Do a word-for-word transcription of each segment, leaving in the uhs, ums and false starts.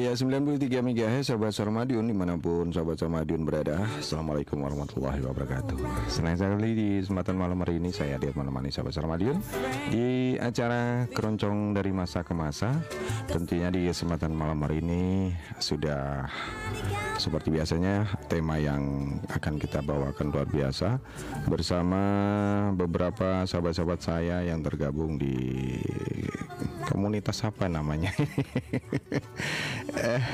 Ya, sembilan puluh tiga megahertz sahabat Suara Madiun dimanapun sahabat Suara Madiun berada. Assalamualaikum warahmatullahi wabarakatuh. Senang sekali di kesempatan malam hari ini saya hadir menemani sahabat Suara Madiun di acara Keroncong dari Masa ke Masa. Tentunya di kesempatan malam hari ini sudah seperti biasanya tema yang akan kita bawakan luar biasa bersama beberapa sahabat-sahabat saya yang tergabung di komunitas apa namanya eh,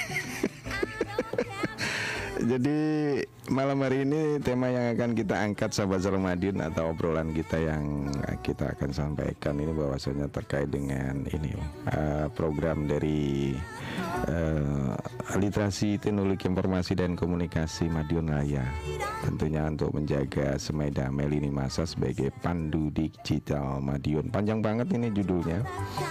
jadi malam hari ini tema yang akan kita angkat sahabat Suara Madiun atau obrolan kita yang kita akan sampaikan ini bahwasanya terkait dengan ini uh, program dari uh, literasi teknologi informasi dan komunikasi Madiun Raya, tentunya untuk menjaga semai damai lini masa sebagai pandu digital Madiun. Panjang banget ini judulnya.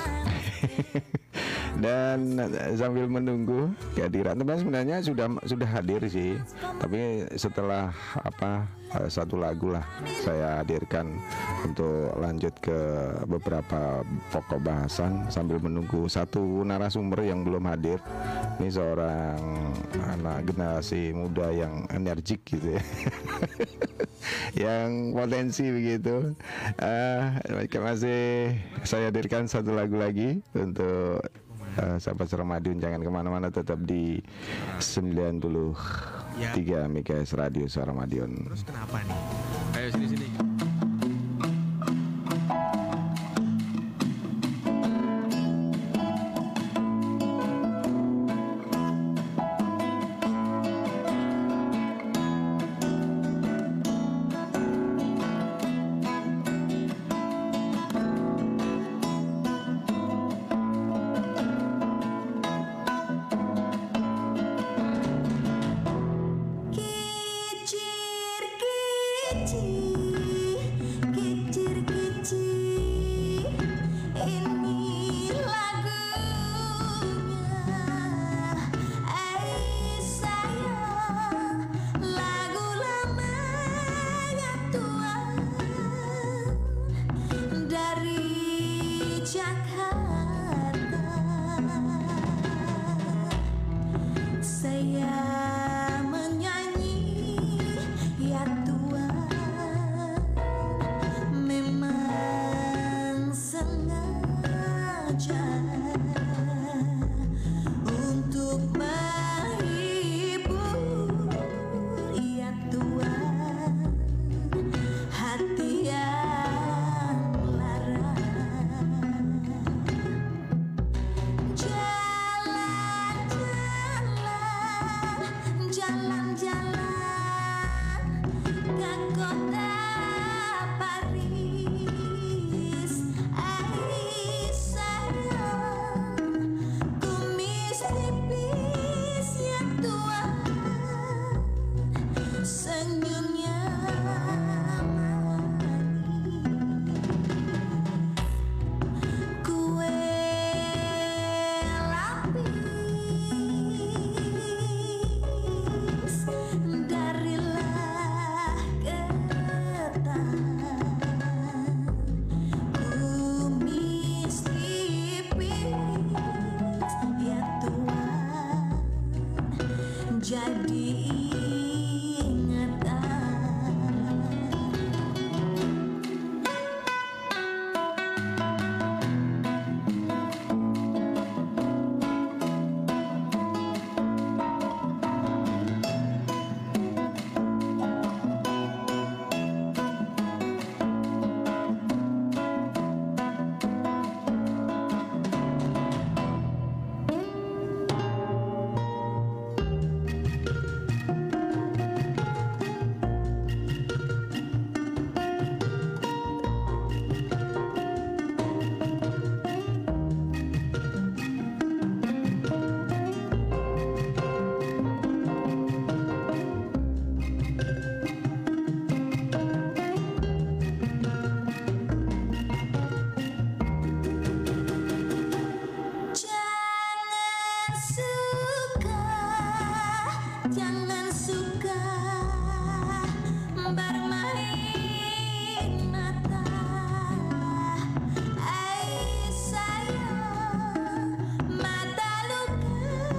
Dan sambil menunggu kehadiran teman, sebenarnya sudah sudah hadir sih, tapi setelah apa satu lagu lah saya hadirkan untuk lanjut ke beberapa pokok bahasan sambil menunggu satu narasumber yang belum hadir. Ini seorang anak generasi muda yang energik gitu ya. Yang potensi begitu. Uh, masih saya hadirkan satu lagu lagi untuk uh, sahabat Suara Madiun. Jangan kemana-mana, tetap di sembilan puluh tiga megahertz Radio Suara Madiun. Terus kenapa nih? Ayo sini-sini. Mata luka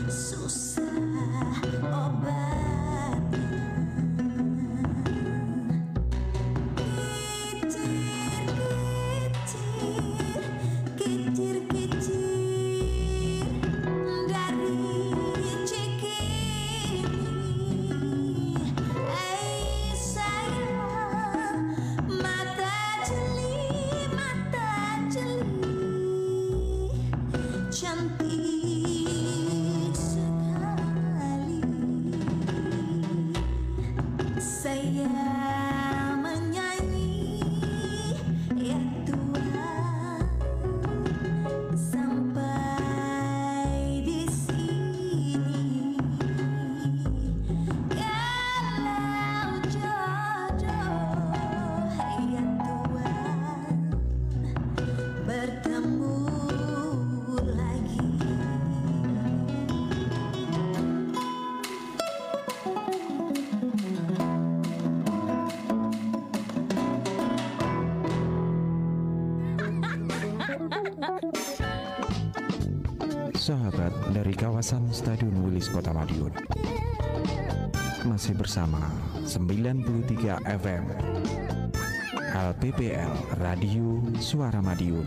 Sahabat dari kawasan Stadion Wilis Kota Madiun, masih bersama sembilan puluh tiga F M L P P L Radio Suara Madiun.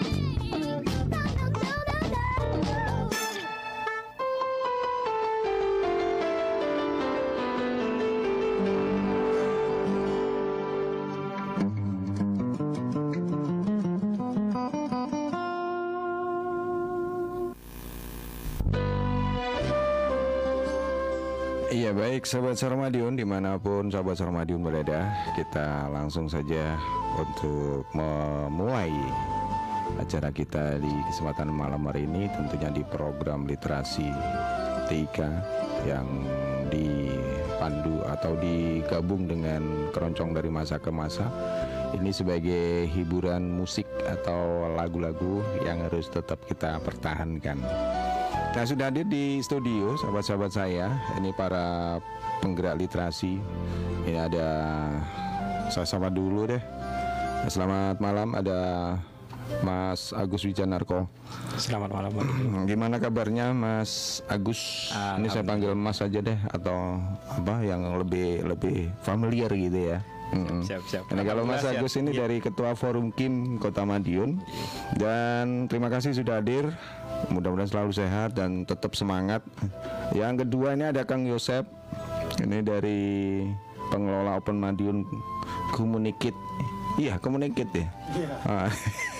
Iya baik sahabat Suara Madiun, dimanapun sahabat Suara Madiun berada, kita langsung saja untuk memulai acara kita di kesempatan malam hari ini, tentunya di program literasi T I K yang dipandu atau digabung dengan keroncong dari masa ke masa. Ini sebagai hiburan musik atau lagu-lagu yang harus tetap kita pertahankan. Nah, sudah hadir di studio sahabat-sahabat saya, ini para penggerak literasi. Ini ada, saya sapa dulu deh. Selamat malam, ada Mas Agus Wijanarko. Selamat malam. Gimana kabarnya Mas Agus? Ini saya panggil Mas aja deh, atau apa yang lebih lebih familiar gitu ya. Mm-mm. Siap, siap. Nah, kalau Mas Agus ini ya, dari Ketua Forum Kim Kota Madiun. Dan terima kasih sudah hadir. Mudah-mudahan selalu sehat dan tetap semangat. Yang kedua ini ada Kang Yosep. Ini dari pengelola Open Madiun Communicate. Iya, Communicate ya. Iya. Ah.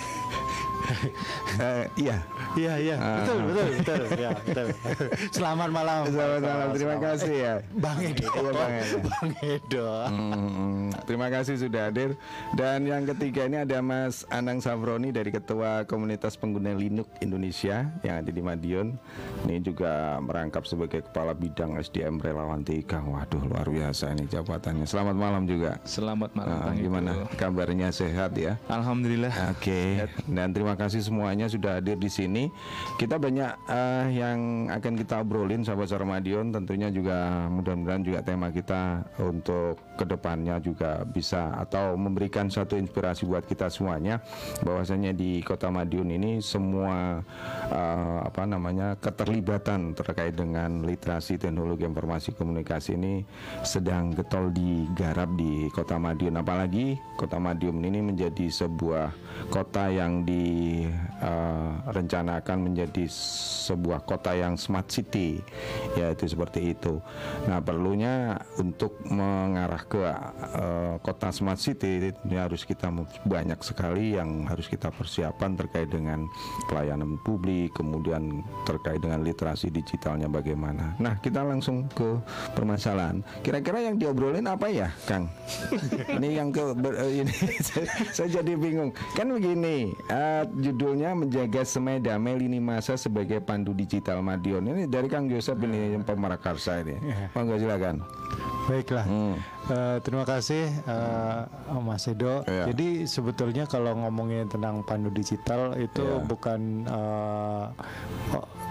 uh, iya. Iya, iya. Ah. Betul, betul, betul. Ya, betul. Selamat malam. Selamat malam. Terima Selamat. kasih ya. Bang Edo. Iya, Bang Edo. Bang Edo. Hmm, terima kasih sudah hadir. Dan yang ketiga ini ada Mas Anang Safroni dari Ketua Komunitas Pengguna Linux Indonesia yang ada di Madiun. Ini juga merangkap sebagai Kepala Bidang S D M Relawan T I K. Waduh, luar biasa ini jabatannya. Selamat malam juga. Selamat malam. Nah, Bang gimana Edo. kabarnya, sehat ya? Alhamdulillah. Oke. Dan terima kasih semuanya sudah hadir di sini. Kita banyak uh, yang akan kita obrolin sahabat Suara Madiun. Tentunya juga mudah-mudahan juga tema kita untuk kedepannya juga bisa atau memberikan satu inspirasi buat kita semuanya, bahwasanya di Kota Madiun ini semua uh, apa namanya keterlibatan terkait dengan literasi teknologi informasi komunikasi ini sedang getol digarap di Kota Madiun. Apalagi Kota Madiun ini menjadi sebuah kota yang direncanakan uh, menjadi sebuah kota yang smart city, yaitu seperti itu. Nah, perlunya untuk mengarah ke uh, kota smart city ini harus kita banyak sekali yang harus kita persiapan terkait dengan pelayanan publik, kemudian terkait dengan literasi digitalnya bagaimana. Nah, kita langsung ke permasalahan. Kira-kira yang diobrolin apa ya, Kang? Ini yang ke ber, ini saya, saya jadi bingung. Kan begini, uh, judulnya menjaga semai damai lini masa sebagai pandu digital Madiun. Ini dari Kang Yosep ini yang pemarakarsa ini. Monggo silakan. Baiklah. Hmm. Uh, terima kasih uh, Mas Edo. Ya. Jadi sebetulnya kalau ngomongin tentang pandu digital itu ya. bukan uh,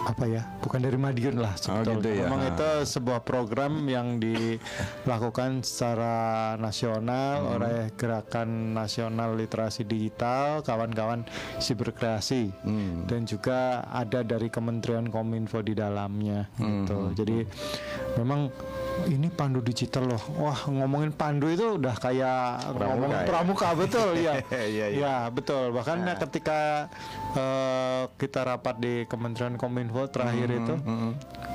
apa ya, bukan dari Madiun lah sebetulnya. Oh, gitu ya. Memang itu sebuah program yang dilakukan secara nasional hmm. oleh Gerakan Nasional Literasi Digital, kawan-kawan siberkreasi, hmm. dan juga ada dari Kementerian Kominfo di dalamnya, hmm. gitu. Jadi memang ini pandu digital loh. Wah, ngomongin pandu itu udah kayak pramuka, ngomongin ya? pramuka betul ya. Iya, iya. Ya, betul. Bahkan nah. ketika uh, kita rapat di Kementerian Kominfo terakhir mm-hmm, itu mm-hmm.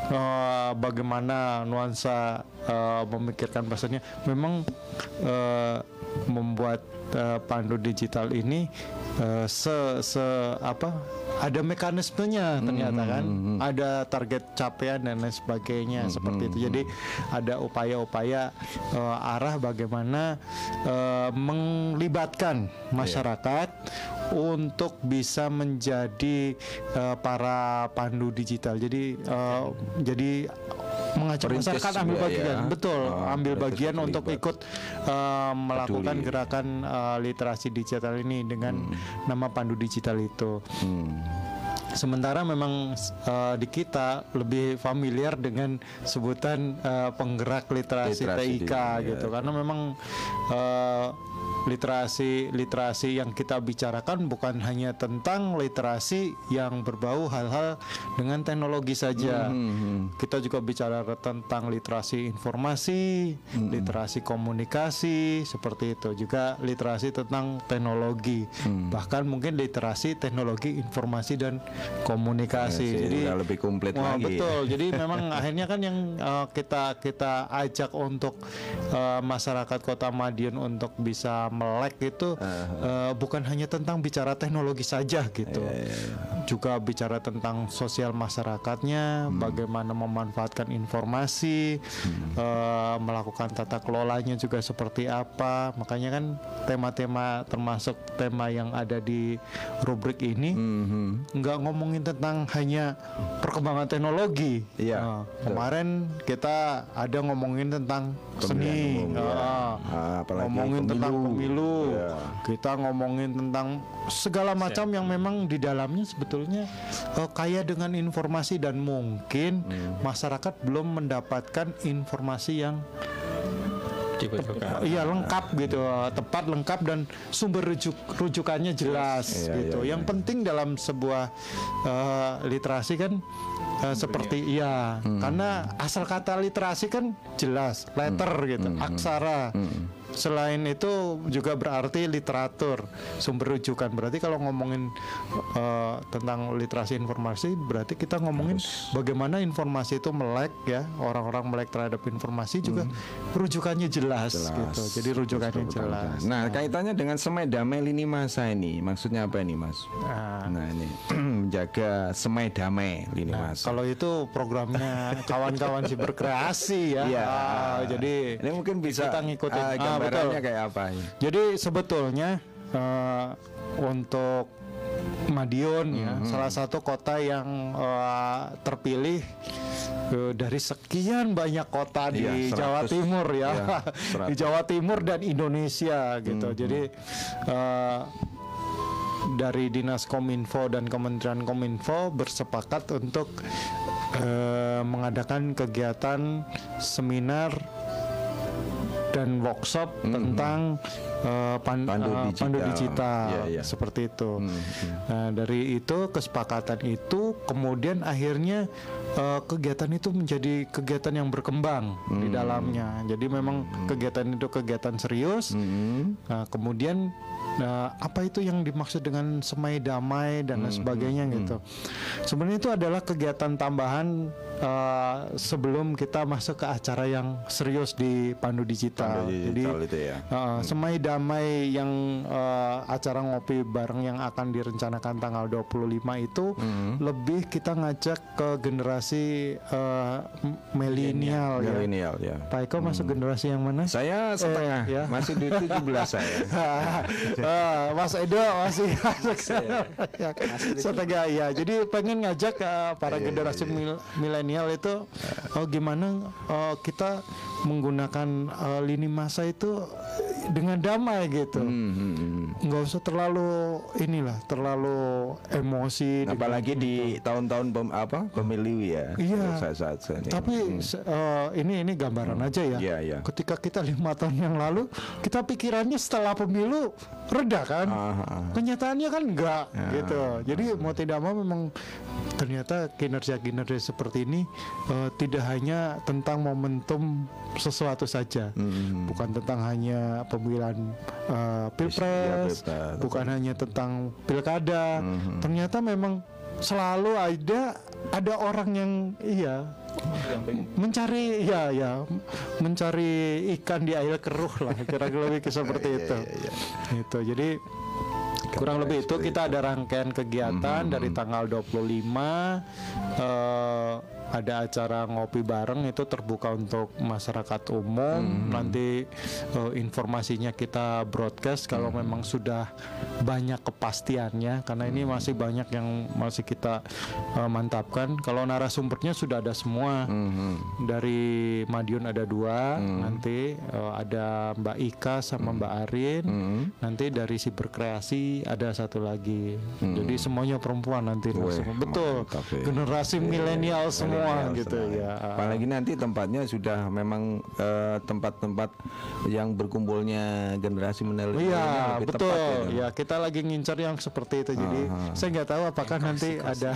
Uh, bagaimana nuansa uh, memikirkan bahasanya memang uh, membuat uh, pandu digital ini uh, se se apa ada mekanismenya ternyata kan, mm-hmm. ada target capaian dan lain sebagainya, mm-hmm. seperti itu. Jadi ada upaya-upaya uh, arah bagaimana uh, melibatkan masyarakat yeah. untuk bisa menjadi uh, para pandu digital. Jadi uh, jadi mengajak Perintis masyarakat ambil bagian, ya. betul, oh, ambil bagian untuk terlibat. ikut uh, melakukan Peduli. gerakan uh, literasi digital ini dengan hmm. nama pandu digital itu. Hmm. Sementara memang uh, di kita lebih familiar dengan sebutan uh, penggerak literasi, literasi T I K di, gitu, ya. Karena memang uh, literasi literasi yang kita bicarakan bukan hanya tentang literasi yang berbau hal-hal dengan teknologi saja. Mm-hmm. Kita juga bicara tentang literasi informasi, mm-hmm. literasi komunikasi, seperti itu. Juga literasi tentang teknologi. Mm. Bahkan mungkin literasi teknologi informasi dan komunikasi. Ya, jadi lebih komplit wah, lagi. Betul. Jadi memang akhirnya kan yang uh, kita kita ajak untuk uh, masyarakat Kota Madiun untuk bisa melek itu uh-huh. uh, bukan hanya tentang bicara teknologi saja gitu, yeah, yeah, yeah. juga bicara tentang sosial masyarakatnya, hmm. bagaimana memanfaatkan informasi, hmm. uh, melakukan tata kelolanya juga seperti apa. Makanya kan tema-tema termasuk tema yang ada di rubrik ini hmm. nggak ngomongin tentang hanya perkembangan teknologi. Yeah, uh, kemarin kita ada ngomongin tentang seni, umum, uh, ya. uh, ngomongin pemilu. tentang pemilu, yeah. kita ngomongin tentang segala macam Siap. yang memang di dalamnya sebetulnya uh, kaya dengan informasi dan mungkin hmm. masyarakat belum mendapatkan informasi yang dibutuhkan. Iya lengkap gitu, tepat lengkap dan sumber rujuk rujukannya jelas iya, gitu. Iya, yang iya. penting dalam sebuah uh, literasi kan uh, seperti iya, hmm. karena asal kata literasi kan jelas, letter hmm. gitu, hmm. aksara. Hmm. Selain itu juga berarti literatur, sumber rujukan. Berarti kalau ngomongin uh, tentang literasi informasi, berarti kita ngomongin Terus. bagaimana informasi itu melek ya, orang-orang melek terhadap informasi juga hmm. rujukannya jelas, jelas gitu. Jadi rujukannya Terus, jelas. Nah, nah, kaitannya dengan semai damai lini masa ini, maksudnya apa ini, Mas? Nah, nah ini menjaga semai damai lini nah, masa. Kalau itu programnya kawan-kawan siberkreasi ya. ya. Ah, jadi ini mungkin bisa kita ngikutin. Uh, Ah, betul. Kayak apa ini? Jadi sebetulnya uh, untuk Madiun mm-hmm. ya salah satu kota yang uh, terpilih uh, dari sekian banyak kota di iya, seratus, Jawa Timur ya, iya, di Jawa Timur dan Indonesia gitu. Mm-hmm. Jadi uh, dari Dinas Kominfo dan Kementerian Kominfo bersepakat untuk uh, mengadakan kegiatan seminar dan workshop mm-hmm. tentang uh, pan, pandu uh, digital, pandu digital yeah, yeah. seperti itu. Mm-hmm. Nah, dari itu kesepakatan itu kemudian akhirnya uh, kegiatan itu menjadi kegiatan yang berkembang mm-hmm. di dalamnya. Jadi memang mm-hmm. kegiatan itu kegiatan serius. Mm-hmm. Nah, kemudian Nah, apa itu yang dimaksud dengan semai damai dan lain sebagainya hmm, gitu. Hmm. Sebenarnya itu adalah kegiatan tambahan uh, sebelum kita masuk ke acara yang serius di Pandu Digital. Pandu Digital Jadi itu ya. uh, hmm. semai damai yang uh, acara ngopi bareng yang akan direncanakan tanggal dua puluh lima itu hmm. lebih kita ngajak ke generasi uh, milenial ya. Milenial ya. Pak Eko hmm. masuk generasi yang mana? Saya setengah, eh, ya. masih di tujuh belas saya. Uh, Mas Edo masih setengah ya. Jadi pengen ngajak uh, para yeah, generasi yeah. milenial itu oh gimana uh, kita menggunakan uh, lini masa itu dengan damai gitu. Mm-hmm. nggak usah terlalu inilah, terlalu emosi. Apalagi di tahun-tahun pem, apa pemilu ya. Iya. Saat-saat ini. Tapi hmm. uh, ini ini gambaran hmm. aja ya. Iya, iya. Ketika kita lima tahun yang lalu, kita pikirannya setelah pemilu reda kan. Ah, ah. Kenyataannya kan enggak ah, gitu. Jadi ah. mau tidak mau memang ternyata kinerja-kinerja seperti ini uh, tidak hanya tentang momentum sesuatu saja, hmm. bukan tentang hanya pemilihan uh, pilpres. Ya, bukan hanya tentang pilkada, mm-hmm. ternyata memang selalu ada ada orang yang iya mencari ya ya mencari ikan di air keruh lah, kira-kira lebih seperti itu. Itu jadi kurang lebih itu kita ada rangkaian kegiatan mm-hmm. dari tanggal dua puluh lima uh, ada acara ngopi bareng itu terbuka untuk masyarakat umum. Hmm. Nanti uh, informasinya kita broadcast kalau hmm. memang sudah banyak kepastiannya, karena ini masih banyak yang masih kita uh, mantapkan. Kalau narasumbernya sudah ada semua. Hmm. Dari Madiun ada dua, hmm. nanti uh, ada Mbak Ika sama hmm. Mbak Arin. Hmm. Nanti dari Siberkreasi ada satu lagi. Hmm. Jadi semuanya perempuan nanti. Weh, betul. Ya. Generasi yeah. milenial semua. Semua gitu ya. Apalagi nanti tempatnya sudah memang uh, tempat-tempat yang berkumpulnya generasi milenial. Iya betul. Tepat, ya. Ya kita lagi ngincar yang seperti itu. Jadi uh-huh. saya nggak tahu apakah yang nanti kosi, kosi. ada.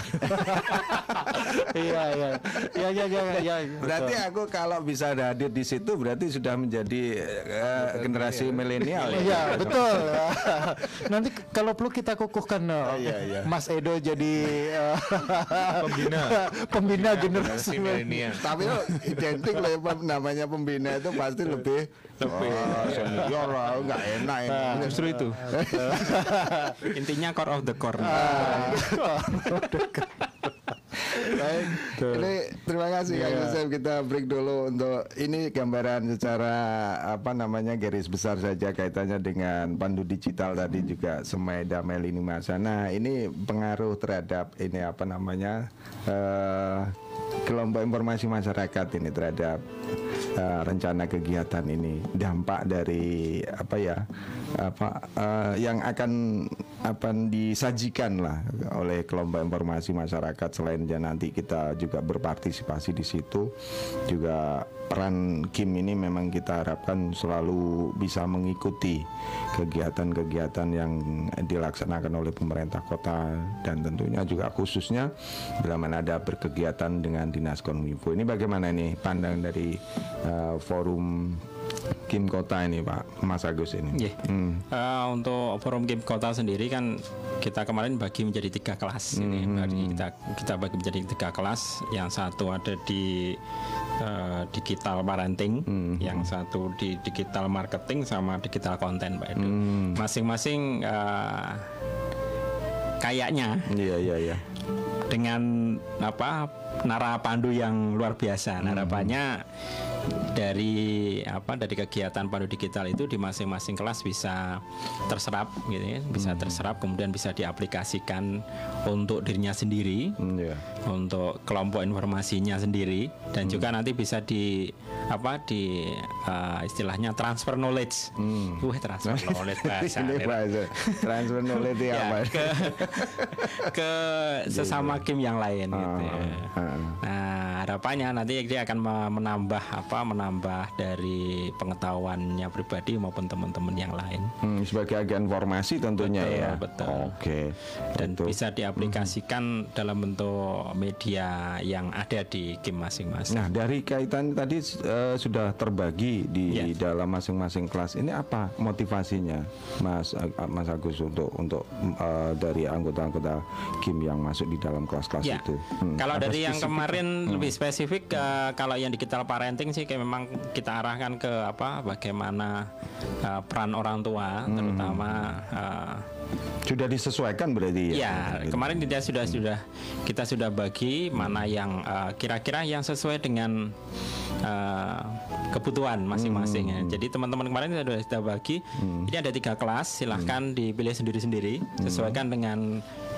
Iya iya. Ya ya ya ya. Berarti aku kalau bisa hadir di situ berarti sudah menjadi uh, generasi milenial. Iya ya, betul. Nanti kalau perlu kita kukuhkan uh, iya, iya. Mas Edo jadi uh, pembina pembina generasi milenial. Tapi lo identik lah namanya pembina itu pasti lebih lebih oh, senior lah, nggak enak ini. Nah, justru itu. Intinya core of the core. Ah. Baik, ini terima kasih Kang Yosef. Kita break dulu untuk ini gambaran secara apa namanya garis besar saja kaitannya dengan pandu digital tadi juga Semai Damai Lini Masa. Nah ini pengaruh terhadap ini apa namanya uh, kelompok informasi masyarakat ini terhadap uh, rencana kegiatan ini, dampak dari apa ya apa uh, yang akan apa disajikan lah oleh kelompok informasi masyarakat. Selain nanti kita juga berpartisipasi di situ, juga peran Kim ini memang kita harapkan selalu bisa mengikuti kegiatan-kegiatan yang dilaksanakan oleh pemerintah kota, dan tentunya juga khususnya bila mana ada berkegiatan dengan Dinas Kominfo. Ini bagaimana ini pandang dari uh, forum Kim Kota ini Pak Mas Agus ini? Yeah. Hmm. Uh, untuk forum Kim Kota sendiri kan kita kemarin bagi menjadi tiga kelas. Hmm. Ini bagi kita kita bagi menjadi tiga kelas. Yang satu ada di uh, digital parenting, hmm. yang satu di digital marketing, sama digital konten Pak Edo. Hmm. Masing-masing uh, kayaknya. Iya iya iya. Dengan apa narapandu yang luar biasa. Narapannya dari apa dari kegiatan pandu digital itu di masing-masing kelas bisa terserap gitu ya, bisa terserap kemudian bisa diaplikasikan untuk dirinya sendiri, hmm, yeah. untuk kelompok informasinya sendiri, dan hmm. juga nanti bisa di apa di uh, istilahnya transfer knowledge. Hmm. Wah, transfer knowledge bahasa. Transfer knowledge ya, apa? Ke, ke sesama Kim yang lain ah, gitu ya. Ah. Nah, harapannya nanti dia akan menambah apa menambah dari pengetahuannya pribadi maupun teman-teman yang lain. Hmm, sebagai agen informasi tentunya betul, ya. Betul. Oke. Okay. Dan betul. bisa diaplikasikan hmm. dalam bentuk media yang ada di Kim masing-masing. Nah, dari kaitan tadi uh, sudah terbagi di ya. dalam masing-masing kelas. Ini apa motivasinya, Mas uh, Mas Agus untuk untuk uh, dari anggota-anggota Kim yang masuk di dalam kelas-kelas ya. itu? Hmm. Kalau dari yang kemarin hmm. lebih spesifik, uh, kalau yang digital parenting sih kayak memang kita arahkan ke apa bagaimana uh, peran orang tua, hmm. terutama uh, sudah disesuaikan berarti ya. Ya, gitu. Kemarin kita sudah hmm. sudah kita sudah bagi mana yang uh, kira-kira yang sesuai dengan uh, kebutuhan masing-masing. Hmm. Ya. Jadi teman-teman kemarin kita sudah kita bagi. Hmm. Ini ada tiga kelas, silahkan hmm. dipilih sendiri-sendiri, sesuaikan hmm. dengan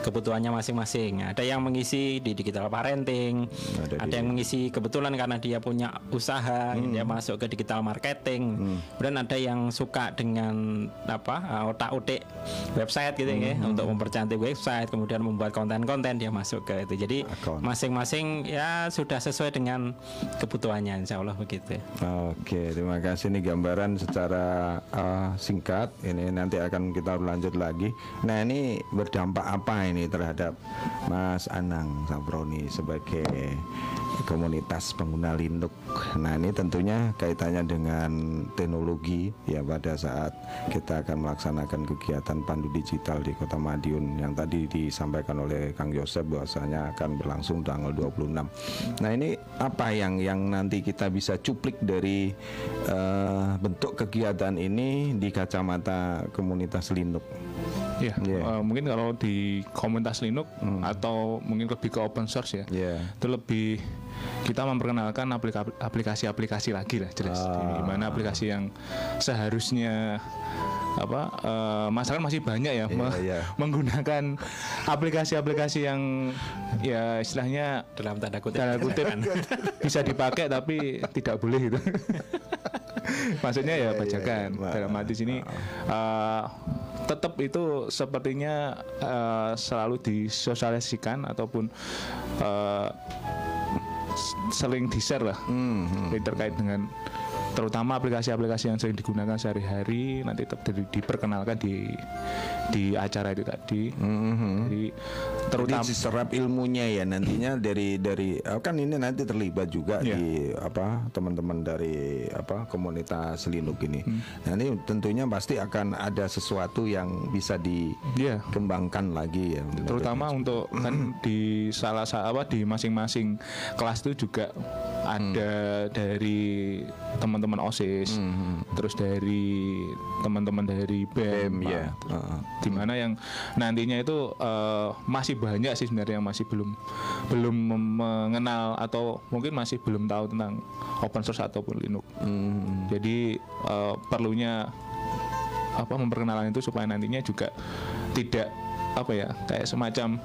kebutuhannya masing-masing. Ada yang mengisi di digital parenting, Ada ada, di- yang mengisi kebetulan karena dia punya usaha, dia masuk ke digital marketing. Kemudian ada yang suka dengan apa uh, otak-otik website gitu ya, untuk mempercantik website, kemudian membuat konten-konten dia masuk ke itu. Jadi Account. masing-masing ya sudah sesuai dengan kebutuhannya, insya Allah begitu. Oke, terima kasih nih gambaran secara uh, singkat. Ini nanti akan kita lanjut lagi. Nah, ini berdampak apa ini terhadap Mas Anang Saproni sebagai komunitas pengguna Linux? Nah, ini tentunya kaitannya dengan teknologi ya, pada saat kita akan melaksanakan kegiatan Pandu Digital di Kota Madiun yang tadi disampaikan oleh Kang Yosep bahwasanya akan berlangsung tanggal dua puluh enam. Nah, ini apa yang yang nanti kita bisa cuplik dari uh, bentuk kegiatan ini di kacamata komunitas Linux? Ya, Iya. eh, mungkin kalau di komunitas Linux atau mungkin lebih ke open source ya, Iya. itu lebih kita memperkenalkan aplika- aplikasi-aplikasi lagi lah jelas. Ah. Di mana aplikasi yang seharusnya apa eh, masyarakat masih banyak ya Iya, me- iya. menggunakan aplikasi-aplikasi yang ya istilahnya Dalam tanda kutip. tanda kutip bisa dipakai tapi tidak boleh gitu. Maksudnya ya Iya, iya, bajakan. iya. Dalam arti sini eh, tetap itu sepertinya eh, selalu disosialisasikan ataupun eh, s- sering di-share lah. Hmm, hmm. Jadi terkait dengan terutama aplikasi-aplikasi yang sering digunakan sehari-hari nanti tetap di- diperkenalkan di di acara itu tadi. Hmm. Jadi Jadi terutama diserap ilmunya ya nantinya dari dari eh, kan ini nanti terlibat juga Iya. di apa teman-teman dari apa komunitas Linux ini. Hmm. Nah, ini tentunya pasti akan ada sesuatu yang bisa Iya. dikembangkan lagi ya. Terutama untuk kan di salah satu apa di masing-masing kelas itu juga ada dari teman-teman OSIS, terus dari teman-teman dari B E M, B E M, ya. Pak. Heeh. Dimana yang nantinya itu eh, masih banyak sih sebenarnya yang masih belum belum mem- mengenal atau mungkin masih belum tahu tentang open source ataupun Linux. Hmm. Jadi eh, perlunya apa memperkenalkan itu supaya nantinya juga tidak apa ya kayak semacam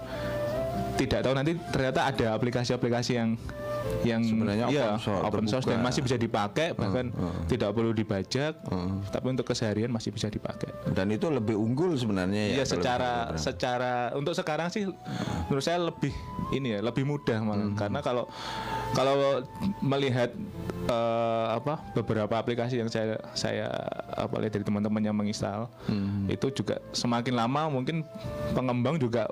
tidak tahu nanti ternyata ada aplikasi-aplikasi yang yang Sebenarnya iya, open source, open source dan terbuka. masih bisa dipakai bahkan uh. tidak perlu dibajak tapi untuk keseharian masih bisa dipakai. Dan itu lebih unggul sebenarnya ya. Iya kalau secara kita- secara untuk sekarang sih menurut saya lebih ini ya lebih mudah malah karena kalau kalau melihat eh, apa beberapa aplikasi yang saya saya apa lihat dari teman-teman yang menginstal itu juga semakin lama mungkin pengembang juga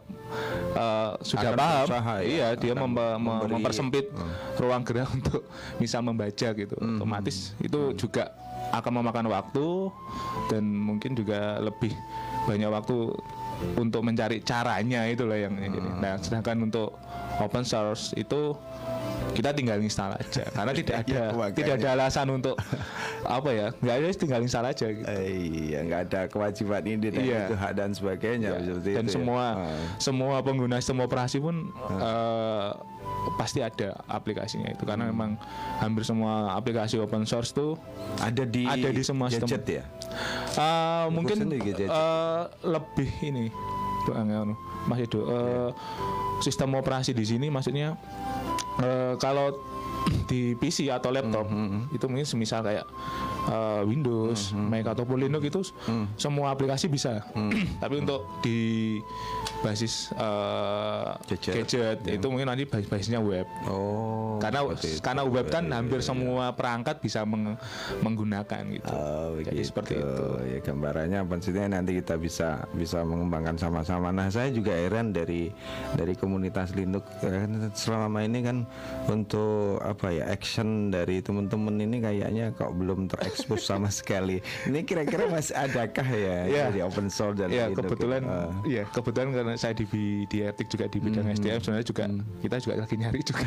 eh, sudah Akan paham berusaha ya, iya dia akan memba- mem- memberi- mempersempit ruang gerak untuk bisa membaca gitu otomatis itu juga akan memakan waktu dan mungkin juga lebih banyak waktu untuk mencari caranya itulah yang ini. Nah, sedangkan untuk open source itu kita tinggal install aja karena tidak ada Ya, makanya. tidak ada alasan untuk apa ya nggak ada tinggal install aja gitu. Eh, iya, nggak ada kewajiban ini dan Iya. itu hak dan sebagainya Ya, seperti dan itu ya. semua Ah. semua pengguna sistem operasi pun eh, pasti ada aplikasinya itu karena memang hampir semua aplikasi open source tuh ada di ada di semua sistem. gadget ya. Eh, mungkin sendiri gitu ya, eh, lebih ini doang ya, anu. Mas Edo eh, sistem operasi di sini maksudnya eh, kalau di P C atau laptop itu mungkin semisal kayak eh, Windows, Mac ataupun Linux itu semua aplikasi bisa. Tapi untuk di basis eh, Gadget. gadget itu mungkin nanti bas- basisnya web. Oh. Karena seperti itu. karena web kan Iya, hampir iya, semua perangkat bisa meng- menggunakan gitu. Oh, Jadi begitu. seperti itu. Ya, gambarannya maksudnya nanti kita bisa bisa mengembangkan sama-sama. Nah, saya juga heran dari dari komunitas Linux kan selama ini kan untuk apa ya action dari teman-teman ini kayaknya kok belum terekspos sama sekali. Ini kira-kira masih adakah ya Iya. dari open source dan Ya Linux? kebetulan, Ah. ya kebetulan karena saya di di etik juga di bidang S D M sebenarnya juga kita juga lagi nyari juga.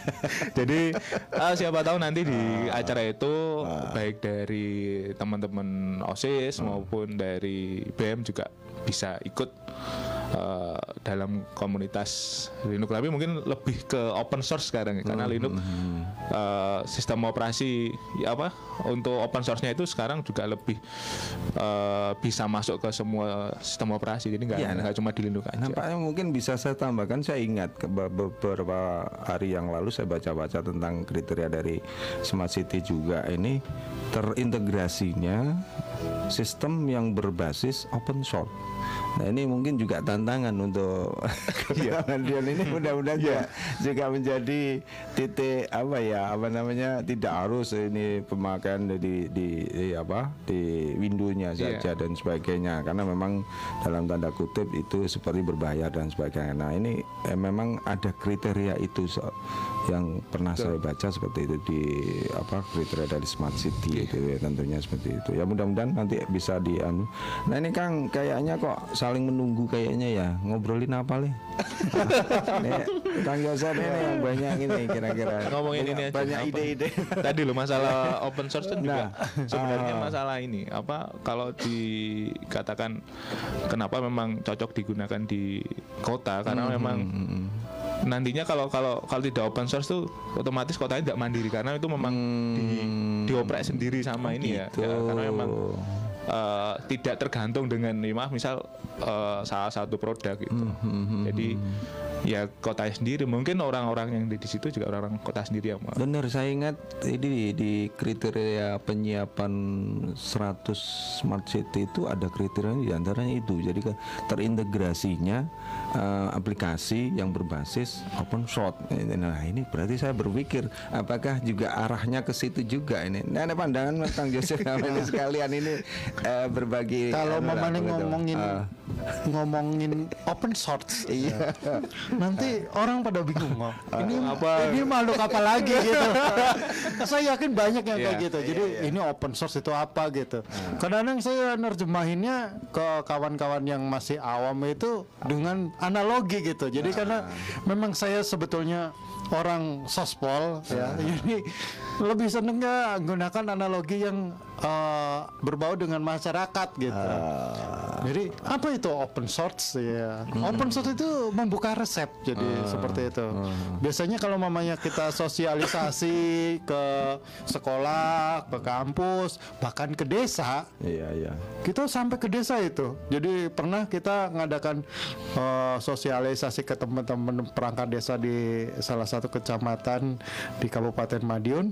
Jadi eh, siapa tahu nanti di acara itu baik dari teman-teman OSIS maupun dari B E M juga bisa ikut uh, dalam komunitas Linux, tapi mungkin lebih ke open source sekarang ya, karena Linux uh, sistem operasi ya apa untuk open source-nya itu sekarang juga lebih uh, bisa masuk ke semua sistem operasi, jadi nggak Iya, nggak cuma di Linux aja. Nampaknya mungkin bisa saya tambahkan, saya ingat ke be- beberapa hari yang lalu saya baca-baca tentang kriteria dari Smart City juga, ini terintegrasinya sistem yang berbasis open source. Nah ini mungkin juga tantangan untuk kebijakan Dion ini, mudah-mudahan juga, juga menjadi titik apa ya apa namanya, tidak harus ini pemakaian di di, di apa di Windows-nya saja dan sebagainya, karena memang dalam tanda kutip itu seperti berbayar dan sebagainya. Nah ini eh, memang ada kriteria itu so, yang pernah saya baca seperti itu di apa kriteria dari Smart City itu ya, tentunya seperti itu ya, mudah-mudahan nanti bisa di anu. Nah ini Kang kayaknya kok saling menunggu kayaknya ya, ngobrolin apa nih? Nih, Kang Yosef ini yang banyak ini kira-kira Ngomongin ini aja, banyak apa? ide-ide. Tadi loh masalah open source kan juga Nah, sebenarnya ah. masalah ini apa kalau dikatakan kenapa memang cocok digunakan di kota, karena memang nantinya kalau kalau kalau tidak open source tuh otomatis kotanya tidak mandiri, karena itu memang di dioprek sendiri sama ini ya, gitu. ya karena memang uh, tidak tergantung dengan ya, maaf misal uh, salah satu produk gitu. Jadi ya kota sendiri, mungkin orang-orang yang di di situ juga orang-orang kota sendiri ya. Benar, saya ingat ini di, di kriteria penyiapan seratus Smart City itu ada kriteria di antaranya itu. Jadi ke- terintegrasinya eh, aplikasi yang berbasis open source. Nah, ini berarti saya berpikir apakah juga arahnya ke situ juga ini. Nah, ada pandangan Mas Kang Joseph ini sekalian ini eh, berbagi Kalau anu lah, mamanya begitu. ngomongin Ah. ngomongin open source, iya. Nanti orang pada bingung, oh, ini apa? ini makhluk apa lagi gitu. Saya yakin banyak yang kayak Iya, gitu. Jadi ini open source itu apa gitu. Kadang-kadang saya nerjemahinnya ke kawan-kawan yang masih awam itu dengan analogi gitu. Jadi karena memang saya sebetulnya orang sospol ya, jadi lebih seneng nggak gunakan analogi yang uh, berbau dengan masyarakat gitu. Jadi apa itu open source ya? Open source itu membuka resep, jadi seperti itu. Biasanya kalau mamanya kita sosialisasi ke sekolah, ke kampus, bahkan ke desa, Iya, iya. kita sampai ke desa itu. Jadi pernah kita ngadakan uh, sosialisasi ke teman-teman perangkat desa di salah satu kecamatan di Kabupaten Madiun.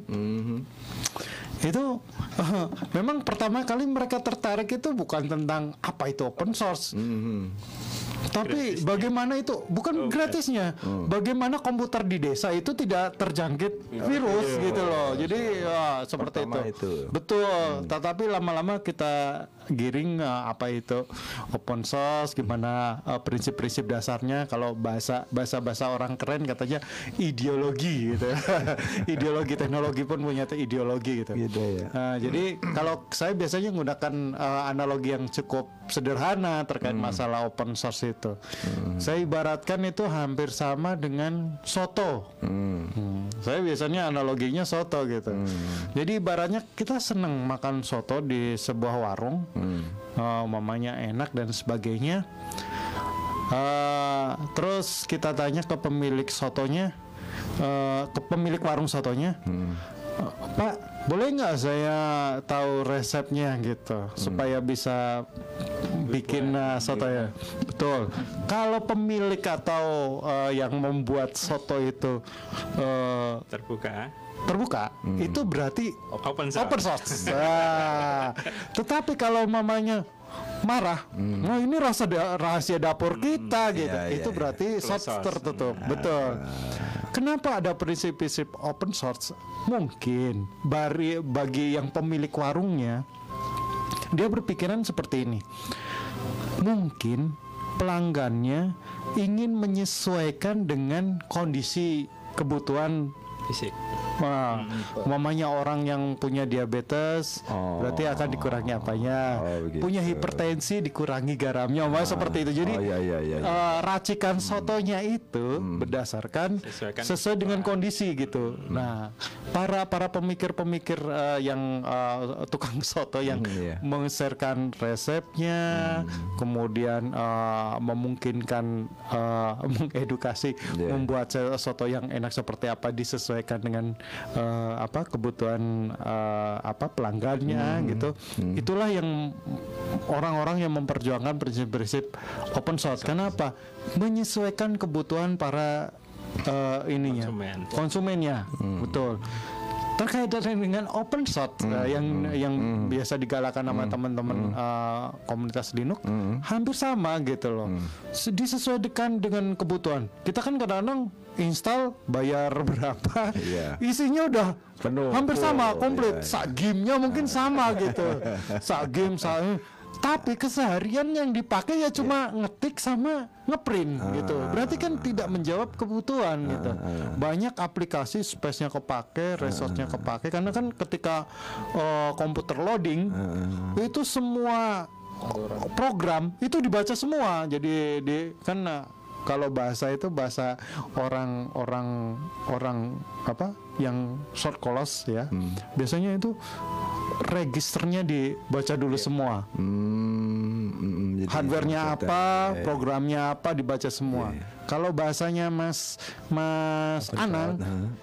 Itu uh, memang pertama kali mereka tertarik itu bukan tentang apa itu open source. Tapi bagaimana itu bukan gratisnya, bagaimana komputer di desa itu tidak terjangkit virus gitu loh. Jadi ya, seperti Pertama itu. itu. Betul. Tetapi lama-lama kita giring uh, apa itu open source, gimana uh, prinsip-prinsip dasarnya. Kalau bahasa bahasa-bahasa orang keren katanya ideologi gitu. Ideologi teknologi pun punya te- ideologi gitu. Gitu ya. Nah, jadi kalau saya biasanya menggunakan uh, analogi yang cukup sederhana terkait masalah open source itu. Saya ibaratkan itu hampir sama dengan soto. Hmm. Saya biasanya analoginya soto gitu. Jadi ibaratnya kita seneng makan soto di sebuah warung, uh, mamanya enak dan sebagainya. Uh, terus kita tanya ke pemilik sotonya, uh, ke pemilik warung sotonya. Uh, Pak, boleh nggak saya tahu resepnya gitu supaya bisa bikin uh, soto ya? Betul. Kalau pemilik atau uh, yang membuat soto itu uh, Terbuka. terbuka, itu berarti Open source. open source. Nah, tetapi kalau mamanya marah, nah ini rasa da- rahasia dapur kita gitu, iya, itu iya, berarti source source. tertutup. Betul. Kenapa ada prinsip-prinsip open source? Mungkin bari, bagi yang pemilik warungnya, dia berpikiran seperti ini. Mungkin pelanggannya ingin menyesuaikan dengan kondisi kebutuhan fisik. Nah, umpamanya orang yang punya diabetes Oh. berarti akan dikurangi apanya. Oh, begitu. Punya hipertensi dikurangi garamnya, umpamanya seperti itu. Jadi Oh, iya, iya, iya, iya. eh, racikan sotonya itu berdasarkan Sesuaikan sesuai dengan kondisi gitu. Nah, para para pemikir-pemikir eh, yang eh, tukang soto yang Hmm, iya. meng-sharekan resepnya, kemudian eh, memungkinkan eh, mengedukasi Iya. membuat soto yang enak seperti apa disesuaikan dengan eh, apa kebutuhan eh, apa pelanggannya gitu. Itulah yang orang-orang yang memperjuangkan prinsip-prinsip open source. Kenapa? Menyesuaikan kebutuhan para eh, ininya Konsumen. konsumennya. Betul. Terkait dengan open source eh, yang yang biasa digalakan sama teman-teman eh, komunitas Linux, hampir sama gitu loh. Se- Disesuaikan dengan kebutuhan. Kita kan kadang-kadang install bayar berapa, Iya. isinya udah Penuh. hampir sama, Full, komplit. iya. Sak gamenya mungkin sama gitu. Sak game, sak tapi keseharian yang dipakai ya cuma ngetik sama ngeprint gitu. Berarti kan tidak menjawab kebutuhan gitu. Banyak aplikasi space-nya kepake, resource-nya kepake karena kan ketika uh, komputer loading itu semua program itu dibaca semua. Jadi di kan uh, kalau bahasa itu bahasa orang-orang orang apa yang short colos ya. Biasanya itu registernya dibaca dulu semua. Hmm, mm, jadi Hardware-nya data, apa, ya. programnya apa dibaca semua. Kalau bahasanya Mas Mas Anang,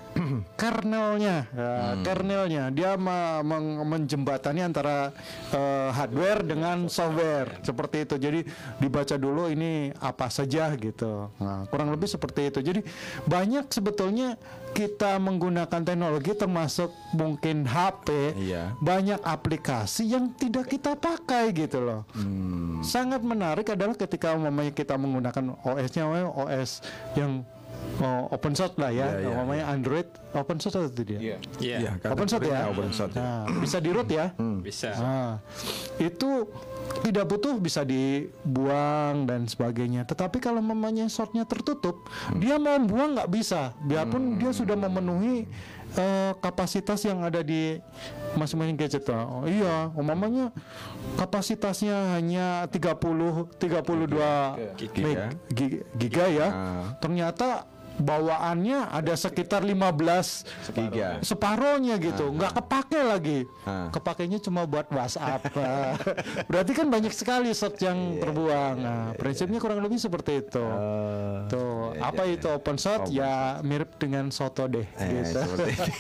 kernelnya, ya, kernelnya dia me- meng- menjembatani antara eh, hardware dengan software seperti itu. Jadi dibaca dulu ini apa saja gitu. Nah, kurang lebih seperti itu. Jadi banyak sebetulnya kita menggunakan teknologi termasuk mungkin H P, Iya. banyak aplikasi yang tidak kita pakai gitu loh. Sangat menarik adalah ketika umpamanya kita menggunakan O S-nya O S yang oh, open source lah ya, Iya, iya, umpamanya Android open source atau tidak? Iya, Iya, karena Open source ya. Open source. ya. Nah, bisa di root ya. bisa. Nah, itu tidak butuh bisa dibuang dan sebagainya. Tetapi kalau mamanya shortnya tertutup, dia mau buang nggak bisa, biarpun dia sudah memenuhi eh, kapasitas yang ada di masing-masing gadget. Oh, iya, umpamanya kapasitasnya hanya tiga puluh tiga puluh dua Giga. meg gi- giga ya. Ah. Ternyata bawaannya ada sekitar lima belas Giga. separohnya gitu, nggak kepake lagi, Ah. kepakainya cuma buat WhatsApp. Ah. Berarti kan banyak sekali search yang terbuang. Nah, prinsipnya kurang lebih seperti itu. Tuh, iya, apa iya. itu open source? Ya mirip dengan soto deh, Eh, gitu. seperti itu.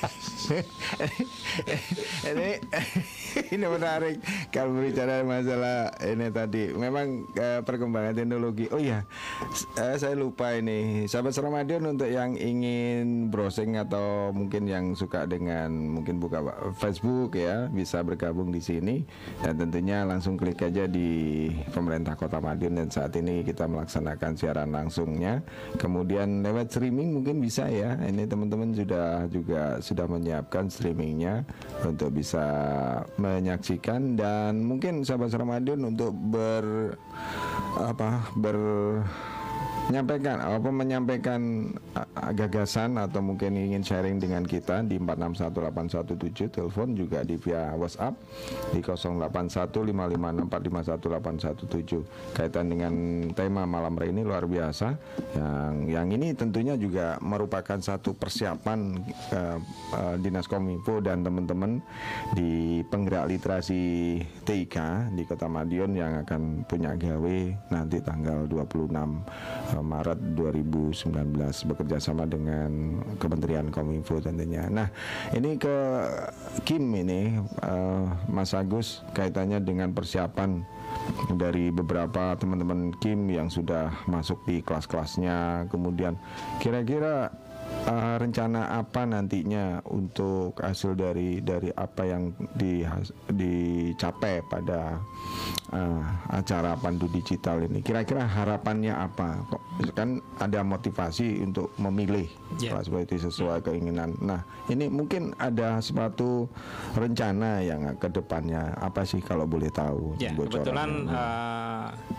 ini ini menarik kalau berbicara masalah ini tadi. Memang eh, perkembangan teknologi. Oh iya, s- eh, saya lupa ini. Sahabat Ramadan untuk yang ingin browsing atau mungkin yang suka dengan mungkin buka Facebook ya, bisa bergabung di sini dan tentunya langsung klik aja di pemerintah Kota Madiun, dan saat ini kita melaksanakan siaran langsungnya. Kemudian lewat streaming mungkin bisa ya. Ini teman-teman sudah juga sudah menyiapkan streamingnya untuk bisa menyaksikan, dan mungkin sahabat Ramadan untuk ber apa ber menyampaikan apa menyampaikan uh, gagasan atau mungkin ingin sharing dengan kita di empat enam satu delapan satu tujuh, telepon juga di via WhatsApp di nol delapan satu lima lima enam empat lima satu delapan satu tujuh. Kaitan dengan tema malam hari ini luar biasa, yang yang ini tentunya juga merupakan satu persiapan uh, uh, Dinas Kominfo dan teman-teman di penggerak literasi T I K di Kota Madiun yang akan punya gawe nanti tanggal dua puluh enam Maret dua ribu sembilan belas bekerja sama dengan Kementerian Kominfo tentunya. Nah, ini ke Kim ini uh, Mas Agus, kaitannya dengan persiapan dari beberapa teman-teman Kim yang sudah masuk di kelas-kelasnya. Kemudian kira-kira uh, rencana apa nantinya untuk hasil dari dari apa yang di, dicapai pada uh, acara Pandu Digital ini? Kira-kira harapannya apa? Kok kan ada motivasi untuk memilih Yeah. kelas seperti itu sesuai keinginan. Nah, ini mungkin ada suatu rencana yang ke depannya apa sih kalau boleh tahu? Ya, bocoran? kebetulan eh,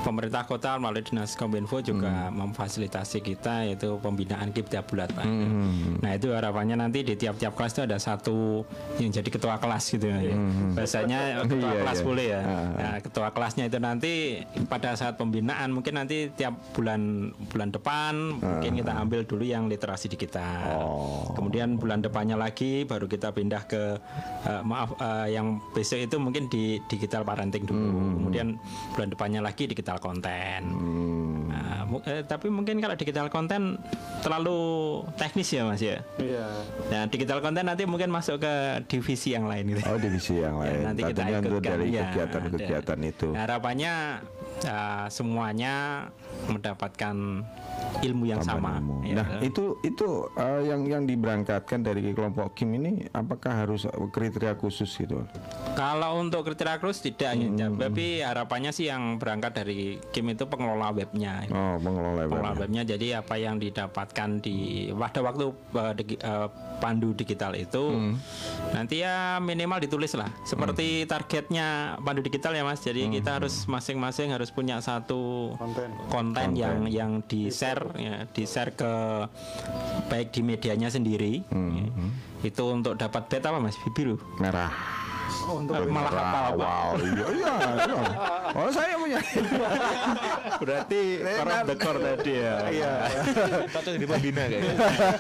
pemerintah kota melalui dinas Kominfo juga hmm. memfasilitasi kita yaitu pembinaan K I P tiap bulan Pak. Hmm. Nah itu harapannya nanti di tiap-tiap kelas itu ada satu yang jadi ketua kelas gitu ya. Hmm. Biasanya ketua iya, kelas iya. boleh ya. Ah. Nah, ketua kelasnya itu nanti pada saat pembinaan mungkin nanti tiap bulan bulan depan ah. mungkin kita ambil dulu yang literasi digital. Oh. Kemudian bulan depannya lagi baru kita pindah ke uh, maaf uh, yang besok itu mungkin di digital parenting dulu. Hmm. Kemudian bulan depannya lagi digital konten. Hmm. Nah, mu- eh, tapi mungkin kalau digital konten terlalu teknis ya Mas ya. Iya. Nah, digital konten nanti mungkin masuk ke divisi yang lain gitu. Oh, divisi yang lain. Ya, nanti kita Tentunya itu ikutkan dari ya, kegiatan-kegiatan ada. itu. Harapannya uh, semuanya mendapatkan ilmu yang Tambahan sama. ilmu. Ya. Nah, itu itu uh, yang yang diberangkatkan dari kelompok K I M ini apakah harus kriteria khusus gitu? Kalau untuk kriteria khusus tidak Hmm. ya, tapi harapannya sih yang berangkat dari K I M itu pengelola webnya. Oh, pengelola Pengelola webnya. webnya, jadi apa yang didapatkan di pada waktu uh, di, uh, pandu digital itu hmm. nanti ya minimal ditulis lah seperti hmm. targetnya pandu digital ya Mas. Jadi hmm. kita harus masing-masing harus punya satu Konten. konten, Konten. yang yang di share ya, di share ke baik di medianya sendiri. Hmm. Ya. Itu untuk dapat beta apa Mas? Biru. Merah. Untuk malah hafal Pak. Wow, iya, iya, iya. Oh, saya punya. Berarti corrupt the core tadi ya. Iya. Cocok jadi pembina kayaknya.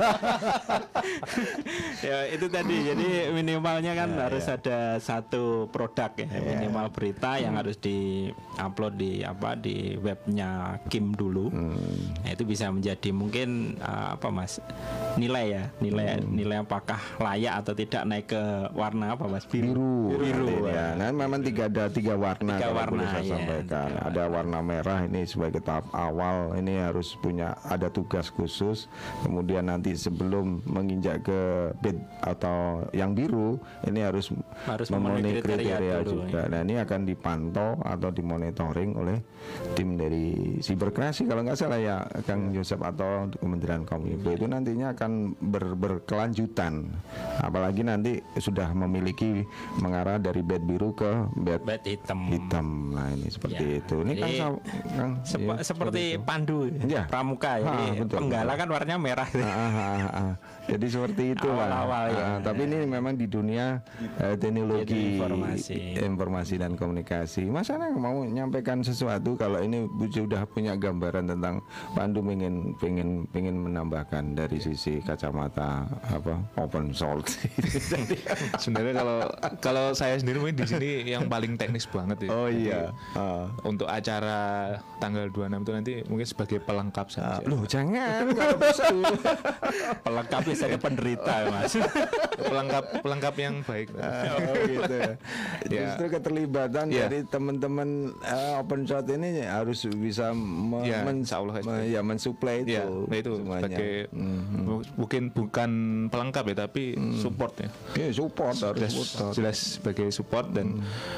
Ya itu tadi. Jadi minimalnya kan Ya, harus ya. ada satu produk ya, minimal berita yang harus di-upload di apa di webnya K I M dulu. Hmm. Nah, itu bisa menjadi mungkin uh, apa Mas? Nilai ya, nilai Hmm. nilai apakah layak atau tidak naik ke warna apa Mas? Biru, Biru. biru ya. Nah, memang tiga ada tiga warna. Tiga kalau warna, boleh saya ya, sampaikan. tiga Ada warna merah ini sebagai tahap awal. Ini harus punya ada tugas khusus. Kemudian nanti sebelum menginjak ke bed atau yang biru, ini harus, Harus memenuhi memenuhi kriteria kriteria dulu, juga. Nah, ini akan dipantau atau dimonitoring oleh tim dari Siberkreasi kalau nggak salah ya, Kang Yosep atau Kementerian Kominfo. Itu nantinya akan ber, berkelanjutan. Apalagi nanti sudah memiliki mengarah dari bed biru ke bed Bed hitam. hitam. Nah, ini seperti Ya, itu. Ini jadi kan Kang, Kang, Sep- iya, seperti itu. pandu Ya. pramuka ya. Ha, Jadi betul, penggala betul. kan warnanya merah. Ah, ah, ah, ah. Jadi seperti itu lah. Awal-awal ya. Ah, tapi ini memang di dunia eh, teknologi Jadi informasi. informasi dan komunikasi. Mas Anang mau menyampaikan sesuatu kalau ini sudah punya gambaran tentang Pandu pengen pengen pengen menambahkan dari sisi kacamata apa open source. Sebenarnya kalau kalau saya sendiri mungkin di sini yang paling teknis banget ya. Oh Jadi, iya. Ah. untuk acara tanggal dua puluh enam itu nanti mungkin sebagai pelengkap saja. Loh jangan kalau bisa Pelengkap biasanya penderita Mas. pelengkap pelengkap yang baik. oh gitu ya. Justru keterlibatan Ya. dari teman-teman eh, open source ini harus bisa me- Ya, men- insya Allah, me- ya mensuplai itu, Ya, nah itu semuanya. sebagai Mhm. bu- mungkin bukan pelengkap ya, tapi support ya. Ya, support harus Jelas, support. jelas sebagai support dan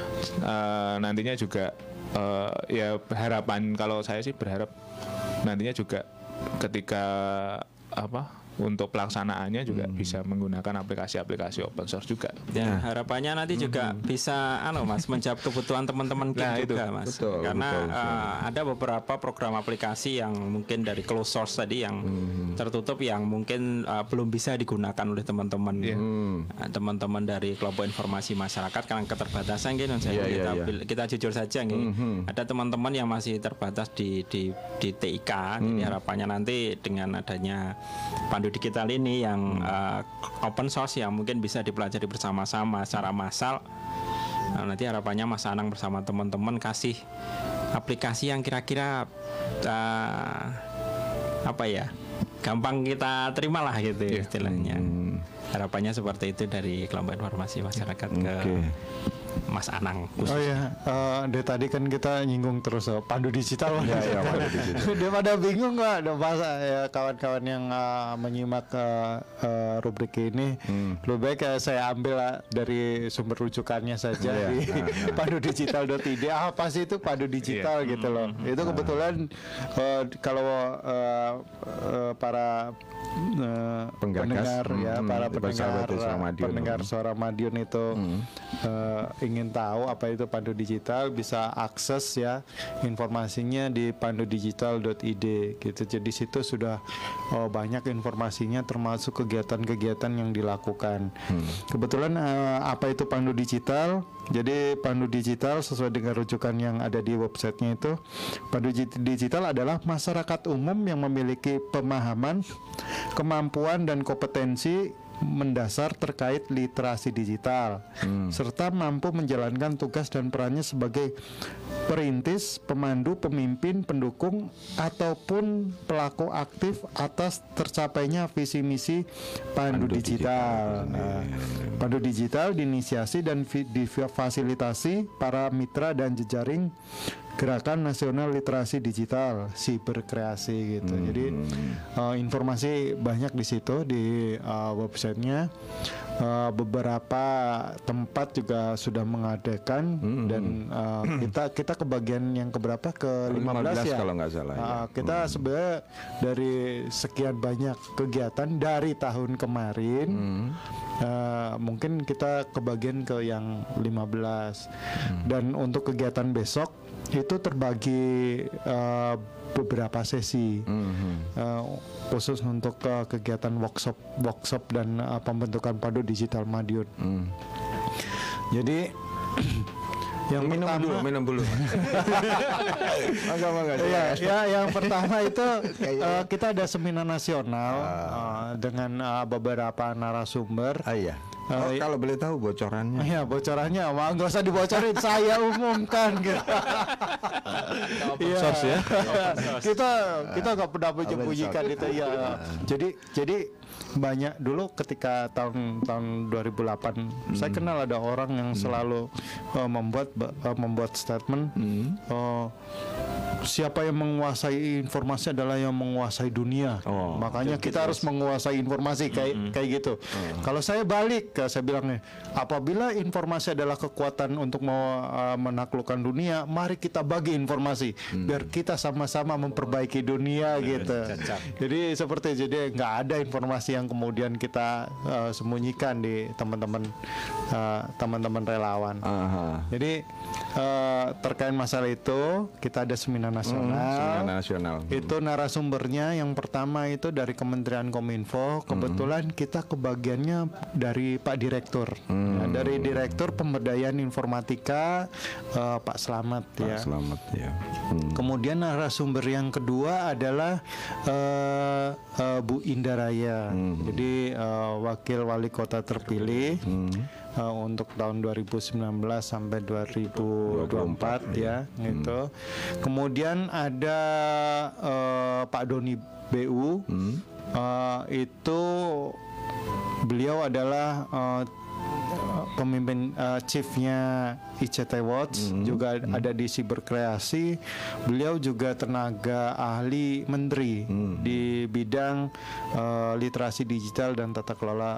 eh, nantinya juga eh, ya harapan kalau saya sih berharap nantinya juga ketika apa untuk pelaksanaannya juga bisa menggunakan aplikasi-aplikasi open source juga. Dan harapannya nanti juga bisa anu Mas menjawab kebutuhan teman-teman K I M Nah, juga itu. Mas. Betul, Karena betul, betul. uh, ada beberapa program aplikasi yang mungkin dari closed source tadi yang tertutup yang mungkin uh, belum bisa digunakan oleh teman-teman Iya. uh, teman-teman dari kelompok informasi masyarakat karena keterbatasan gitu. Saya Iya, kita, iya, iya. bil- kita jujur saja gitu. Ada teman-teman yang masih terbatas di di di T I K. Jadi harapannya nanti dengan adanya Pandu Digital ini yang uh, open source yang mungkin bisa dipelajari bersama-sama secara massal. Nah, nanti harapannya Mas Anang bersama teman-teman kasih aplikasi yang kira-kira uh, apa ya gampang kita terima lah gitu Iya. istilahnya. Harapannya seperti itu dari kelompok informasi masyarakat ke Oke. Mas Anang khusus. Oh iya, eh, dari tadi kan kita nyinggung terus eh, Pandu Digital. Ya, ya, Pandu Digital. Dia pada bingung nggak ada bahasa ya kawan-kawan yang eh, menyimak eh, eh, rubrik ini. Lebih baik eh, saya ambil eh, dari sumber rujukannya saja Iya, di nah, nah. pandu digital dot i d. Apa sih itu Pandu Digital gitu loh. Itu kebetulan eh, kalau eh, eh, para eh, Penggagas. pendengar ya Hmm, para hmm, pendengar sahabat Suara Madiun. pendengar Suara Madiun itu eh, ingin tahu apa itu Pandu Digital bisa akses ya informasinya di pandu digital dot i d gitu. Jadi situ sudah oh, banyak informasinya termasuk kegiatan-kegiatan yang dilakukan. Hmm. Kebetulan uh, apa itu Pandu Digital? Jadi Pandu Digital sesuai dengan rujukan yang ada di websitenya itu, Pandu Digital adalah masyarakat umum yang memiliki pemahaman, kemampuan dan kompetensi mendasar terkait literasi digital, hmm. serta mampu menjalankan tugas dan perannya sebagai perintis, pemandu, pemimpin, pendukung ataupun pelaku aktif atas tercapainya visi misi Pandu, Pandu Digital. Digital. Nah, Pandu Digital diinisiasi dan difasilitasi para mitra dan jejaring Gerakan Nasional Literasi Digital Siberkreasi gitu. Hmm. Jadi uh, informasi banyak di situ di uh, websitenya. Uh, beberapa tempat juga sudah mengadakan hmm. dan uh, kita kita ke bagian yang keberapa ke lima belas ya kalau nggak salah. Uh, ya. Kita hmm. sebenarnya dari sekian banyak kegiatan dari tahun kemarin. Hmm. Uh, mungkin kita kebagian ke yang lima belas hmm. dan untuk kegiatan besok itu terbagi uh, beberapa sesi mm-hmm. uh, khusus untuk uh, kegiatan workshop workshop dan uh, pembentukan Pandu Digital Madiun. Mm. Jadi yang minum pertama, dulu, minum dulu. Mangga, mangga. Ya, ya, yang pertama itu uh, kita ada seminar nasional uh. Uh, dengan uh, beberapa narasumber. Ah, iya. Oh, uh, kalau boleh tahu bocorannya? Iya, bocorannya, wah nggak usah dibocorin, saya umumkan gitu. Iya, ya. kita kita nggak pernah menyembunyikan itu ya. Jadi jadi banyak dulu ketika tahun tahun dua ribu delapan hmm. saya kenal ada orang yang hmm. selalu uh, membuat uh, membuat statement. Hmm. Uh, Siapa yang menguasai informasi adalah yang menguasai dunia. Oh, makanya kita harus menguasai informasi kayak mm-hmm. kayak gitu. Oh. Kalau saya balik, saya bilangnya, apabila informasi adalah kekuatan untuk mau uh, menaklukkan dunia, mari kita bagi informasi mm. biar kita sama-sama memperbaiki dunia gitu. Jadi seperti jadi nggak ada informasi yang kemudian kita uh, sembunyikan di teman-teman uh, teman-teman relawan. Uh-huh. Jadi uh, terkait masalah itu kita ada seminar nasional. Hmm, seminar nasional. Itu narasumbernya yang pertama itu dari Kementerian Kominfo. Kebetulan hmm. kita kebagiannya dari Pak Direktur. Hmm. Nah, dari Direktur Pemberdayaan Informatika uh, Pak Slamet Pak ya. Slamet ya. Hmm. Kemudian narasumber yang kedua adalah uh, uh, Bu Indaraya. Hmm. Jadi uh, Wakil Wali Kota terpilih. Hmm. Uh, untuk tahun dua ribu sembilan belas sampai dua ribu dua puluh empat ya, ya gitu. Hmm. Kemudian ada uh, Pak Doni B U, hmm. uh, itu beliau adalah uh, pemimpin uh, chiefnya I C T Watch, hmm. juga hmm. ada di Siberkreasi. Beliau juga tenaga ahli menteri hmm. di bidang uh, literasi digital dan tata kelola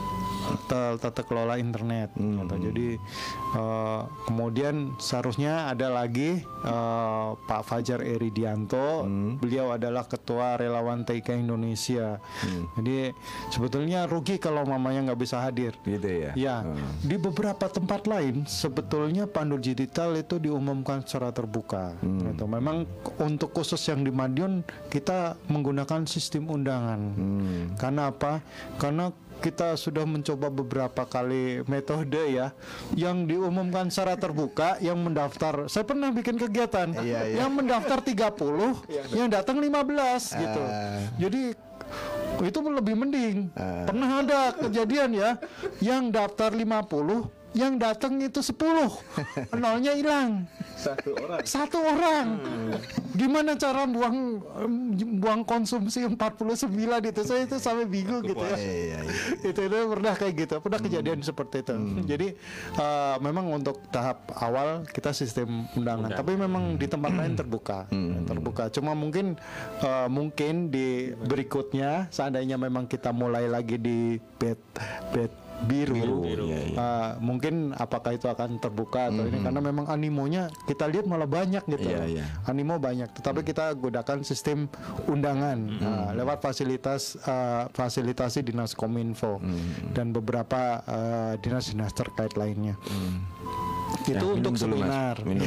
tata kelola internet. Hmm. Gitu. Jadi uh, kemudian seharusnya ada lagi uh, Pak Fajar Eridianto. Hmm. Beliau adalah ketua relawan T I K Indonesia. Hmm. Jadi sebetulnya rugi kalau mamanya nggak bisa hadir. Gitu ya. Ya. Hmm. Di beberapa tempat lain sebetulnya Pandu Digital itu diumumkan secara terbuka. Hmm. Gitu. Memang untuk khusus yang di Madiun kita menggunakan sistem undangan. Hmm. Karena apa? Karena kita sudah mencoba beberapa kali metode ya yang diumumkan secara terbuka, yang mendaftar. Saya pernah bikin kegiatan iya, iya. yang mendaftar tiga puluh, yang datang lima belas uh. gitu. Jadi itu lebih mending. Uh. Pernah ada kejadian ya yang daftar lima puluh, yang datang itu sepuluh, nolnya hilang. Satu orang. Satu orang. Hmm. Gimana cara buang buang konsumsi empat puluh sembilan itu? Saya itu sampai bingung gitu ya. Iya, iya. Itu itu pernah kayak gitu. Pernah hmm. kejadian seperti itu. Hmm. Jadi uh, memang untuk tahap awal kita sistem undangan, Undang. tapi memang di tempat lain terbuka. Hmm. Terbuka. Cuma mungkin uh, mungkin di berikutnya seandainya memang kita mulai lagi di bed bed biru, biru, biru. Ya, ya. Uh, mungkin apakah itu akan terbuka atau mm-hmm. ini karena memang animonya kita lihat malah banyak gitu, yeah, yeah. animo banyak, tetapi mm. kita gunakan sistem undangan mm. uh, lewat fasilitas uh, fasilitasi dinas Kominfo mm. dan beberapa uh, dinas-dinas terkait lainnya. Mm. Itu Ya, untuk minum dulu, Mas. seminar. Minum.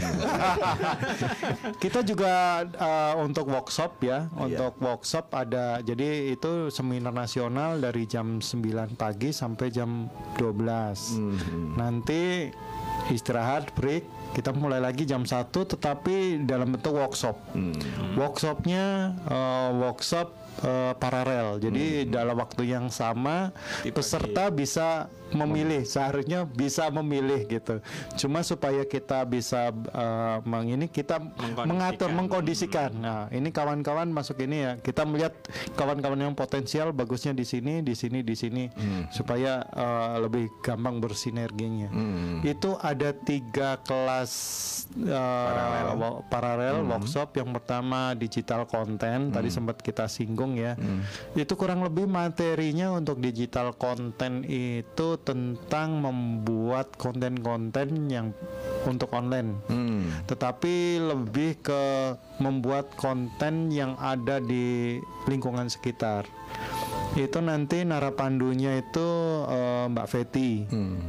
Kita juga uh, untuk workshop ya, Iya. untuk workshop ada. Jadi itu seminar nasional dari jam sembilan pagi sampai jam dua belas. Hmm. Nanti istirahat, break. Kita mulai lagi jam satu tetapi dalam bentuk workshop. Hmm. Workshopnya uh, workshop uh, paralel. Jadi dalam waktu yang sama peserta bisa memilih, seharusnya bisa memilih gitu. Cuma supaya kita bisa uh, meng ini kita mengatur, mengkondisikan. Nah, ini kawan-kawan masuk ini ya. Kita melihat kawan-kawan yang potensial bagusnya di sini, di sini, di sini, supaya uh, lebih gampang bersinerginya. Itu ada tiga kelas uh, Paralel. wo- paralel workshop. Yang pertama digital content, tadi sempat kita singgung ya. Itu kurang lebih materinya untuk digital content itu tentang membuat konten-konten yang untuk online. Hmm. Tetapi lebih ke membuat konten yang ada di lingkungan sekitar. Itu nanti narapandunya itu eh, Mbak Feti.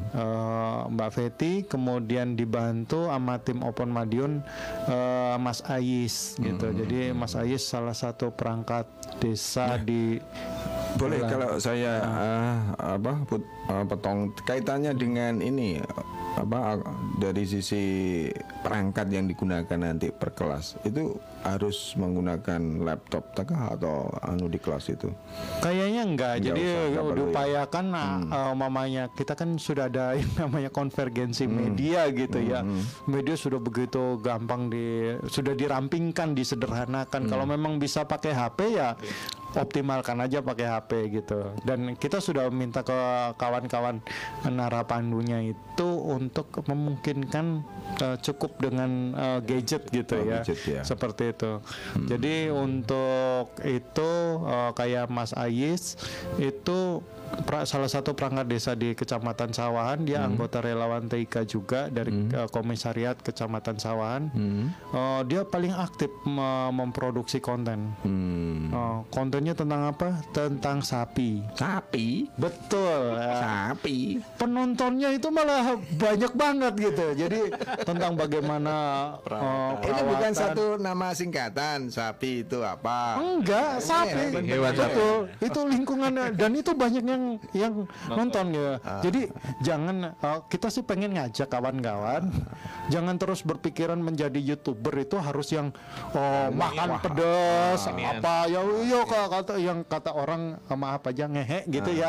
Eh, Mbak Feti kemudian dibantu sama tim Open Madiun eh, Mas Ais gitu. Jadi Mas Ais salah satu perangkat desa di Boleh Bulan. kalau saya ah, apa put, ah, potong kaitannya dengan ini apa dari sisi perangkat yang digunakan nanti per kelas itu harus menggunakan laptop kah atau anu di kelas itu? Kayaknya enggak. Enggak Jadi usah, enggak perlu ya. diupayakan nah, eh, mamanya kita kan sudah ada yang namanya konvergensi media gitu ya. Media sudah begitu gampang di sudah dirampingkan, disederhanakan. Kalau memang bisa pakai H P ya optimalkan aja pakai H P gitu. Dan kita sudah minta ke kawan-kawan narapandunya itu untuk memungkinkan eh, cukup dengan eh, gadget gitu Oh, ya. gadget ya. Seperti itu. Jadi untuk itu eh, kayak Mas Ais itu pra- salah satu perangkat desa di Kecamatan Sawahan, dia anggota relawan T I K A juga dari eh, Komisariat Kecamatan Sawahan. Eh, dia paling aktif me- memproduksi konten. Hmm. Oh, kontennya tentang apa? Tentang sapi. Sapi, Betul. eh, sapi. penontonnya itu malah banyak banget gitu. Jadi tentang bagaimana eh, Ini bukan perawatan. satu nama singkatan. Sapi itu apa? Enggak, sapi. Hewan sapi. Betul. Itu lingkungannya dan itu banyak yang yang nonton ya. Jadi jangan uh, kita sih pengen ngajak kawan-kawan jangan terus berpikiran menjadi YouTuber itu harus yang oh, makan pedas apa ya iya kata yang kata orang uh, maaf aja ngehe gitu ya.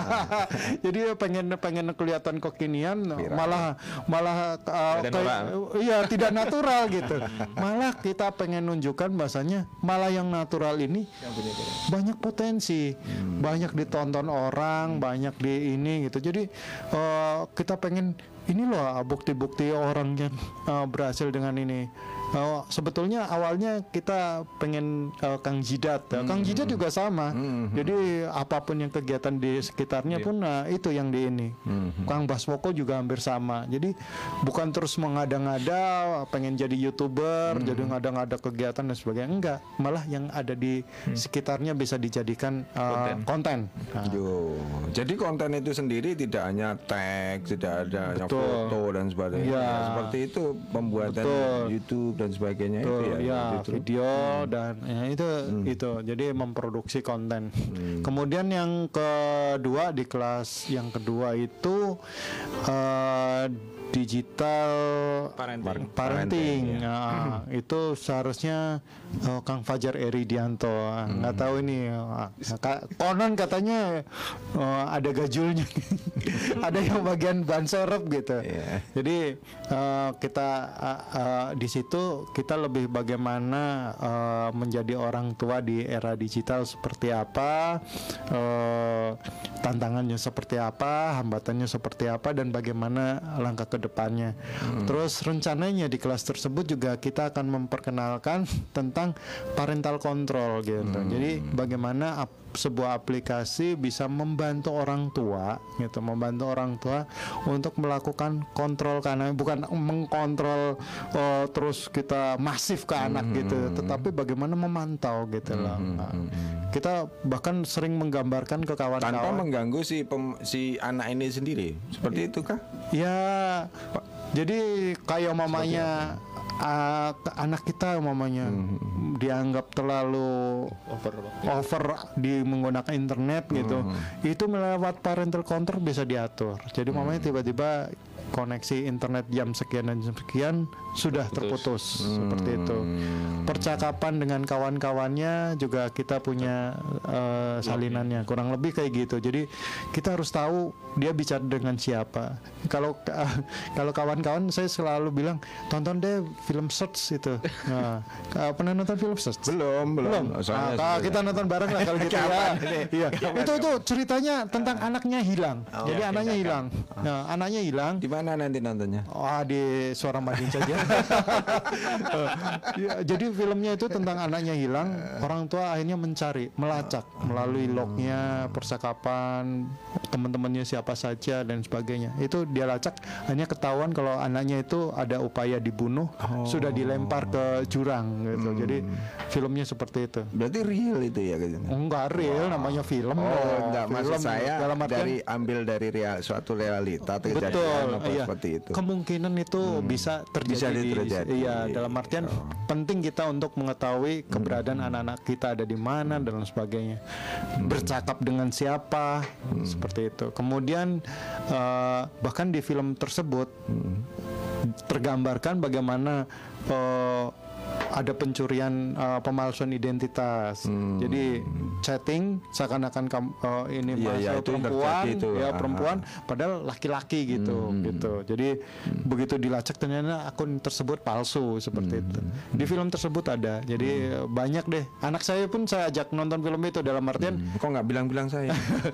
Jadi pengen pengen kelihatan kekinian malah malah uh, Badan kayak- orang. iya tidak natural gitu. Malah kita pengen nunjukkan bahasanya malah yang natural ini banyak potensi, banyak ditonton orang, banyak di ini gitu. Jadi eh, kita pengen ini loh bukti-bukti orang yang eh, berhasil dengan ini. Eh, sebetulnya awalnya kita pengen eh, Kang Jidat, ya. Kang Jidat juga sama. Jadi apapun yang kegiatan di sekitarnya pun nah, itu yang di ini. Kang Baswoko juga hampir sama. Jadi bukan terus mengada-ngada pengen jadi YouTuber, jadi ngada-ngada kegiatan dan sebagainya. Enggak, malah yang ada di sekitarnya bisa dijadikan eh, konten. Nah, Yo, jadi konten itu sendiri tidak hanya tag, tidak ada yang Betul. foto dan sebagainya. Iya. Seperti itu pembuatan Betul. YouTube dan sebagainya Betul, itu ya. ya, Justru. video dan ya, itu itu jadi memproduksi konten. Kemudian yang kedua di kelas yang kedua itu eh, digital Parenting. parenting. Nah, itu seharusnya eh, Kang Fajar Eridianto. Ah, nggak tahu ini ah, ka- konon katanya eh, ada gajulnya. Ada yang bagian ban serep gitu. Iya. Jadi eh, kita eh, eh, di situ kita lebih bagaimana eh, menjadi orang tua di era digital seperti apa, eh, tantangannya seperti apa, hambatannya seperti apa, dan bagaimana langkah ke depannya. Terus rencananya di kelas tersebut juga kita akan memperkenalkan tentang parental control gitu. Jadi bagaimana ap- sebuah aplikasi bisa membantu orang tua gitu, membantu orang tua untuk melakukan kontrol karena bukan mengkontrol oh, terus kita masif ke anak gitu, tetapi bagaimana memantau gitu loh. Nah, kita bahkan sering menggambarkan ke Tanpa kawan-kawan mengganggu si pem- si anak ini sendiri. Seperti itu kah? Ya, jadi kayak mamanya uh, anak kita mamanya hmm. dianggap terlalu over over di menggunakan internet gitu. Hmm. Itu melewat parental control bisa diatur. Jadi hmm. mamanya tiba-tiba koneksi internet jam sekian dan jam sekian sudah terputus, terputus. Hmm. Seperti itu. Percakapan dengan kawan-kawannya juga kita punya uh, salinannya, kurang lebih kayak gitu. Jadi kita harus tahu dia bicara dengan siapa. Kalau uh, kalau kawan-kawan saya selalu bilang tonton deh film Search itu. Nah, uh, pernah nonton film Search? Belum, belum. belum. Nah, kita nonton bareng lah kalau gitu ya. Iya. Itu itu ceritanya tentang anaknya hilang. Oh, Jadi anaknya okay, hilang. Nah, anaknya hilang. Di mana nanti nontonnya? Oh, di Suara Madiun saja. Ya, jadi filmnya itu tentang anaknya hilang, orang tua akhirnya mencari, melacak melalui lognya, percakapan teman-temannya siapa saja dan sebagainya. Itu dia lacak, hanya ketahuan kalau anaknya itu ada upaya dibunuh, oh. sudah dilempar ke jurang gitu. Hmm. Jadi filmnya seperti itu. Berarti real itu ya gitu. Enggak real, wow. namanya film. Oh, enggak, maksud saya dalam artian, dari ambil dari real, suatu realita kejadian apa iya. seperti itu. Kemungkinan itu hmm. bisa terjadi. Bisa terjadi. Iya, dalam artian oh. penting kita untuk mengetahui keberadaan hmm. anak-anak kita ada di mana dan sebagainya. Hmm. Bercakap dengan siapa, hmm. seperti itu. Kemudian uh, bahkan di film tersebut hmm. tergambarkan bagaimana uh, ada pencurian uh, pemalsuan identitas. Hmm. Jadi chatting seakan-akan uh, ini yeah, masuk yeah, perempuan, itu. ya Aha. perempuan, padahal laki-laki gitu, hmm. gitu. Jadi hmm. begitu dilacak ternyata akun tersebut palsu seperti hmm. itu. Di film tersebut ada. Jadi hmm. banyak deh. Anak saya pun saya ajak nonton film itu dalam artian. Hmm. Kok nggak bilang-bilang saya?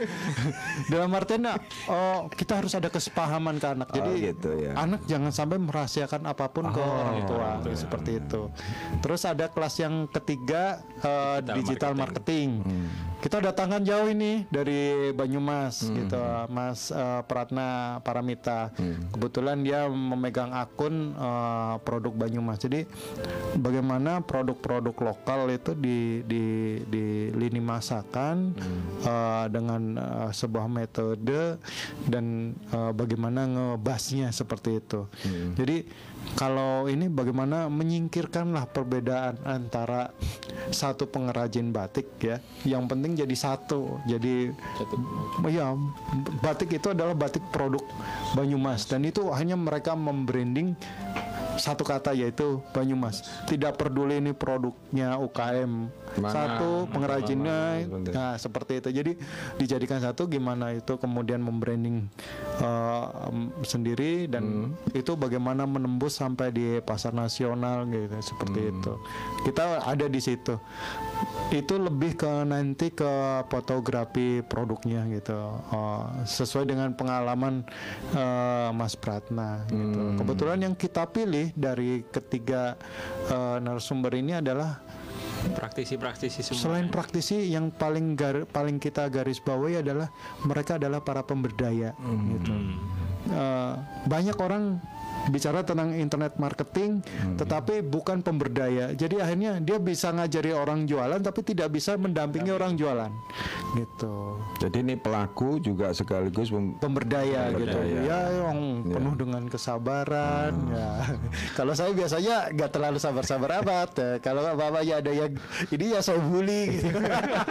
Dalam artian, oh kita harus ada kesepahaman ke anak. Jadi oh, gitu, ya. anak jangan sampai merahasiakan apapun oh, ke orang tua, ya, seperti ya. itu. Terus ada kelas yang ketiga uh, digital, digital marketing. marketing. Hmm. Kita datangkan jauh ini dari Banyumas hmm. gitu, Mas uh, Pratna Paramita. Hmm. Kebetulan dia memegang akun uh, produk Banyumas. Jadi bagaimana produk-produk lokal itu di di di lini masakan hmm. uh, dengan uh, sebuah metode dan uh, bagaimana ngebasnya seperti itu. Hmm. Jadi kalau ini bagaimana menyingkirkanlah perbedaan antara satu pengrajin batik ya, yang penting jadi satu. Jadi satu. Ya, batik itu adalah batik produk Banyumas dan itu hanya mereka membranding satu kata yaitu Banyumas. Tidak peduli ini produknya U K M mana, satu pengrajinnya, mana, nah seperti itu. Jadi dijadikan satu, gimana itu kemudian membranding uh, sendiri dan hmm. itu bagaimana menembus sampai di pasar nasional gitu, seperti hmm. itu. Kita ada di situ. Itu lebih ke nanti ke fotografi produknya gitu, uh, sesuai dengan pengalaman uh, Mas Pratna gitu. Hmm. Kebetulan yang kita pilih dari ketiga uh, narasumber ini adalah praktisi-praktisi semua. Selain praktisi, yang paling gar, paling kita garis bawahi adalah mereka adalah para pemberdaya hmm. gitu. Uh, banyak orang bicara tentang internet marketing, hmm. tetapi bukan pemberdaya. Jadi akhirnya dia bisa ngajari orang jualan, tapi tidak bisa mendampingi Damping. orang jualan, gitu. Jadi ini pelaku juga sekaligus pem- pemberdaya, pemberdaya, gitu. Ya, yang ya. penuh dengan kesabaran. Hmm. Ya. Kalau saya biasanya nggak terlalu sabar-sabar amat. Ya. Kalau bapaknya ada yang ini ya saya bully. Gitu.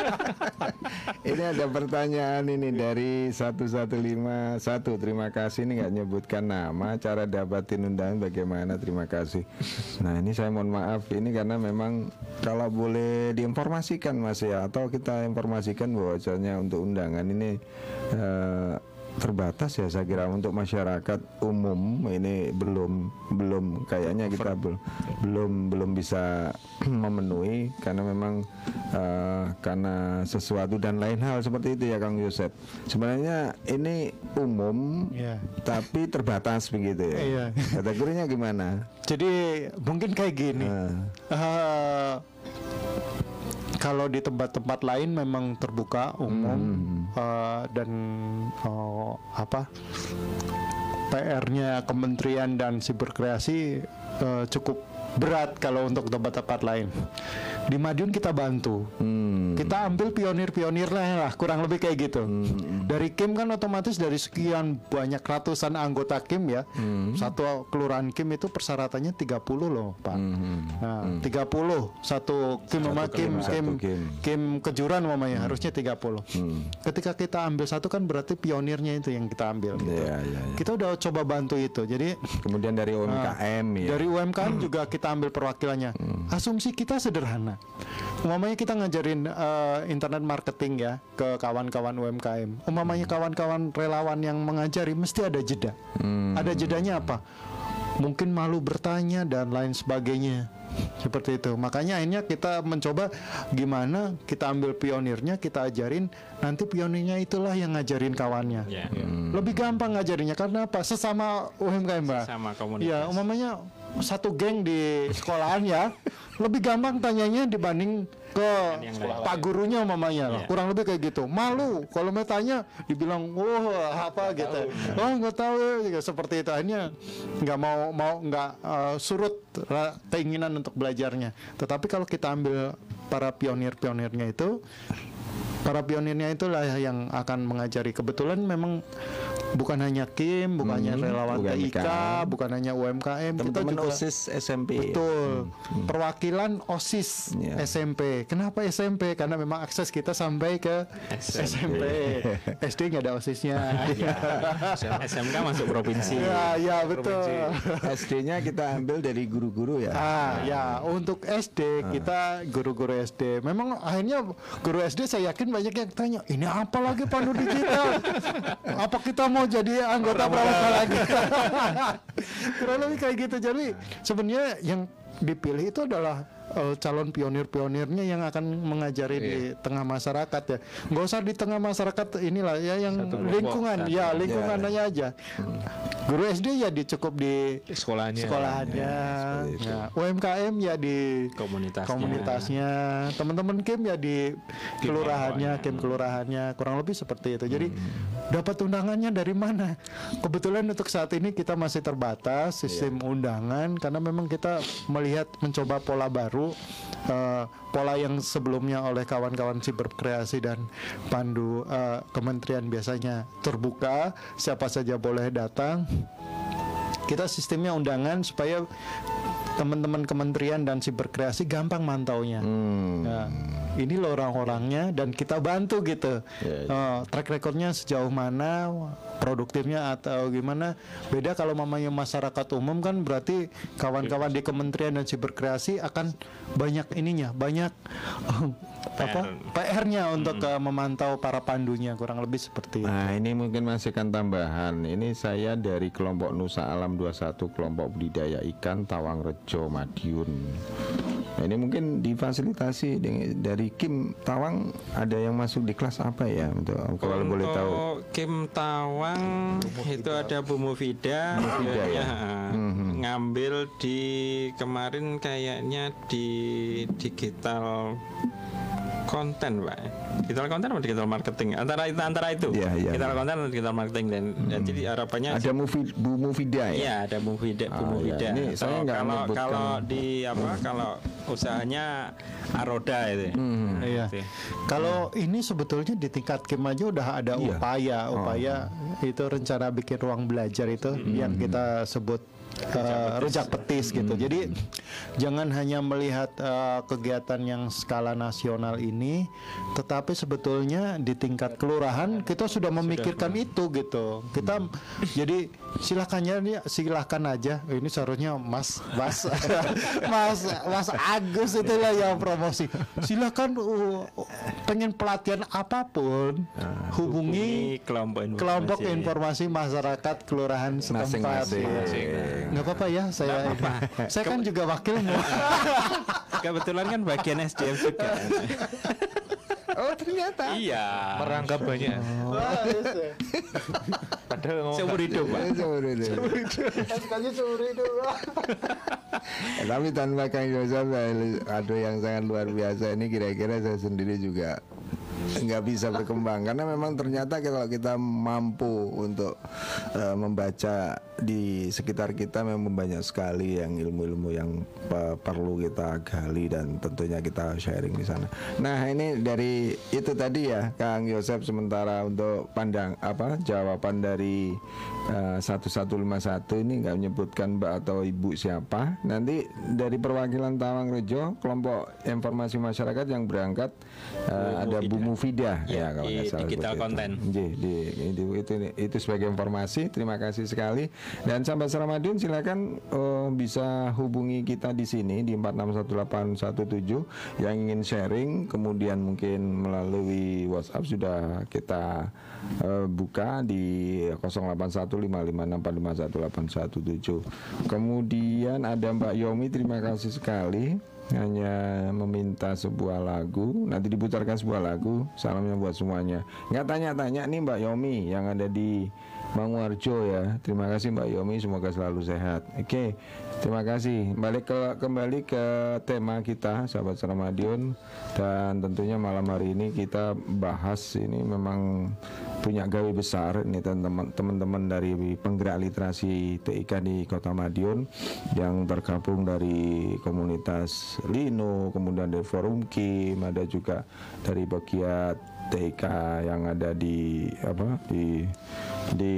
Ini ada pertanyaan ini dari satu satu lima satu. Terima kasih, ini nggak nyebutkan nama. Cara dapat undangan bagaimana, terima kasih. Nah ini saya mohon maaf ini karena memang kalau boleh diinformasikan Mas ya, atau kita informasikan bahwasanya untuk undangan ini uh, terbatas ya, saya kira untuk masyarakat umum ini belum belum kayaknya kita belum belum belum bisa memenuhi karena memang uh, karena sesuatu dan lain hal seperti itu ya Kang Yosep. Sebenarnya ini umum yeah. tapi terbatas begitu ya. Yeah. Kategorinya gimana? Jadi mungkin kayak gini. Uh. Uh, Kalau di tempat-tempat lain memang terbuka umum hmm. uh, dan uh, apa P R-nya Kementerian dan Siberkreasi uh, cukup berat kalau untuk tempat-tempat lain. di Madiun kita bantu. Hmm. Kita ambil pionir-pionir lah, kurang lebih kayak gitu. Hmm. Dari Kim kan otomatis dari sekian banyak ratusan anggota Kim ya, Hmm. satu kelurahan Kim itu persyaratannya tiga puluh loh Pak. Hmm. Nah, tiga puluh satu Kim sama Kim, kelurahan, Kim, satu Kim. Kim kejuran mamanya harusnya tiga puluh. Hmm. Ketika kita ambil satu kan berarti pionirnya itu yang kita ambil. Gitu. Iya, iya, iya. Kita udah coba bantu itu. Jadi Kemudian dari U M K M ya. dari U M K M juga kita ambil perwakilannya. Asumsi kita sederhana. Umpamanya kita ngajarin uh, internet marketing ya ke kawan-kawan U M K M. Umpamanya kawan-kawan relawan yang mengajari mesti ada jeda. Hmm. Ada jedanya apa? Mungkin malu bertanya dan lain sebagainya. Seperti itu. Makanya akhirnya kita mencoba gimana kita ambil pionirnya, kita ajarin, nanti pionirnya itulah yang ngajarin kawannya. Ya. Lebih gampang ngajarinnya karena apa? Sesama U M K M, Mbak. Sama komunitas. Ya, umumnya satu geng di sekolahan ya, lebih gampang tanyanya dibanding ke yang lain. pak gurunya umumnya lah. Iya. Kurang lebih kayak gitu. Malu kalau mau tanya dibilang, "Wah, apa gitu." Oh, nggak tahu ya, seperti itu. Akhirnya nggak mau mau nggak uh, surut ra- keinginan untuk belajarnya. Tetapi kalau kita ambil para pionir-pionirnya itu, para pionirnya itulah yang akan mengajari. Kebetulan memang bukan hanya Kim, bukan hanya Hmm, relawan bukan T I K, I K, bukan hanya U M K M, kita Teman-teman juga OSIS S M P. betul perwakilan OSIS Ya. S M P. Kenapa S M P? Karena memang akses kita sampai ke S M P. S D nggak ada OSISnya. S M K masuk provinsi. Ya, ya betul. S D-nya kita ambil dari guru-guru ya. Ah, ya untuk S D kita guru-guru S D. Memang akhirnya guru S D saya yakin banyak yang tanya, ini apa lagi pandu digital? Apa kita mau jadi anggota pramuka lagi? Kurang lebih kayak gitu. Jadi sebenarnya yang dipilih itu adalah uh, calon pionir-pionirnya yang akan mengajari di tengah masyarakat ya. Nggak usah di tengah masyarakat inilah ya, yang Satu kelompok, lingkungan satu. ya lingkungannya aja. Guru S D ya dicukup di Sekolahnya. sekolahnya, seperti itu. ya, U M K M ya di Komunitasnya. komunitasnya, teman-teman Kim ya di kelurahannya, Kim kelurahannya, kurang lebih seperti itu. Jadi dapat undangannya dari mana? Kebetulan untuk saat ini kita masih terbatas sistem undangan karena memang kita melihat mencoba pola baru, eh, pola yang sebelumnya oleh kawan-kawan Siberkreasi dan Pandu eh, Kementerian biasanya terbuka, siapa saja boleh datang. Kita sistemnya undangan supaya teman-teman kementerian dan Siberkreasi gampang mantaunya. Hmm. Nah, ini loh orang-orangnya dan kita bantu gitu. Ya, ya. Eh, track recordnya sejauh mana, produktifnya atau gimana. Beda kalau mamanya masyarakat umum kan berarti kawan-kawan di kementerian dan Siberkreasi akan banyak ininya, banyak apa P R-nya untuk eh, memantau para pandunya, kurang lebih seperti itu. Nah, ini mungkin masih kan tambahan. Ini saya dari kelompok Nusa Alam dua puluh satu, kelompok budidaya ikan Tawangrejo, Madiun. Nah, ini mungkin difasilitasi dengan- dari Kim Tawang, ada yang masuk di kelas apa ya? Untuk kalau boleh tahu. Untuk Kim Tawang itu ada Bu Mufida, Mufida ya? ya, ngambil di kemarin kayaknya di digital konten, Pak. Digital konten atau digital marketing? Antara itu antara itu. Iya, iya, digital iya. konten atau digital marketing dan, dan jadi harapannya Ada Mufi, Bu Mufida ya? iya ada Bu Mufida, Bu Ah, Mufida. iya. Ini Atau saya nggak kalau menyebutkan. kalau di apa kalau usahanya Aroda itu. ya. Nah, Iya. itu ya. Kalau ini sebetulnya di tingkat Kim aja udah ada Iya. upaya, upaya itu rencana bikin ruang belajar itu yang kita sebut uh, rujak petis gitu. Jadi jangan hanya melihat uh, kegiatan yang skala nasional ini, tetapi sebetulnya di tingkat kelurahan kita sudah memikirkan itu gitu. Kita jadi silakannya nih, silakan aja. Ini seharusnya Mas Mas Mas Mas Agus itulah yang promosi. Silakan uh, pengen pelatihan apapun hubungi Ini kelompok informasi. kelompok informasi masyarakat kelurahan setempat. Masing-masing. Nggak apa-apa ya, saya saya kan juga wakilmu. Kebetulan kan bagian S D M juga. Oh ternyata. Iya. Merangkap banyak. Wah, yes, Padahal ngomong Seumur hidup, Pak. Seumur hidup. sekali seumur hidup. Eh, Tapi tanpa Kang Yosef ada yang sangat luar biasa. Ini kira-kira saya sendiri juga nggak bisa berkembang karena memang ternyata kalau kita mampu untuk uh, membaca di sekitar kita memang banyak sekali yang ilmu-ilmu yang uh, perlu kita gali dan tentunya kita sharing di sana. Nah ini dari itu tadi ya Kang Yosep, sementara untuk pandang apa jawaban dari uh, satu satu lima satu ini nggak menyebutkan Mbak atau Ibu siapa. Nanti dari perwakilan Tawangrejo kelompok informasi masyarakat yang berangkat uh, ada Bu Mufidah ya, ya kalau nggak salah digital konten. Di, di, di, itu itu sebagai informasi. Terima kasih sekali. Dan sahabat Sarmadion silakan uh, bisa hubungi kita di sini di empat enam satu delapan satu tujuh yang ingin sharing, kemudian mungkin melalui WhatsApp sudah kita uh, buka di nol delapan satu lima lima enam empat lima satu delapan satu tujuh. Kemudian ada Mbak Yomi, terima kasih sekali, hanya meminta sebuah lagu, nanti diputarkan sebuah lagu. Salamnya buat semuanya. Nggak tanya-tanya nih Mbak Yomi yang ada di Manguarjo ya. Terima kasih Mbak Yomi, semoga selalu sehat. Oke, terima kasih. Balik ke kembali ke tema kita sahabat Sarmadion, dan tentunya malam hari ini kita bahas ini memang punya gawe besar ini teman-teman dari penggerak literasi T I K di Kota Madiun yang tergabung dari komunitas Lino, kemudian dari Forum Kim, ada juga dari bagian T I K yang ada di apa di di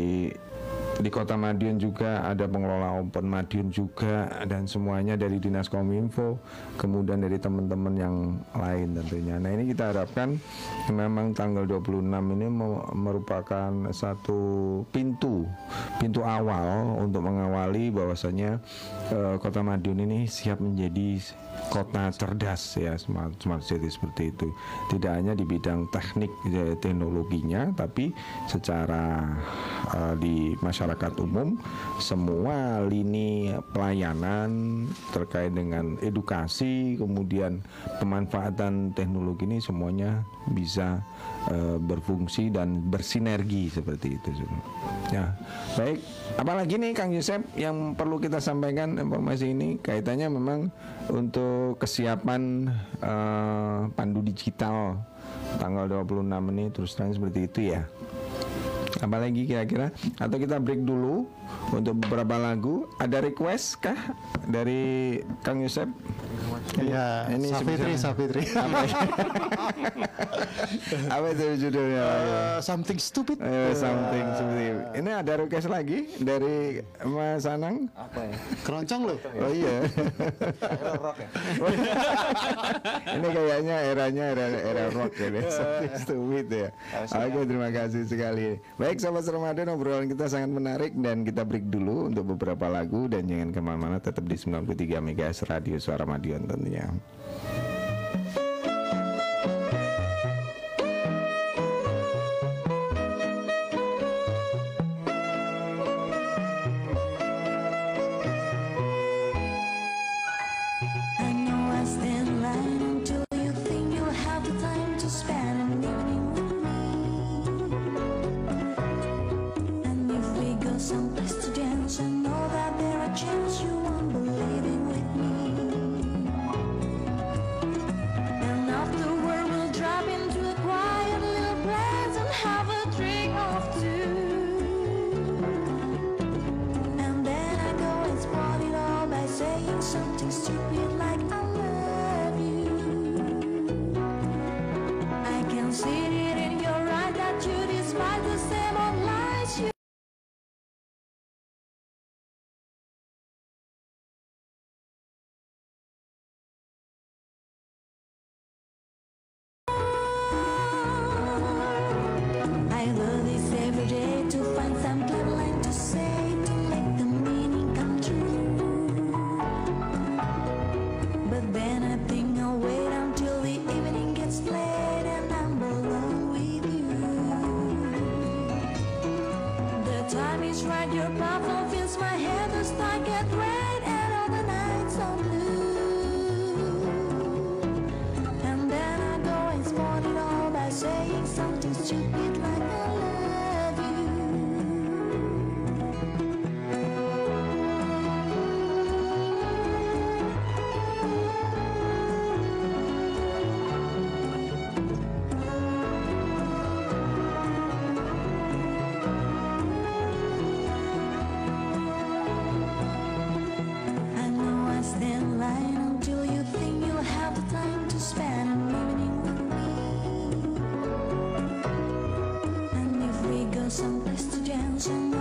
di Kota Madiun juga, ada pengelola Open Madiun juga, dan semuanya dari Dinas Kominfo, kemudian dari teman-teman yang lain tentunya. Nah ini kita harapkan memang tanggal dua puluh enam ini merupakan satu pintu pintu awal untuk mengawali bahwasanya eh, Kota Madiun ini siap menjadi kota cerdas ya, smart, smart city seperti itu. Tidak hanya di bidang teknik ya, teknologinya, tapi secara uh, di masyarakat umum semua lini pelayanan terkait dengan edukasi, kemudian pemanfaatan teknologi ini semuanya bisa uh, berfungsi dan bersinergi seperti itu. Ya, baik. Apalagi nih Kang Yosep yang perlu kita sampaikan informasi ini kaitannya memang untuk kesiapan uh, pandu digital tanggal dua puluh enam ini, terus terang seperti itu ya. Apalagi kira-kira, atau kita break dulu untuk beberapa lagu. Ada request kah dari Kang Yosep? Iya, ini Safitri, Safitri. Apa, apa itu judulnya? Uh, something stupid. Uh, something stupid. Ini ada request lagi dari Mas Anang. Apa ya? Keroncong loh. Oh iya. Rock ya? Ini kayaknya eranya era era rock ya, something stupid ya. Oke, terima kasih sekali. Baik sahabat Ramadan, obrolan kita sangat menarik dan kita break dulu untuk beberapa lagu, dan jangan kemana-mana, tetap di sembilan puluh tiga megahertz Radio Suara Madiun tentunya.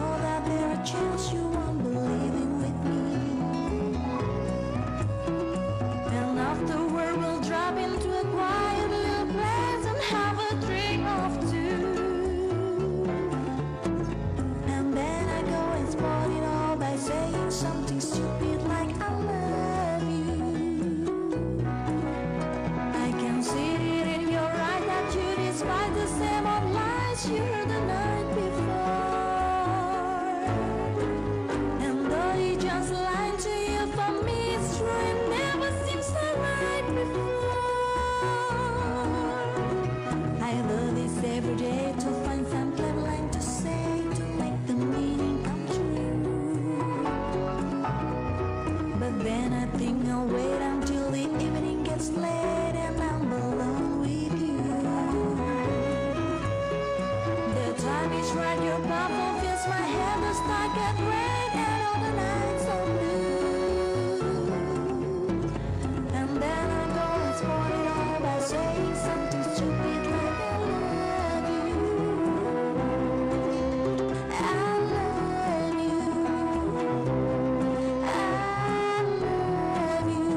know that there are chance you won't be living with me. And afterward we'll drop into a quiet little place and have a drink or two. And then I go and spoil it all by saying something stupid like I love you. I can see it in your eyes that you despise the same old lies you heard the night before. And though he just lied to you, for me it's true, it never seems so right before. I do this every day to find some clever line to say to make the meaning come true. But then I think I'll wait until the evening gets late and I'm alone with you. The time is right, your purple fills my head, the sky get red and all the nights are blue. And then I go and spoil it all by saying something stupid like I love you. I love you. I love you.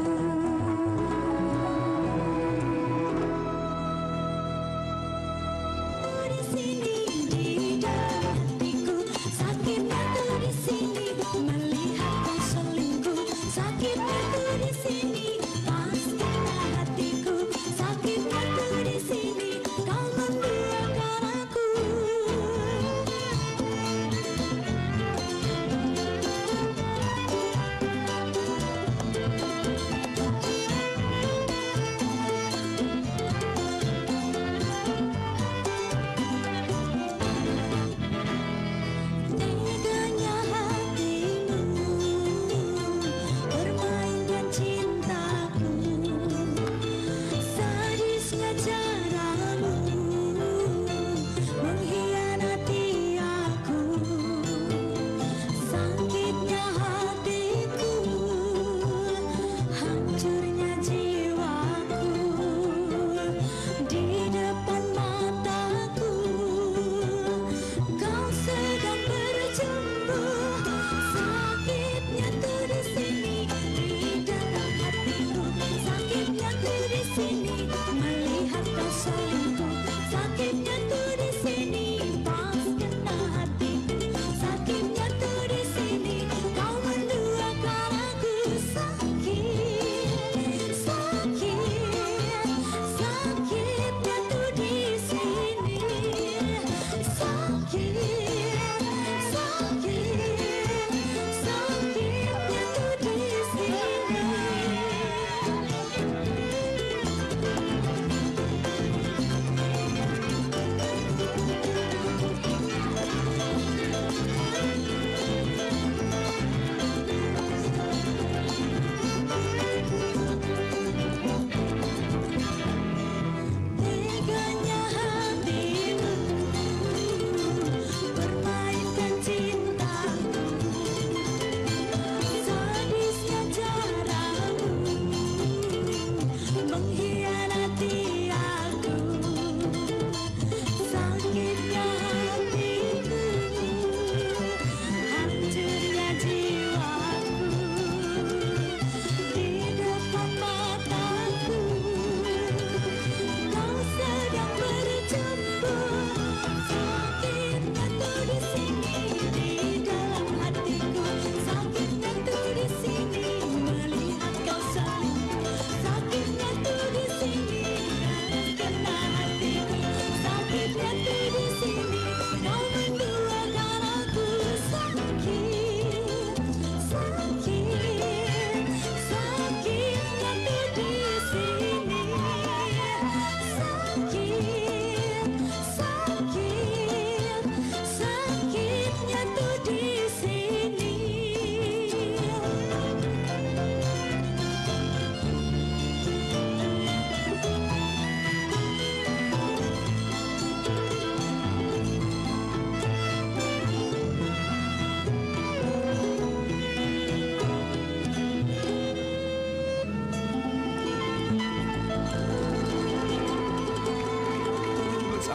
Di sini di dalam hatiku sakitnya tuh di sini melihat kau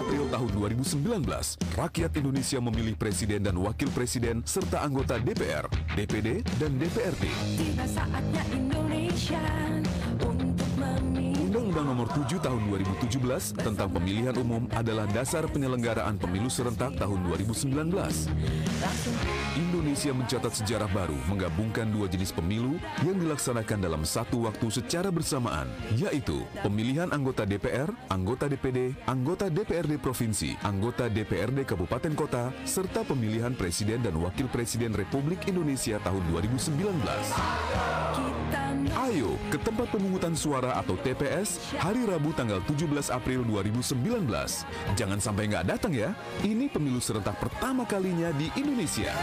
April tahun dua ribu sembilan belas, rakyat Indonesia memilih presiden dan wakil presiden serta anggota D P R, D P D, dan D P R D. Tiba saatnya Indonesia untuk memilih. Undang-Undang Nomor tujuh Tahun dua ribu tujuh belas tentang pemilihan umum adalah dasar penyelenggaraan pemilu serentak tahun dua ribu sembilan belas. Indonesia mencatat sejarah baru menggabungkan dua jenis pemilu yang dilaksanakan dalam satu waktu secara bersamaan, yaitu pemilihan anggota D P R, anggota D P D, anggota D P R D Provinsi, anggota D P R D Kabupaten Kota, serta pemilihan Presiden dan Wakil Presiden Republik Indonesia tahun dua ribu sembilan belas. Ayo ke tempat pemungutan suara atau T P S hari Rabu tanggal tujuh belas April dua ribu sembilan belas. Jangan sampai nggak datang ya. Ini pemilu serentak pertama kalinya di Indonesia.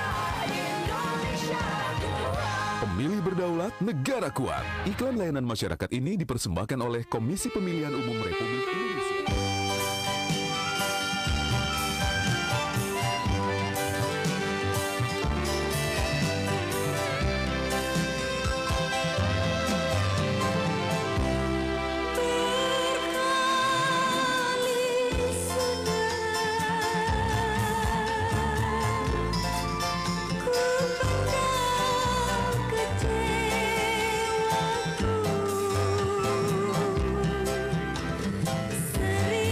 Pemilih berdaulat, negara kuat. Iklan layanan masyarakat ini dipersembahkan oleh Komisi Pemilihan Umum Republik Indonesia. Sering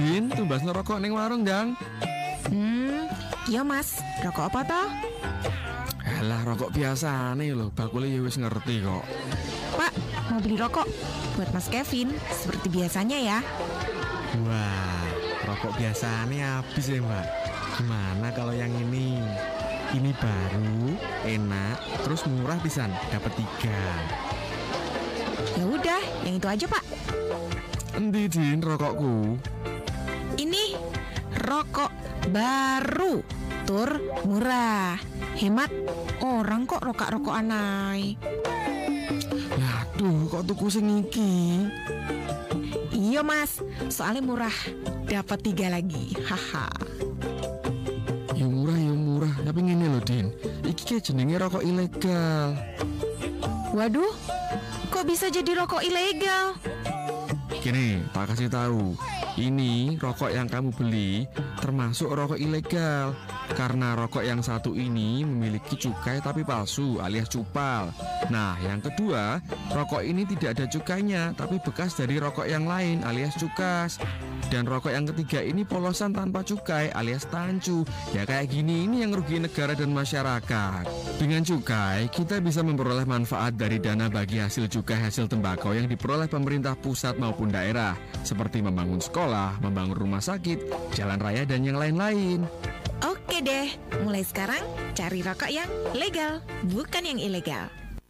Din, tumbas ngerokok ning warung, Dang. Hmm, iya Mas, rokok apa toh? Alah, rokok biasa nih loh, bakule ya wis ngerti kok. Pak, mau beli rokok buat Mas Kevin, seperti biasanya ya. Wah, rokok biasanya habis ya Mbak. Gimana kalau yang ini? Ini baru, enak, terus murah pisan, dapat tiga. Ya udah, yang itu aja Pak. Endi Din rokokku? Ini rokok baru, tur murah, hemat orang kok rokok-rokok anai. Aduh, kok tuku sing iki? Iya Mas, soalnya murah, dapat tiga lagi, haha. Ya murah ya murah, tapi ngene lho Din. Iki kayak jenenge rokok ilegal. Waduh, kok bisa jadi rokok ilegal? Gini, tak kasih tahu. Ini rokok yang kamu beli termasuk rokok ilegal. Karena rokok yang satu ini memiliki cukai tapi palsu alias cupal. Nah, yang kedua, rokok ini tidak ada cukainya tapi bekas dari rokok yang lain alias cukas. Dan rokok yang ketiga ini polosan tanpa cukai alias tancu. Ya kayak gini ini yang rugi negara dan masyarakat. Dengan cukai, kita bisa memperoleh manfaat dari dana bagi hasil cukai hasil tembakau yang diperoleh pemerintah pusat maupun daerah, seperti membangun sekolah, membangun rumah sakit, jalan raya dan yang lain-lain. Oke deh, mulai sekarang cari rokok yang legal, bukan yang ilegal.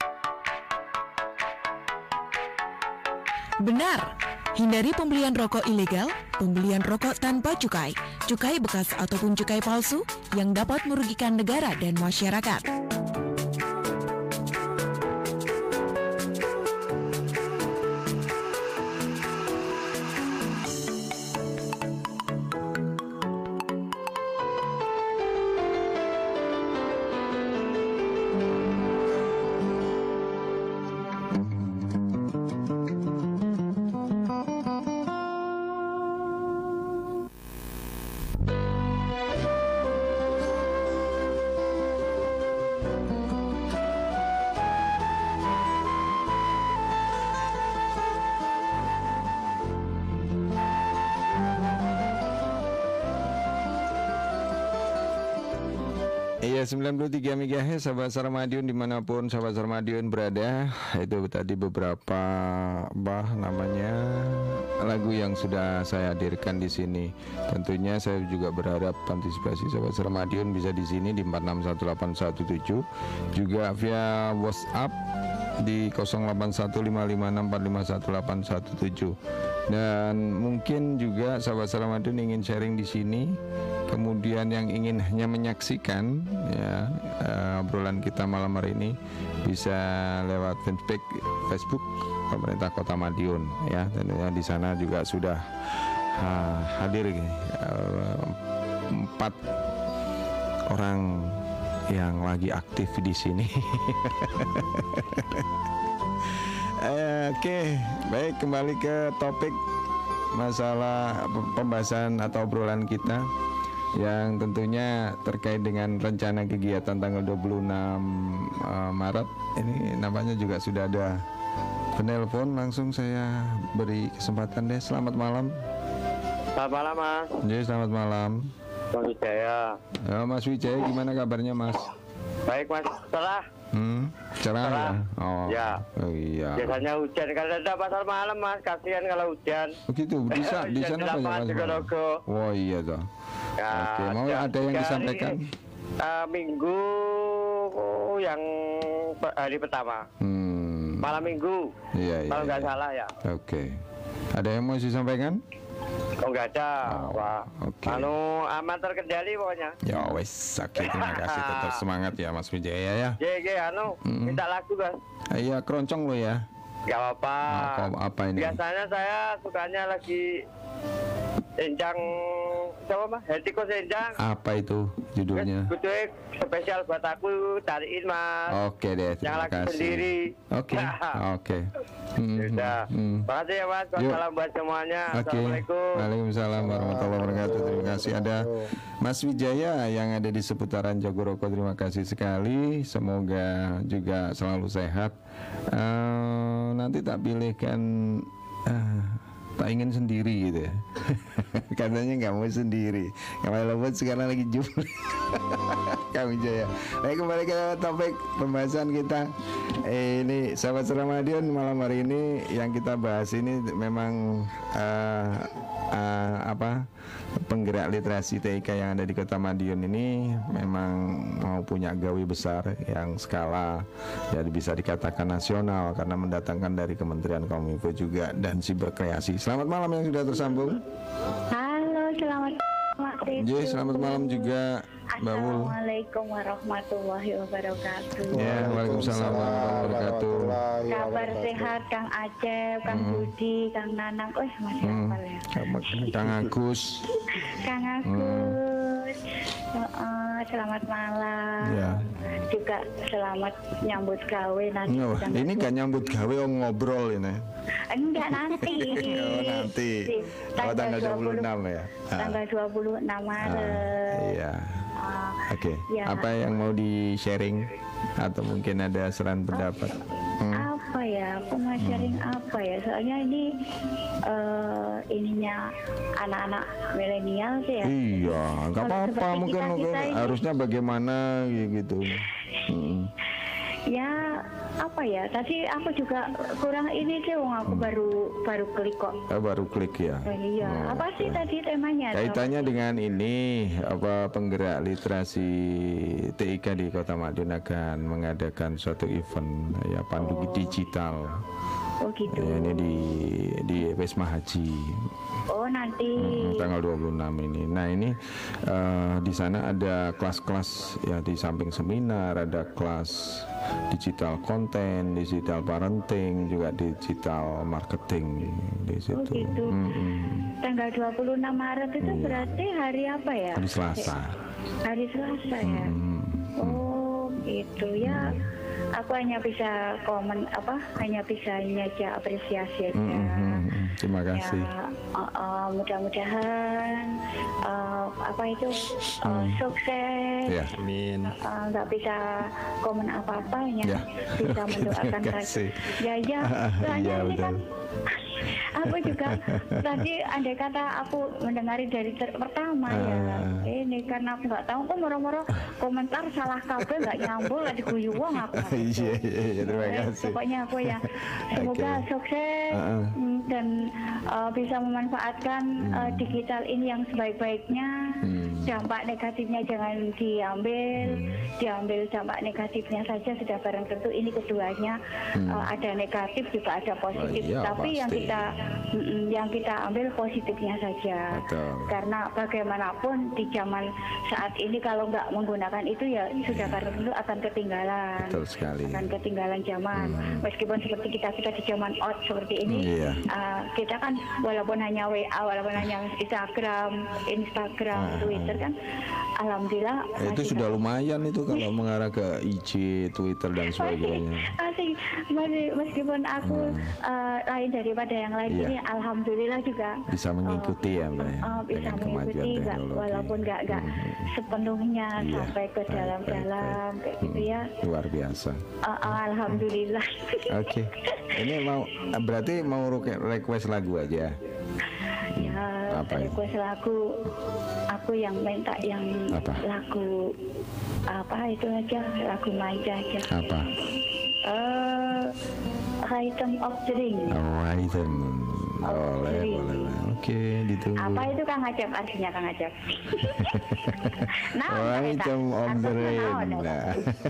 Benar, hindari pembelian rokok ilegal, pembelian rokok tanpa cukai, cukai bekas ataupun cukai palsu yang dapat merugikan negara dan masyarakat. Iya, sembilan puluh tiga megahertz sahabat Sarmadion dimanapun sahabat Sarmadion berada. Itu tadi beberapa bah namanya lagu yang sudah saya hadirkan di sini. Tentunya saya juga berharap partisipasi sahabat Sarmadion bisa di sini di empat enam satu delapan satu tujuh, juga via WhatsApp di nol delapan satu lima lima enam empat lima satu delapan satu tujuh. Dan mungkin juga sahabat Sarmadion ingin sharing di sini. Kemudian yang ingin hanya menyaksikan ya uh, obrolan kita malam hari ini bisa lewat fanpage Facebook pemerintah Kota Madiun ya. Tentunya di sana juga sudah uh, hadir uh, empat orang yang lagi aktif di sini. uh, Oke, okay. Baik, kembali ke topik masalah pembahasan atau obrolan kita yang tentunya terkait dengan rencana kegiatan tanggal dua puluh enam uh, Maret. Ini namanya juga sudah ada penelpon, langsung saya beri kesempatan deh. Selamat malam. Selamat malam Mas. Jadi selamat malam Mas Wijaya. Ya, Mas Wijaya, gimana kabarnya Mas? Baik Mas, cerah. Hmm, cerah ya? Oh, ya. Oh iya. Biasanya hujan, kalau ada pasar malam Mas, kasihan kalau hujan. Begitu, di sana di sana Hujan di lapangan banyak juga Mas. logo. Oh iya toh. Ya, Oke, mau jam ada yang tiga disampaikan? hari, uh, minggu oh, yang pe- hari pertama. Hmm. Malam minggu. Iya, iya. Kalau nggak iya. salah ya. Oke. Ada yang mau disampaikan? Oh nggak ada. Oh, Wah. oke. Anu aman terkendali pokoknya. Ya wes, oke, terima kasih, tetap semangat ya Mas Wijaya ya. Ye ye anu Mm-mm. minta lagu Mas. Iya, keroncong lo ya. Gak apa-apa. Apa, apa ini? Biasanya saya sukanya lagi senjang siapa Mas? Hetiko senjang. Apa itu judulnya? Kudu spesial buat aku cariin Mas. Oke deh, Yang terima lagi kasih. sendiri. Oke, oke. Hmm, Sudah. hmm. Makasih ya Mas. Yuk. Salam buat semuanya. Oke. Assalamualaikum. Waalaikumsalam warahmatullahi wabarakatuh. Terima kasih. Ada Mas Wijaya yang ada di seputaran Jogoroko. Terima kasih sekali. Semoga juga selalu sehat. Eh, nanti tak pilihkan eh, tak ingin sendiri gitu ya. Katanya nggak mau sendiri. Kamila Lopez sekarang lagi jumlah. Kami Jaya. Baik, kembali ke topik pembahasan kita. Eh, ini sahabat Ramadan, malam hari ini yang kita bahas ini memang uh, uh, apa penggerak literasi T I K yang ada di Kota Madiun ini memang mau punya gawe besar yang skala jadi bisa dikatakan nasional karena mendatangkan dari Kementerian Kominfo juga dan Siberkreasi. Selamat malam yang sudah tersambung. Halo, selamat malam. Jadi selamat malam juga Mbak Wul. Assalamualaikum warahmatullahi wabarakatuh. Ya, waalaikumsalam warahmatullahi wabarakatuh. Kabar sehat Kang Acep, Kang Hmm. Budi, Kang Nanang. Oh, masih Hmm. hafal ya. Kang Agus. Kang Agus. Heeh, selamat malam. Ya. Juga selamat nyambut gawe nanti. Oh, ini gak nyambut gawe, oh, ngobrol ini. Enggak nanti. Oh, nanti. Oh, tanggal dua puluh enam ya. Tanggal dua puluh enam Maret. Iya. Ah, Oke. ya. Apa yang mau di sharing atau mungkin ada saran pendapat? Hmm. Apa ya? Aku mau sharing apa ya? Soalnya ini eh, ininya anak-anak milenial sih ya. Iya, nggak Kalau apa-apa. seperti Mungkin kita-kita mungkin ini- harusnya bagaimana gitu. Hmm. Ya apa ya? Tadi aku juga kurang ini sih, wong aku baru baru klik kok. Eh, baru klik ya. Oh, iya. Oh, Apa sih oke. tadi temanya? Kaitannya dengan ini apa penggerak literasi T I K di Kota Madiun akan mengadakan suatu event ya pandu digital. Oh gitu. Ya, ini di di Wisma Haji. Oh nanti. Hmm, tanggal dua puluh enam ini. Nah, ini eh, di sana ada kelas-kelas ya di samping seminar ada kelas digital konten, digital parenting, juga digital marketing di situ. Oh gitu. Mm-mm. Tanggal dua puluh enam Maret itu Iya. berarti hari apa ya? Hari Selasa. Hari Selasa ya. Mm. Oh gitu ya. Aku hanya bisa komen apa? Hanya bisa ini aja apresiasi aja. Mm-mm. Terima Ya, kasih. uh, uh, mudah-mudahan uh, apa itu uh, sukses. Ya. Amin. Uh, nggak bisa komen apa-apa ya, Ya. bisa mendoakan Terima saja. kasih. Ya ya, soalnya Iya, ini kan betul. aku juga tadi andai kata aku mendengari dari ter- pertama ya Ah. ini karena aku nggak tahu kok moro-moro komentar salah kabel nggak nyambung lagi guyu wong aku. Iya, iya, iya, terima Eh, kasih. Pokoknya aku ya semoga Oke. sukses Uh-uh. mm, dan uh, bisa memanfaatkan uh, digital ini yang sebaik-baiknya. Hmm. Dampak negatifnya jangan diambil, Hmm. diambil dampak negatifnya saja sudah barang tentu. Ini keduanya Hmm. uh, ada negatif juga ada positif. Oh, iya, Tapi yang pasti. kita mm, yang kita ambil positifnya saja. Betul. Karena bagaimanapun di zaman saat ini kalau nggak menggunakan itu ya sudah barang tentu akan ketinggalan. Betul sekali. Akan ketinggalan zaman. Meskipun seperti kita kita di zaman out seperti ini, Iya. uh, kita kan walaupun hanya W A, walaupun hanya Instagram, Instagram, Ah, Twitter kan, alhamdulillah. Eh, itu masih sudah lumayan itu kalau mengarah ke I G, Twitter dan sebagainya. masih, masih meskipun aku uh, lain daripada yang lain Iya. ini, alhamdulillah juga Bisa mengikuti ya, Mbak ya, uh, bisa dengan kemajuan mengikuti nggak, teknologi. walaupun nggak nggak sepenuhnya Iya, sampai ke baik, baik, dalam-dalam kayak gitu Hmm, ya. luar biasa. Uh, uh, alhamdulillah. Oke, ini mau berarti mau ruke- request lagu aja. Ya, Apa ini? request lagu aku yang minta yang Apa? lagu apa itu aja, lagu manja aja. Apa? Eh, Rhythm of the Ring. Oh, item. Boleh, Ring. boleh, boleh. Oke, ditunggu. Apa itu Kang Acep artinya Kang Acep? Nah, Oh, item of the rain. Nah.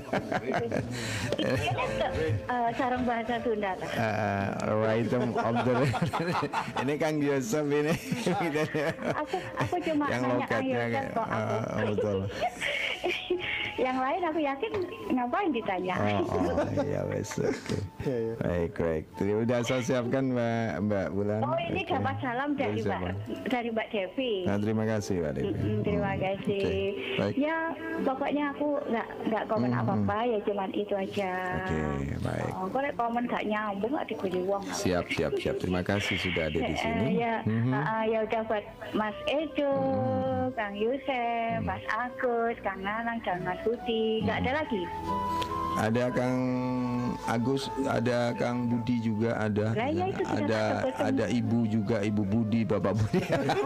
Eh, sarung bahasa Sunda. Kang. Uh, item of the rain. Ini Kang Yosef ini. Aku aku cuma Yang nanya Kang lokatnya Yosef kayak, kok aku. ah, betul. Yang lain aku yakin ngapain ditanya. Oh, oh iya wes. Oke. Baik, baik. Jadi udah saya siapkan Mbak Mbak Bulan. Oh ini Oke. dapat salam dari Dari Mbak siapa? dari Mbak Devi. Nah, terima kasih Mbak Devi. Mm, terima Hmm, kasih. oke. Baik. Ya pokoknya aku nggak nggak komen Hmm, apa-apa ya cuman itu aja. Oke, baik. Oh, kalau komen nggak nyambung nggak diguyu wong. Siap, siap, siap. Terima kasih sudah ada di Eh, sini. ya, Mhm. ah, ah, ya udah buat Mas Ejo, Kang Yusef, Mas Agus, Kang Nanang, dan Mas Budi. Nggak ada lagi. ada Kang Agus, ada Kang Budi juga ada. Lah, ya, itu sudah ada tersebut semua. ada Ibu juga, Ibu Budi, Bapak Budi.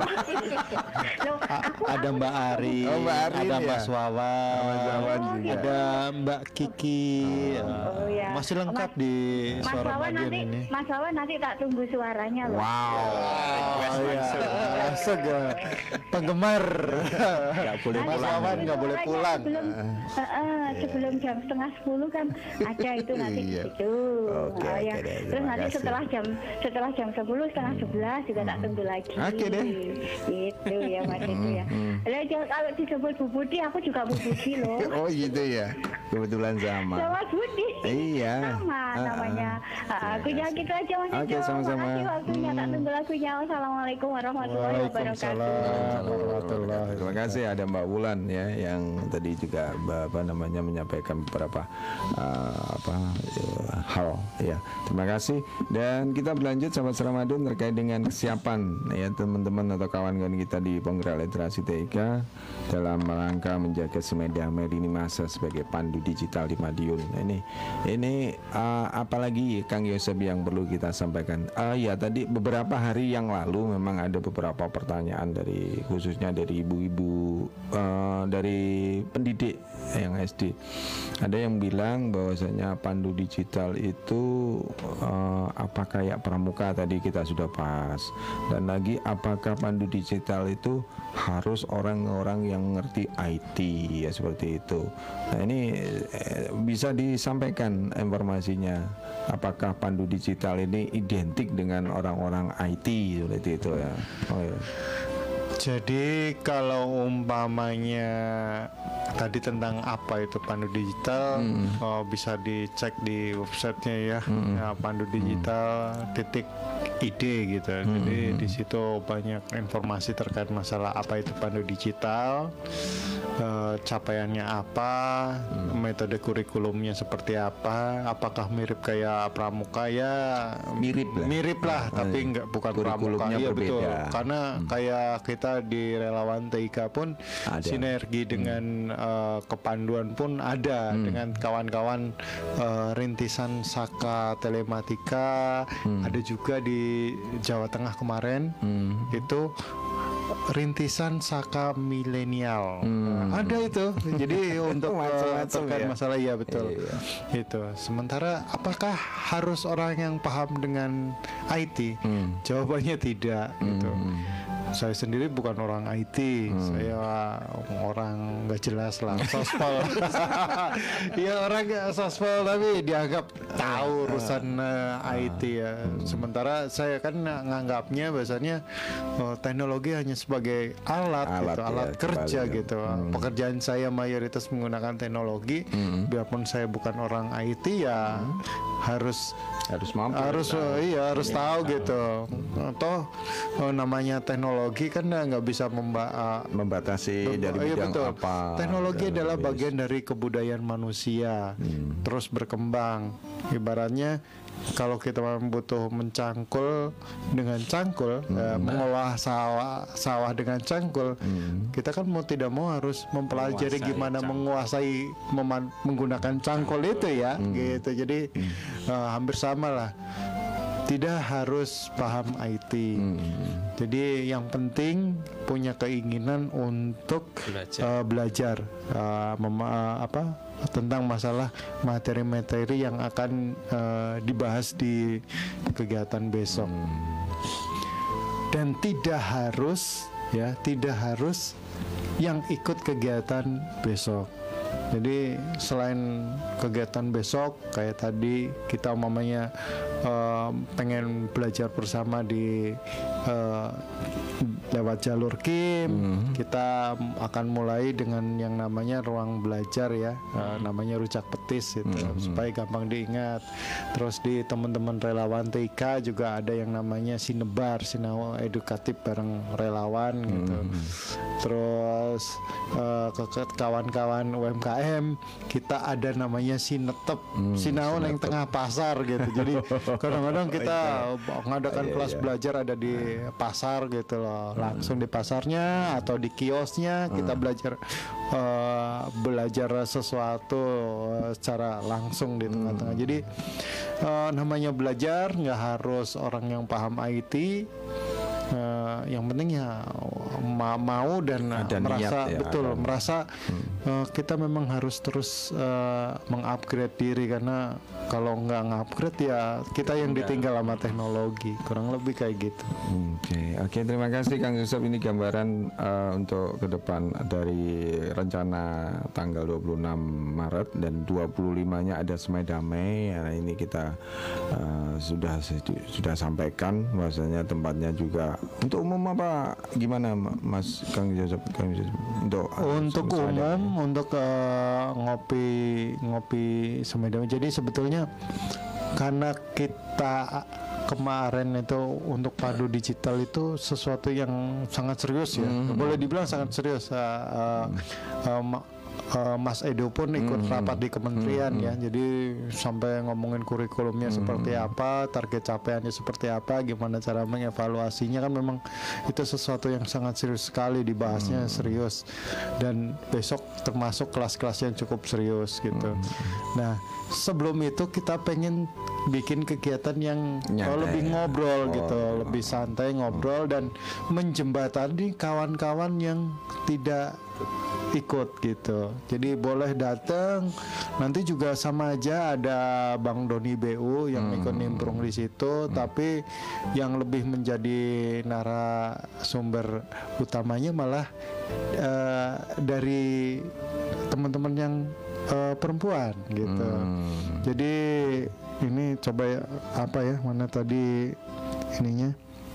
Loh, aku, Ada aku Mbak Ari, Oh, Mbak Ari ada ya. Mas Wawan, Mas Wawan juga. ada Mbak Kiki. Oh, ya. Masih lengkap Mas- di Mas Suara Wawan Madiun nanti, ini. Mas Wawan nanti tak tunggu suaranya loh. Wow. Oh, iya. Masuk ya. Penggemar. Nggak boleh Nanti Mas tak Wawan tunggu nggak boleh suaranya pulang. Sebelum, eh, eh, sebelum jam setengah sepuluh kan ada itu nanti Iya. gitu. Oke, Oh, ya. oke deh, Terus terima nanti kasih. setelah jam setelah jam sepuluh setengah sebelas juga tak tunggu lagi. Oke deh. Itu ya Mas itu ya. Lah, jangan- kalau disebut Bu Budi aku juga Bu Budi loh. Oh gitu ya. Kebetulan sama. Sama Budi. Iya. Sama Ah, namanya. ah. Ah, aku ya gitu aja Mas Oke, Ejo. sama-sama. Makasih waktunya tak tunggu lagunya. Wassalamualaikum warahmatullahi wabarakatuh. Waalaikumsalam warahmatullahi Terima kasih ada Mbak Wulan ya yang tadi juga Mbak- apa namanya menyampaikan beberapa uh, apa uh, hal ya. Terima kasih dan kita berlanjut sahabat Ramadan terkait dengan kesiapan ya teman-teman atau kawan-kawan kita di Penggerak Literasi T I K dalam rangka menjaga Semedia Medini Masa sebagai pandu digital di Madiun. Nah, ini ini uh, apalagi Kang Yosep yang perlu kita sampaikan. Uh, ya tadi beberapa hari yang lalu memang ada beberapa pertanyaan dari khususnya dari ibu-ibu uh, dari pendidik yang S D. Ada yang bilang bahwasanya pandu digital itu uh, apa kayak pramuka tadi kita sudah bahas. Dan lagi apakah pandu digital itu harus orang-orang yang ngerti I T ya seperti itu. Nah ini eh, bisa disampaikan informasinya. Apakah pandu digital ini identik dengan orang-orang I T seperti itu ya? Oh, ya. Jadi kalau umpamanya tadi tentang apa itu pandu digital, Hmm. oh, bisa dicek di websitenya ya, ya pandu digital titik id gitu. Jadi di situ banyak informasi terkait masalah apa itu pandu digital, eh, capaiannya apa, metode kurikulumnya seperti apa, apakah mirip kayak pramuka ya Mirip lah. mirip lah, Oh, tapi iya. enggak bukan pramuka. Kurikulumnya Iya betul. berbeda. Karena kayak kita di relawan T I K pun Ada. sinergi dengan uh, kepanduan pun ada dengan kawan-kawan uh, rintisan Saka Telematika, ada juga di Jawa Tengah kemarin itu rintisan Saka Milenial. Nah, ada itu. Jadi untuk uh, Macam-macam terkait ya. masalah ya betul. Iya. Itu. Sementara apakah harus orang yang paham dengan I T? Jawabannya tidak gitu. Saya sendiri bukan orang I T, saya orang nggak jelas lah, sospol. Iya orang nggak sospol tapi dianggap tahu urusan uh, I T ya. Sementara saya kan nganggapnya bahasanya oh, teknologi hanya sebagai alat, Alat gitu, ya, alat kerja kembali. gitu. Pekerjaan saya mayoritas menggunakan teknologi, biarpun saya bukan orang I T ya harus Harus mampu. harus tahu. eh, iya harus tahu gitu. Atau eh, namanya teknologi kan nggak bisa memba eh, membatasi dari iya, bidang betul. apa. Teknologi dan adalah lebih. bagian dari kebudayaan manusia, terus berkembang. Ibaratnya kalau kita memang butuh mencangkul dengan cangkul, eh, mengolah sawah sawah dengan cangkul, kita kan mau tidak mau harus mempelajari Menguasai gimana cangkul. menguasai meman- menggunakan cangkul itu ya, gitu. Jadi eh, hampir sama lah. Tidak harus paham I T. Jadi yang penting punya keinginan untuk Belajar. eh, belajar eh, mem- eh, apa tentang masalah materi-materi yang akan eh, dibahas di kegiatan besok. Dan tidak harus ya, tidak harus yang ikut kegiatan besok. Jadi selain kegiatan besok kayak tadi kita umpamanya eh, pengen belajar bersama di eh, lewat jalur Kim, kita akan mulai dengan yang namanya ruang belajar ya, eh, namanya rujak petis itu supaya gampang diingat. Terus di teman-teman relawan T I K juga ada yang namanya sinebar, sinau edukatif bareng relawan gitu. Terus eh, ke ke kawan-kawan U M K M, kita ada namanya sinetep, Hmm, sinaon yang sinetep. tengah pasar gitu. Jadi kadang-kadang kita ngadakan Iya, kelas iya. belajar ada di pasar gitu loh, langsung di pasarnya atau di kiosnya kita belajar eh, belajar sesuatu eh, secara langsung di tengah-tengah. Jadi eh, namanya belajar nggak harus orang yang paham I T. Eh, yang penting ya ma- mau dan Ada merasa niat ya, betul ada- merasa eh, kita memang harus terus eh, mengupgrade diri, karena kalau nggak ngupgrade ya kita yang ditinggal sama teknologi, kurang lebih kayak gitu. Oke, oke terima kasih Kang Yusuf. Ini gambaran eh, untuk ke depan dari rencana tanggal dua puluh enam Maret dan dua puluh lima-nya ada Semai Damai. Nah, ini kita eh, sudah sudah sampaikan bahwasanya tempatnya juga untuk umum apa gimana Mas Kang Yusuf? Kang Yusuf untuk Untuk Semai Damai. umum, untuk eh, ngopi ngopi Semai Damai. Jadi sebetulnya karena kita kemarin itu untuk padu digital itu sesuatu yang sangat serius ya, boleh dibilang sangat serius. eh, eh, eh, ma- eh, Mas Edo pun ikut rapat di kementerian ya, jadi sampai ngomongin kurikulumnya seperti apa, target capaiannya seperti apa, gimana cara mengevaluasinya, kan memang itu sesuatu yang sangat serius sekali, dibahasnya serius, dan besok termasuk kelas-kelas yang cukup serius gitu. Nah sebelum itu kita pengen bikin kegiatan yang Nyantai oh, lebih ya. ngobrol Oh. gitu, lebih santai ngobrol dan menjembatani kawan-kawan yang tidak ikut gitu. Jadi boleh datang. Nanti juga sama aja ada Bang Doni B U yang ikut nimbrung di situ, tapi yang lebih menjadi narasumber utamanya malah eh, dari teman-teman yang eh, perempuan gitu. Jadi ini coba ya, apa ya, mana tadi ininya?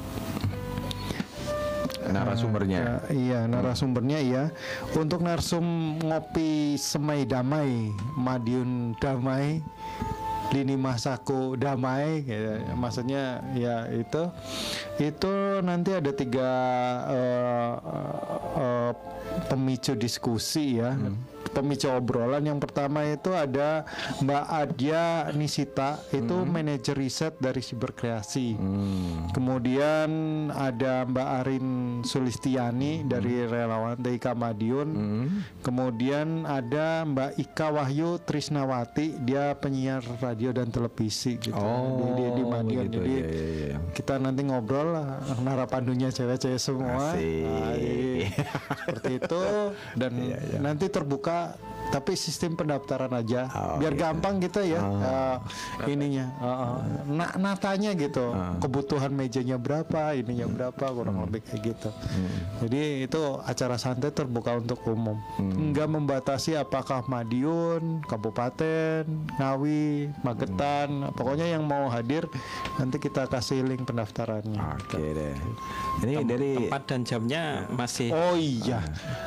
Narasumbernya. Eh, iya, narasumbernya iya. Untuk narsum ngopi Semai Damai, Madiun Damai, Lini Masaku Damai, gitu. Maksudnya ya itu, itu nanti ada tiga eh, eh, pemicu diskusi ya. Pemicu obrolan yang pertama itu ada Mbak Adia Nisita, itu manajer riset dari Siberkreasi. Kemudian ada Mbak Arin Sulistiani dari relawan T I K Madiun. Kemudian ada Mbak Ika Wahyu Trisnawati, dia penyiar radio dan televisi gitu Oh, di, di, di Madiun. begitu, Jadi iya, iya, iya. kita nanti ngobrol lah, narapandunya cewek-cewek semua. Asik. Nah, iya. Seperti itu, dan nanti terbuka tapi sistem pendaftaran aja, Oh, biar iya. gampang gitu ya. eh, ininya uh, uh, na- natanya gitu, kebutuhan mejanya berapa, ininya berapa, kurang lebih kayak gitu. Jadi itu acara santai terbuka untuk umum, nggak membatasi apakah Madiun, Kabupaten, Ngawi, Magetan, pokoknya yang mau hadir nanti kita kasih link pendaftarannya. Oke deh. Ini dari Tempat dan jamnya masih Oh iya.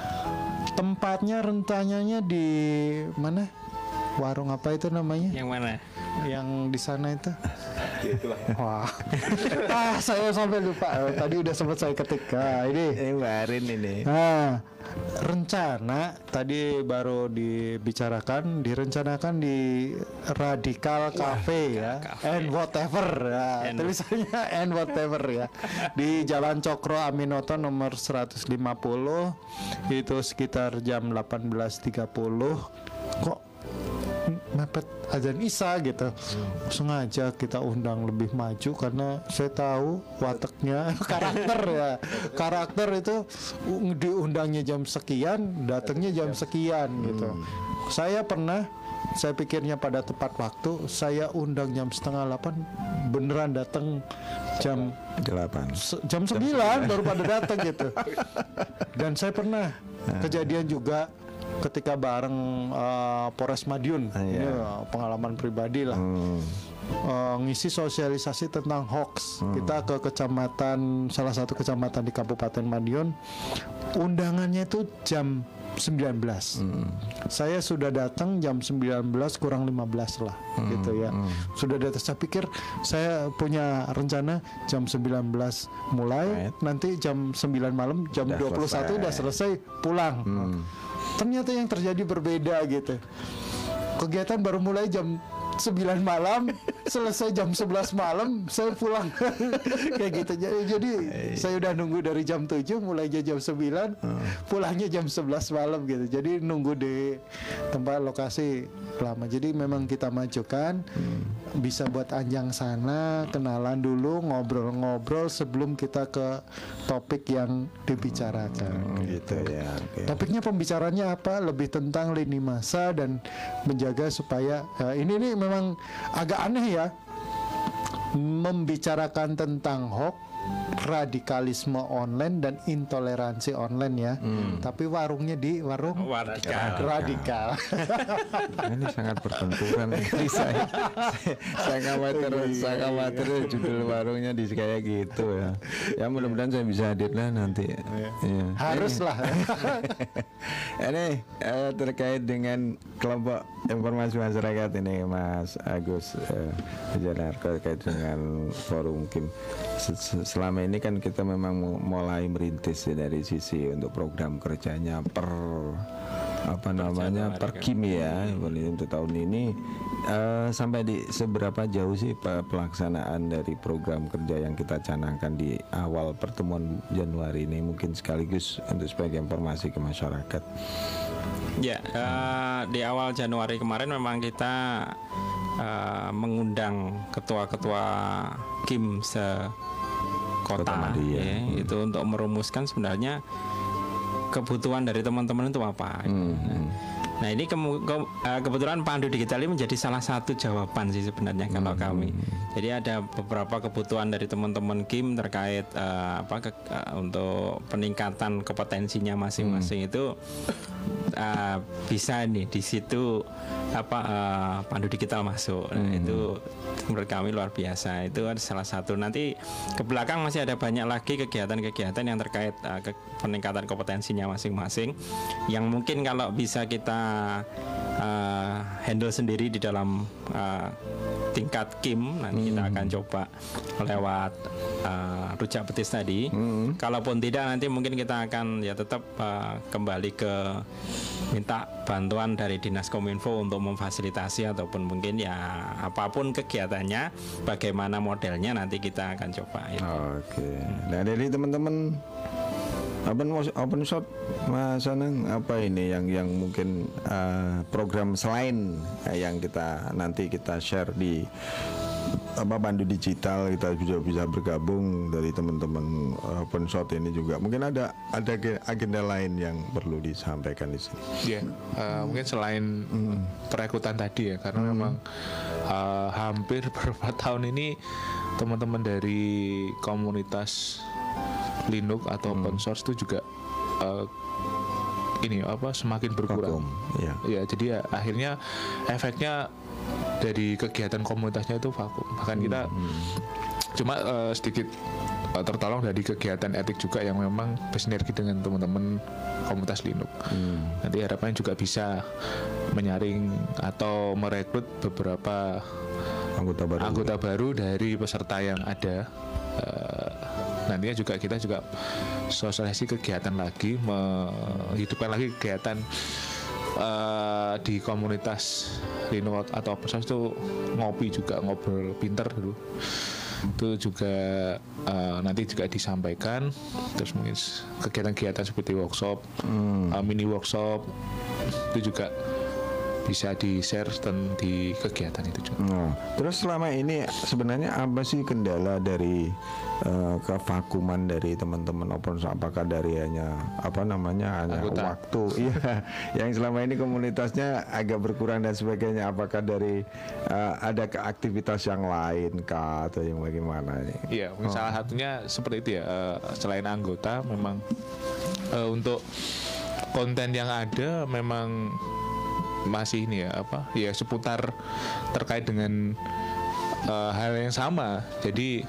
Tempatnya rencananya di mana? Warung apa itu namanya? yang mana? Yang di sana itu? Wah. ah, saya sampai lupa. Oh, tadi udah sempat saya ketik. Nah, ini. ini Barin ini. Nah, rencana tadi baru dibicarakan, direncanakan di Radikal Cafe ya, and whatever ya, And- tulisannya and whatever ya, di Jalan Cokro Aminoto nomor seratus lima puluh, itu sekitar jam delapan belas tiga puluh. Kok mepet azan Isya gitu, sengaja kita undang lebih maju karena saya tahu wataknya karakter ya, karakter itu u- diundangnya jam sekian, datangnya jam sekian gitu. Saya pernah, saya pikirnya pada tepat waktu, saya undang jam setengah delapan, beneran datang jam Delapan. se- jam sembilan baru pada datang gitu. Dan saya pernah kejadian juga ketika bareng uh, Polres Madiun. Ah, iya. Ini uh, pengalaman pribadi lah. Hmm. Uh, ngisi sosialisasi tentang hoax. Kita ke kecamatan, salah satu kecamatan di Kabupaten Madiun. Undangannya itu jam sembilan belas. Saya sudah datang jam sembilan belas kurang lima belas lah, gitu ya. Sudah datang, saya pikir saya punya rencana jam sembilan belas mulai, Right. nanti jam sembilan malam, jam Udah dua puluh satu selesai. udah selesai pulang. ternyata yang terjadi berbeda gitu. Kegiatan baru mulai jam sembilan malam, selesai jam sebelas malam, saya pulang. Kayak gitu. Jadi, jadi saya udah nunggu dari jam tujuh, mulai jam sembilan, pulangnya jam sebelas malam gitu. Jadi nunggu di tempat lokasi lama. Jadi memang kita majukan, hmm. bisa buat anjang sana, kenalan dulu, ngobrol-ngobrol sebelum kita ke topik yang dibicarakan. Hmm, gitu ya. Okay. Topiknya pembicaranya apa? Lebih tentang lini masa dan menjaga supaya uh, ini nih memang agak aneh ya, membicarakan tentang hoax, radikalisme online dan intoleransi online ya. Hmm. Tapi warungnya di warung radikal. Radikal. Ini sangat berbenturan. Jadi saya, saya khawatir, saya khawatir judul warungnya di kayak gitu ya. Ya mudah-mudahan saya bisa hadir lah nanti. Ya. Haruslah. Ini eh, terkait dengan kelompok informasi masyarakat ini, Mas Agus eh, terkait dengan forum Kim. Selama ini kan kita memang mulai merintis ya, dari sisi untuk program kerjanya per apa namanya per Kim ya untuk tahun ini uh, sampai di seberapa jauh sih pelaksanaan dari program kerja yang kita canangkan di awal pertemuan Januari ini, mungkin sekaligus untuk sebagai informasi ke masyarakat. Ya, uh, di awal Januari kemarin memang kita uh, mengundang ketua-ketua Kim se kota, kota ya, hmm. itu untuk merumuskan sebenarnya kebutuhan dari teman-teman itu apa. Hmm. Nah, nah ini ke, ke, kebetulan Pandu Digital ini menjadi salah satu jawaban sih sebenarnya hmm. kalau kami. Jadi ada beberapa kebutuhan dari teman-teman Kim terkait uh, apa ke, uh, untuk peningkatan kompetensinya masing-masing hmm. itu uh, bisa nih di situ apa uh, Pandu Digital masuk. Nah, hmm. itu menurut kami luar biasa. Itu ada salah satu. Nanti ke belakang masih ada banyak lagi kegiatan-kegiatan yang terkait uh, ke peningkatan kompetensinya masing-masing yang mungkin kalau bisa kita uh, handle sendiri di dalam uh, tingkat Kim, nanti hmm. kita akan coba lewat uh, rujak betis tadi. Hmm. Kalaupun tidak, nanti mungkin kita akan ya tetap uh, kembali ke minta bantuan dari Dinas Kominfo untuk memfasilitasi ataupun mungkin ya apapun kegiatannya, bagaimana modelnya nanti kita akan coba. Ya. Oke. Nah dari teman-teman Open open shop Mas Anang, apa ini yang yang mungkin uh, program selain uh, yang kita nanti kita share di apa Pandu Digital, kita juga bisa bergabung dari teman-teman uh, open shop ini juga mungkin ada ada agenda lain yang perlu disampaikan di sini. Ya, yeah, uh, mungkin selain hmm. perekrutan tadi ya, karena hmm. memang uh, hampir beberapa tahun ini teman-teman dari komunitas Linux atau open source itu juga uh, ini apa semakin berkurang. Ya. Ya, jadi ya akhirnya efeknya dari kegiatan komunitasnya itu vakum. Bahkan hmm. kita hmm. cuma uh, sedikit uh, tertolong dari kegiatan etik juga yang memang bersinergi dengan teman-teman komunitas Linux. Hmm. Nanti harapannya juga bisa menyaring atau merekrut beberapa anggota baru, anggota baru dari peserta yang ada. Uh, nantinya juga kita juga sosialisasi kegiatan lagi, menghidupkan lagi kegiatan uh, di komunitas Linux atau open source itu ngopi juga, ngobrol pinter dulu itu juga uh, nanti juga disampaikan. Terus mungkin kegiatan-kegiatan seperti workshop, hmm. uh, mini workshop itu juga bisa di-share dan di kegiatan itu juga. Nah, terus selama ini sebenarnya apa sih kendala dari uh, kevakuman dari teman-teman open source? Apakah dari hanya apa namanya hanya Anggota. waktu? Iya, yang selama ini komunitasnya agak berkurang dan sebagainya. Apakah dari uh, ada ke aktivitas yang lain kah atau yang bagaimana ini? Iya, mungkin oh. salah satunya seperti itu ya. Uh, selain anggota, memang uh, untuk konten yang ada memang masih ini ya apa ya seputar terkait dengan uh, hal yang sama. Jadi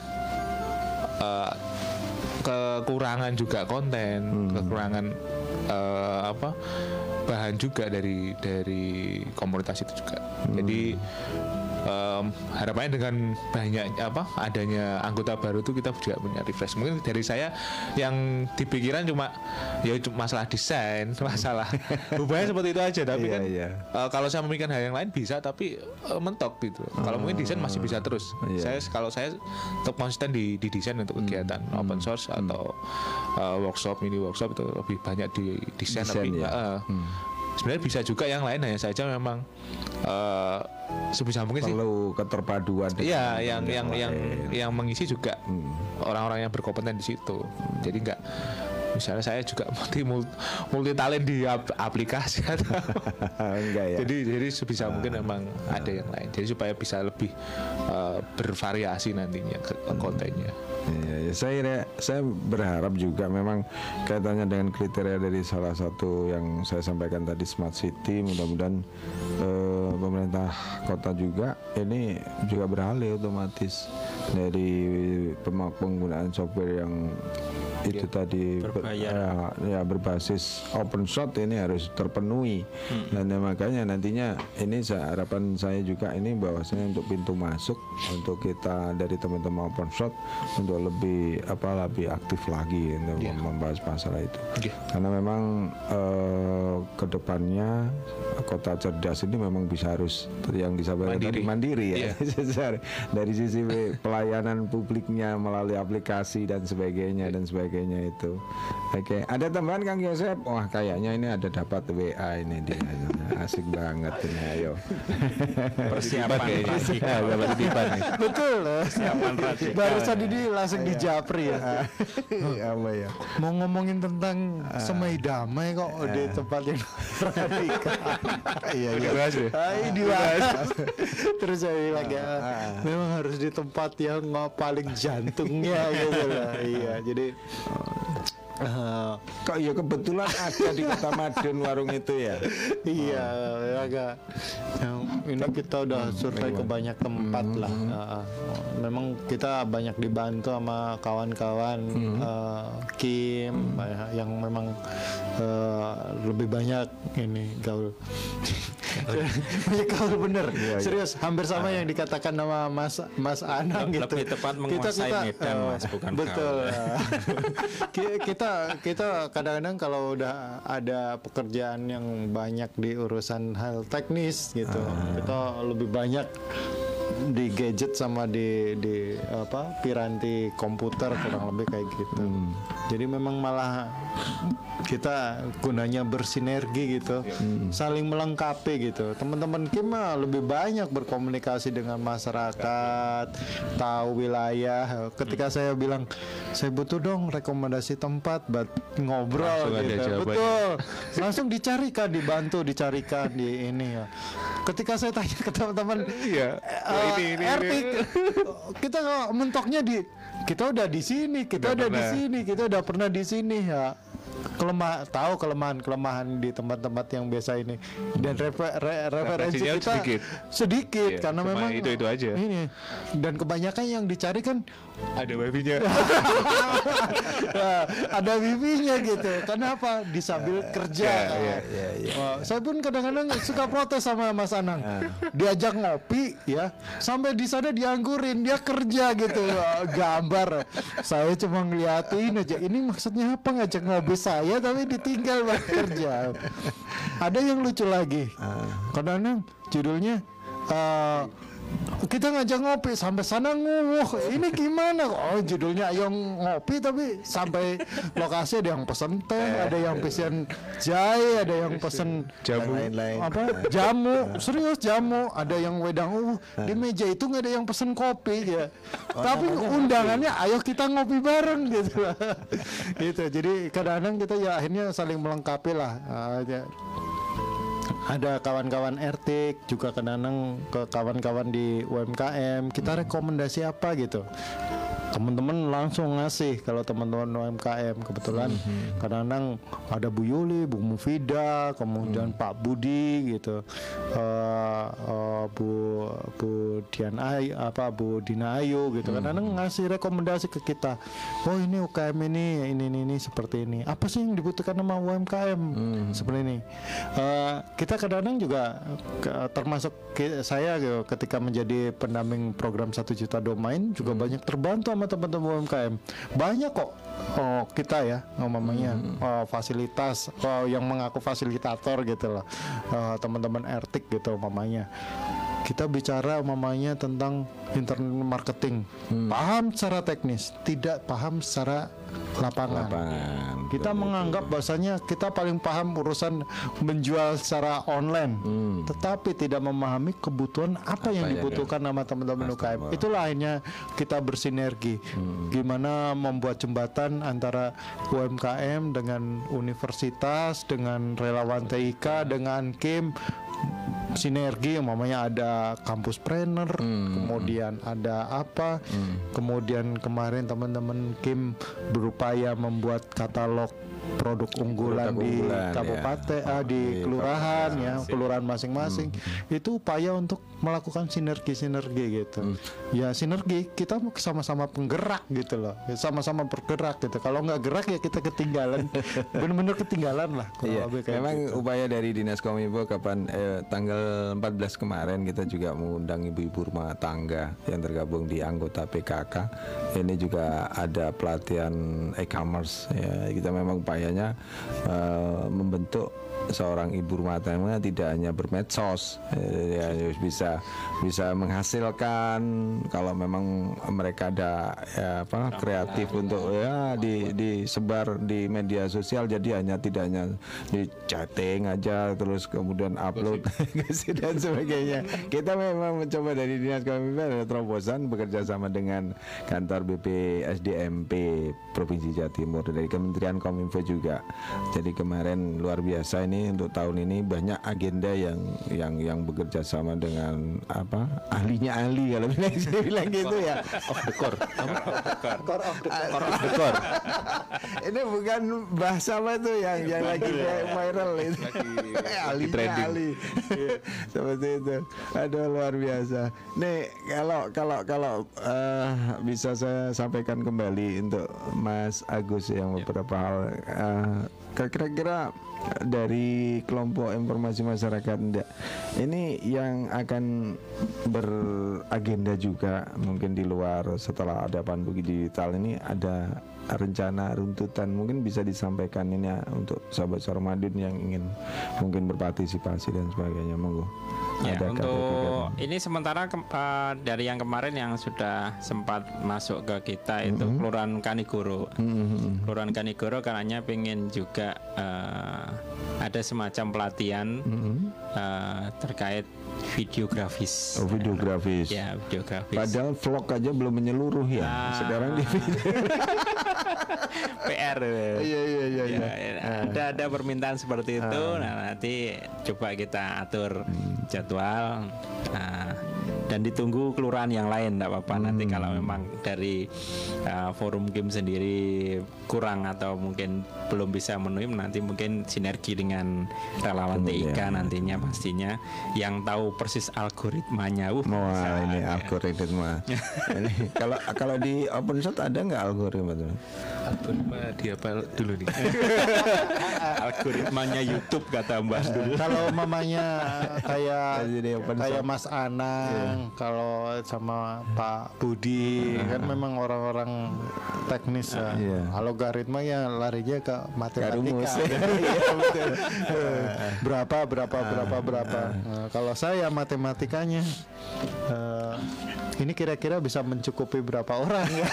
uh, kekurangan juga konten, hmm. kekurangan uh, apa bahan juga dari dari komunitas itu juga. Hmm. Jadi uh, um, harapannya dengan banyak apa adanya anggota baru itu kita juga punya refresh. Mungkin dari saya yang dipikiran cuma ya cuma masalah desain, masalah hubungannya seperti itu aja. Tapi Iya, kan iya. uh, kalau saya memikirkan hal yang lain bisa, tapi uh, mentok gitu. Kalau mungkin desain masih bisa terus. Iya. Saya kalau saya tetap konsisten di, di desain untuk kegiatan open source atau uh, workshop, mini workshop itu lebih banyak di desain. Desain, Tapi ya. uh, sebenarnya bisa juga yang lain, hanya saja memang uh, sebisa mungkin sih. Perlu keterpaduan. Iya, dengan yang yang lain. yang yang mengisi juga orang-orang yang berkompeten di situ. Jadi enggak, misalnya saya juga multi multi talent di ap- aplikasi atau enggak ya. jadi jadi sebisa mungkin memang ada yang lain. Jadi supaya bisa lebih uh, bervariasi nantinya ke, ke kontennya. Iya, saya saya berharap juga memang kaitannya dengan kriteria dari salah satu yang saya sampaikan tadi Smart City, mudah-mudahan eh, pemerintah kota juga ini juga beralih otomatis dari pem- penggunaan software yang itu tadi ber- berbayar. ya, ya berbasis open source ini harus terpenuhi. Dan ya, makanya nantinya ini saya, harapan saya juga ini bahwasanya untuk pintu masuk untuk kita dari teman-teman open source untuk lebih apa lebih aktif lagi untuk Yeah. membahas masalah itu. Yeah. Karena memang eh, kedepannya kota cerdas ini memang bisa harus yang disampaikan Mandiri. tadi mandiri ya. Yeah. Dari sisi pelayanan publiknya melalui aplikasi dan sebagainya dan sebagainya itu. Oke, ada tambahan Kang Yosep? Wah, kayaknya ini ada dapat W A ini dia. Asik banget ini, ayo. Persiapan radikal. Dapat titipan nih. Betul loh. Persiapan radikal. Barusan ini langsung dijapri ya. Apa ya? Mau ngomongin tentang semai damai kok di tempat yang radikal. Iya, iya. Dibahas deh. Ah, ini dibahas. Terus saya bilang ya, memang harus di tempat yang paling jantungnya gitu lah. Iya, jadi uh, Kok ya kebetulan ada di Kota Madiun warung itu ya. iya agak yang ini kita udah survei ke banyak tempat lah. Uh, memang kita banyak dibantu sama kawan-kawan uh, Kim uh, yang memang uh, lebih banyak ini gaul. Banyak gaul bener. Serius hampir sama yang dikatakan nama Mas Mas Anang gitu. Lebih tepat menguasai medan, uh, Mas, bukan betul. gaul. Ki- kita kita kadang-kadang kalau udah ada pekerjaan yang banyak di urusan hal teknis gitu, kita lebih banyak di gadget sama di di apa piranti komputer kurang lebih kayak gitu. Jadi memang malah kita gunanya bersinergi gitu, saling melengkapi gitu. Teman-teman Kim mah lebih banyak berkomunikasi dengan masyarakat, tahu wilayah. Ketika saya bilang saya butuh dong rekomendasi tempat buat ngobrol Langsung ada gitu, jawabannya. betul. Langsung dicarikan, dibantu, dicarikan di ini ya. Ketika saya tanya ke teman-teman, Iya. eh, ini, ini, R T, ini. kita kok mentoknya di kita udah di sini, kita Udah udah, di pernah. sini, kita udah pernah di sini ya. Kelemah tahu kelemahan-kelemahan di tempat-tempat yang biasa ini dan refer, re- referensi Referensinya kita sedikit. sedikit Iya, karena cuma memang itu-itu aja. Ini dan kebanyakan yang dicari kan Ada wifi-nya. Nah, ada wifi-nya gitu. Kenapa? Di sambil kerja. Iya, iya, iya, iya. Wah, saya pun kadang-kadang suka protes sama Mas Anang. Diajak ngopi ya, sampai di sana dianggurin, dia kerja gitu. Wah, gambar. Saya cuma ngeliatin aja. Ini maksudnya apa ngajak ngopi saya tapi ditinggal buat kerja. Ada yang lucu lagi. Kadang-kadang judulnya eh, kita ngajak ngopi sampai sana nguwuh, ini gimana? Oh judulnya ayo ngopi tapi sampai lokasi ada yang pesen teh, ada yang pesen jahe, ada yang pesen Jamu. Lain-lain. apa jamu, serius jamu, ada yang wedang uh di meja itu nggak ada yang pesen kopi ya, tapi undangannya ayo kita ngopi bareng gitu, gitu. Jadi kadang-kadang kita ya akhirnya saling melengkapi lah. Ah, ya. Ada kawan-kawan R T juga kadang-kadang ke kawan-kawan di U M K M kita rekomendasi apa gitu, teman-teman langsung ngasih. Kalau teman-teman U M K M kebetulan kadang-kadang ada Bu Yuli, Bu Mufida, kemudian Pak Budi gitu, uh, uh, uh, Bu Bu Dian Ayu, apa Bu Dina Ayu gitu kan, kadang ngasih rekomendasi ke kita, oh ini U K M ini ini ini, ini seperti ini, apa sih yang dibutuhkan sama U M K M seperti ini. Uh, kita kadang-kadang juga ke, termasuk ke, saya gitu, ketika menjadi pendamping program satu juta domain juga banyak terbantu sama teman-teman U M K M. Banyak kok oh, kita ya ngomongnya oh, fasilitas oh, yang mengaku fasilitator gitu loh, uh, teman-teman Ertik gitu mamanya. Kita bicara mamanya tentang internet marketing, hmm. paham secara teknis, tidak paham secara lapangan. lapangan. Kita betul, menganggap bahasanya kita paling paham urusan menjual secara online, hmm. tetapi tidak memahami kebutuhan apa, apa yang dibutuhkan sama teman-teman U K M. Itulah akhirnya kita bersinergi, hmm. gimana membuat jembatan antara U M K M dengan universitas, dengan relawan T I K, dengan Kim. Sinergi, umpamanya ada kampus trainer, hmm. kemudian ada apa, hmm. kemudian kemarin teman-teman Kim berupaya membuat katalog produk unggulan produk di unggulan, kabupaten, ya. ah, di oh, kelurahan iya, ya, kelurahan masing-masing. Hmm. Itu upaya untuk melakukan sinergi-sinergi gitu. Hmm. Ya sinergi, kita sama-sama penggerak gitu loh, sama-sama bergerak gitu. Kalau nggak gerak ya kita ketinggalan, benar-benar ketinggalan lah. Iya. Memang gitu. Upaya dari Dinas Kominfo kapan eh, tanggal empat belas kemarin kita juga mengundang ibu-ibu rumah tangga yang tergabung di anggota P K K. Ini juga ada pelatihan e-commerce ya. Kita memang upayanya uh, membentuk seorang ibu rumah tangga tidak hanya bermedsos, ya, bisa bisa menghasilkan kalau memang mereka ada ya, apa kreatif untuk ya di disebar di media sosial, jadi hanya tidak hanya di chatting aja terus kemudian upload dan sebagainya. Kita memang mencoba dari Dinas Kominfo ada terobosan bekerja sama dengan kantor B P S D M P Provinsi Jawa Timur, dari Kementerian Kominfo juga. Jadi kemarin luar biasa ini untuk tahun ini banyak agenda yang yang yang bekerja sama dengan apa ahlinya ahli kalau bilang saya bilang gitu ya. Off the core. Core of the core. Of the core. Ini bukan bahasa apa tuh yang yang lagi viral itu. Ahlinya ahli. Seperti itu. Aduh luar biasa. Nih kalau kalau kalau uh, bisa saya sampaikan kembali untuk Mas Agus yang beberapa hal uh, kira-kira dari kelompok informasi masyarakat ini yang akan beragenda juga mungkin di luar setelah ada Pandu Digital ini, ada rencana runtutan mungkin bisa disampaikan ini ya, untuk sahabat Sarmadin yang ingin mungkin berpartisipasi dan sebagainya, monggo. Ya, untuk ini sementara ke, uh, dari yang kemarin yang sudah sempat masuk ke kita itu mm-hmm. Kelurahan Kanigoro. Mm-hmm. Kelurahan Kanigoro karena pengen juga uh, ada semacam pelatihan mm-hmm. uh, terkait videografis. Oh, videografis. Ya, videografis. Padahal vlog aja belum menyeluruh ya. Ah. Sekarang di video. P R. Iya iya iya. Ya, ada ada permintaan seperti itu. Ah. Nah, nanti coba kita atur hmm. jadwal. Nah, dan ditunggu kelurahan yang lain, enggak apa-apa. Hmm. Nanti kalau memang dari uh, forum game sendiri kurang atau mungkin belum bisa memenuhi, nanti mungkin sinergi dengan relawan T I K ya. Nantinya pastinya yang tahu persis algoritmanya. Uh, Wah, ini ya. Algoritma. Ini kalau kalau di OpenShot ada nggak algoritma tuh? Algoritma dia apa dulu nih? Algoritmanya YouTube kata Mbak dulu. Kalau mamanya kayak kayak Mas Anang, yeah. kalau sama Pak Budi uh-huh. kan memang orang-orang teknis uh, ya. Yeah. Algoritma ya larinya ke matematika. Iya betul. Berapa berapa berapa berapa. Nah, kalau saya matematikanya uh, ini kira-kira bisa mencukupi berapa orang ya?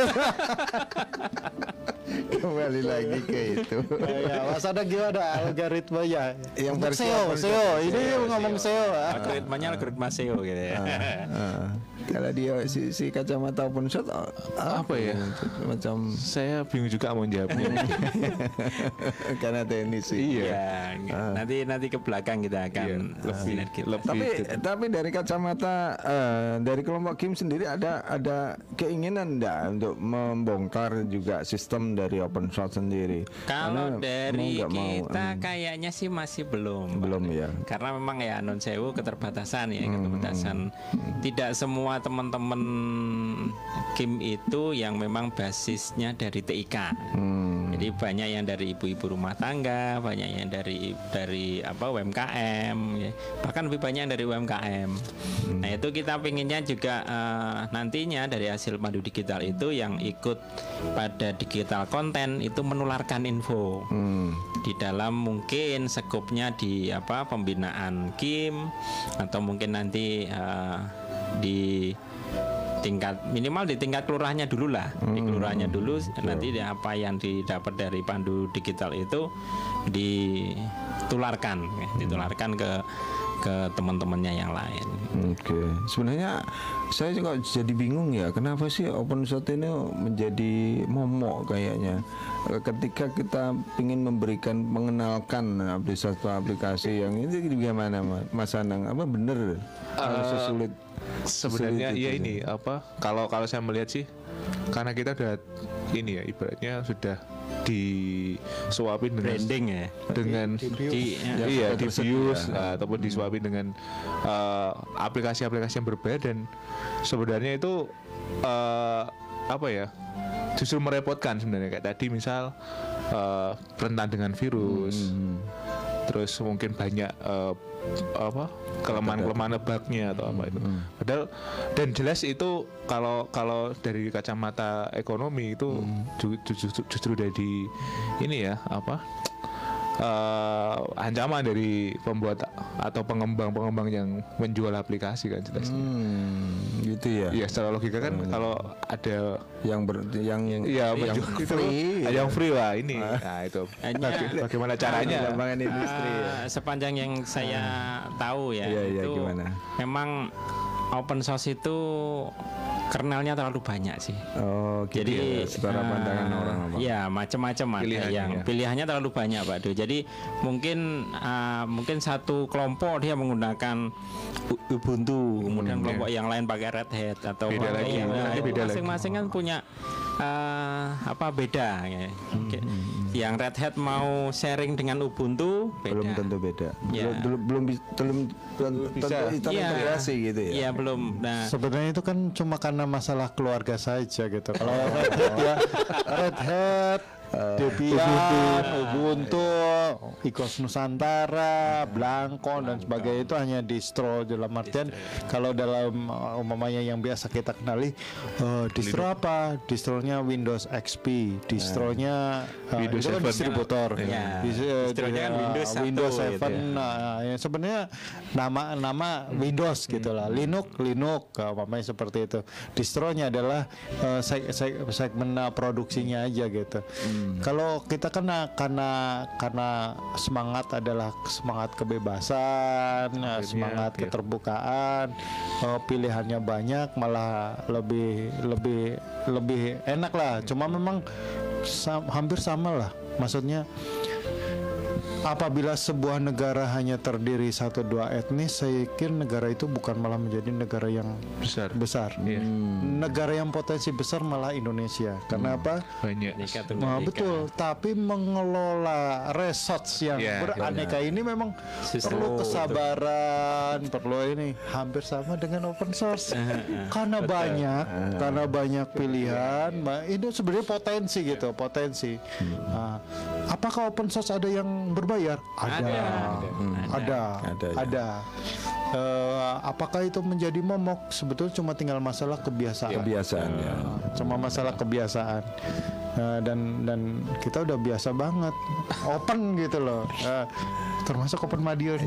Kembali lagi ke itu. Ya, Mas ada gimana algoritma ya? Yang S E O, S E O. Ini S E O, ngomong S E O. Algoritmanya algoritma S E O gitu ya. Uh, uh. Kalau tadi ya, si, si kacamata open shot uh, Apa ya? Macam Saya bingung juga mau jawabnya. karena tenis sih. Iya, nanti nanti ke belakang kita akan Iya, lebih, sinergi. lebih Tapi tapi dari kacamata eh, dari kelompok Kim sendiri ada ada keinginan enggak untuk membongkar juga sistem dari open shot sendiri? Kalau Karena dari mau nggak mau, kita hmm, kayaknya sih masih belum. belum ya. Karena memang ya non sewu keterbatasan ya, keterbatasan. Tidak semua teman-teman Kim itu yang memang basisnya dari T I K. Hmm. Jadi banyak yang dari ibu-ibu rumah tangga, banyak yang dari dari apa U M K M, ya. Bahkan lebih banyak yang dari U M K M. Hmm. Nah itu kita pinginnya juga eh, nantinya dari hasil Pandu Digital itu yang ikut pada digital konten itu menularkan info. Hmm. Di dalam mungkin sekupnya di apa pembinaan Kim atau mungkin nanti uh, di tingkat minimal di tingkat kelurahannya dulu lah, di kelurahannya dulu nanti di apa yang didapat dari Pandu Digital itu ditularkan, ya, ditularkan ke ke teman-temannya yang lain. Oke, sebenarnya saya juga jadi bingung ya, kenapa sih open shot ini menjadi momok kayaknya. Ketika kita ingin memberikan mengenalkan aplikasi-aplikasi yang ini gimana Mas Anang? Apa bener harus sesulit? Sebenarnya sulit ya itu? ini apa? Kalau kalau saya melihat sih, karena kita udah ini ya ibaratnya sudah disuapin dengan Branding ya. dengan Di, ya. iya sudah di tersedia. views nah, ataupun disuapin dengan uh, aplikasi-aplikasi yang berbeda dan sebenarnya itu uh, apa ya justru merepotkan sebenarnya kayak tadi misal uh, rentan dengan virus Hmm. terus mungkin banyak uh, apa kelemahan-kelemahan bugnya atau apa itu padahal dan jelas itu kalau kalau dari kacamata ekonomi itu ju- ju- justru, justru dari ini ya apa uh, ancaman dari pembuat atau pengembang-pengembang yang menjual aplikasi kan jelas. Hmm, gitu ya. Iya secara logika kan kalau ada yang ber, yang iya yang menjual itu free, ada yang free wah ini nah itu Hanya- Baga- bagaimana caranya pengembangan industri ya. Ah, sepanjang yang saya tahu ya, Iya, iya, itu gimana? memang open source itu kernelnya terlalu banyak sih. Oh, gitu Jadi ya, secara ah, pandangan orang apa? ya macam-macam ada Pilihannya, yang ya. pilihannya terlalu banyak Pak Do. Jadi mungkin ah, mungkin satu kelompok dia menggunakan U- Ubuntu, kemudian kelompok yang lain pakai Red Hat atau Beda pakai- lagi, ya, ini itu beda lagi. masing-masing kan punya ah, apa beda ya. Oke. Yang Red Hat mau sharing dengan Ubuntu beda. Belum tentu beda. Ya. Belum belum bis- belum belum tentu bisa. terintegrasi gitu ya. Iya belum. Nah, Sebenarnya itu kan cuma karena masalah keluarga saja gitu. Kalau Red Hat ya Red Hat, Debian, Ubuntu, Icos Nusantara, Blancon dan sebagainya itu hanya distro dalam artian kalau dalam uh, umpamanya yang biasa kita kenali uh, distro apa? Distronya Windows X P, distronya uh, Windows itu kan seven. distributor. Ya. Dis- uh, Distronya kan uh, Windows satu Windows gitu seven ya. nah, ya sebenarnya nama nama Windows gitulah. Linux Linux uh, umpamanya seperti itu. Distronya adalah uh, seg- seg- segmen uh, produksinya aja gitu. Kalau kita kan uh, karena karena semangat adalah semangat kebebasan, uh, semangat iya. keterbukaan, uh, pilihannya banyak, malah lebih lebih lebih enak lah. Cuma memang sam- hampir sama lah. Maksudnya apabila sebuah negara hanya terdiri satu dua etnis, saya kira negara itu bukan malah menjadi negara yang besar besar. Iya. Negara yang potensi besar malah Indonesia. Karena apa? banyak Nikah Nah, tunggal ika. betul, tapi mengelola resorts yang Ya, beraneka ini memang Susah. perlu kesabaran, perlu ini hampir sama dengan open source. karena banyak, karena banyak pilihan, ma- itu sebenarnya potensi gitu, potensi. Nah, apakah open source ada yang berbayar? Ada, Ada. Hmm, ada, Ada, ya. ada. Eh, apakah itu menjadi momok? Sebetulnya cuma tinggal masalah kebiasaan. Kebiasaan ya. Cuma masalah kebiasaan. Nah, dan dan kita udah biasa banget open gitu loh. Eh, termasuk open Madiun.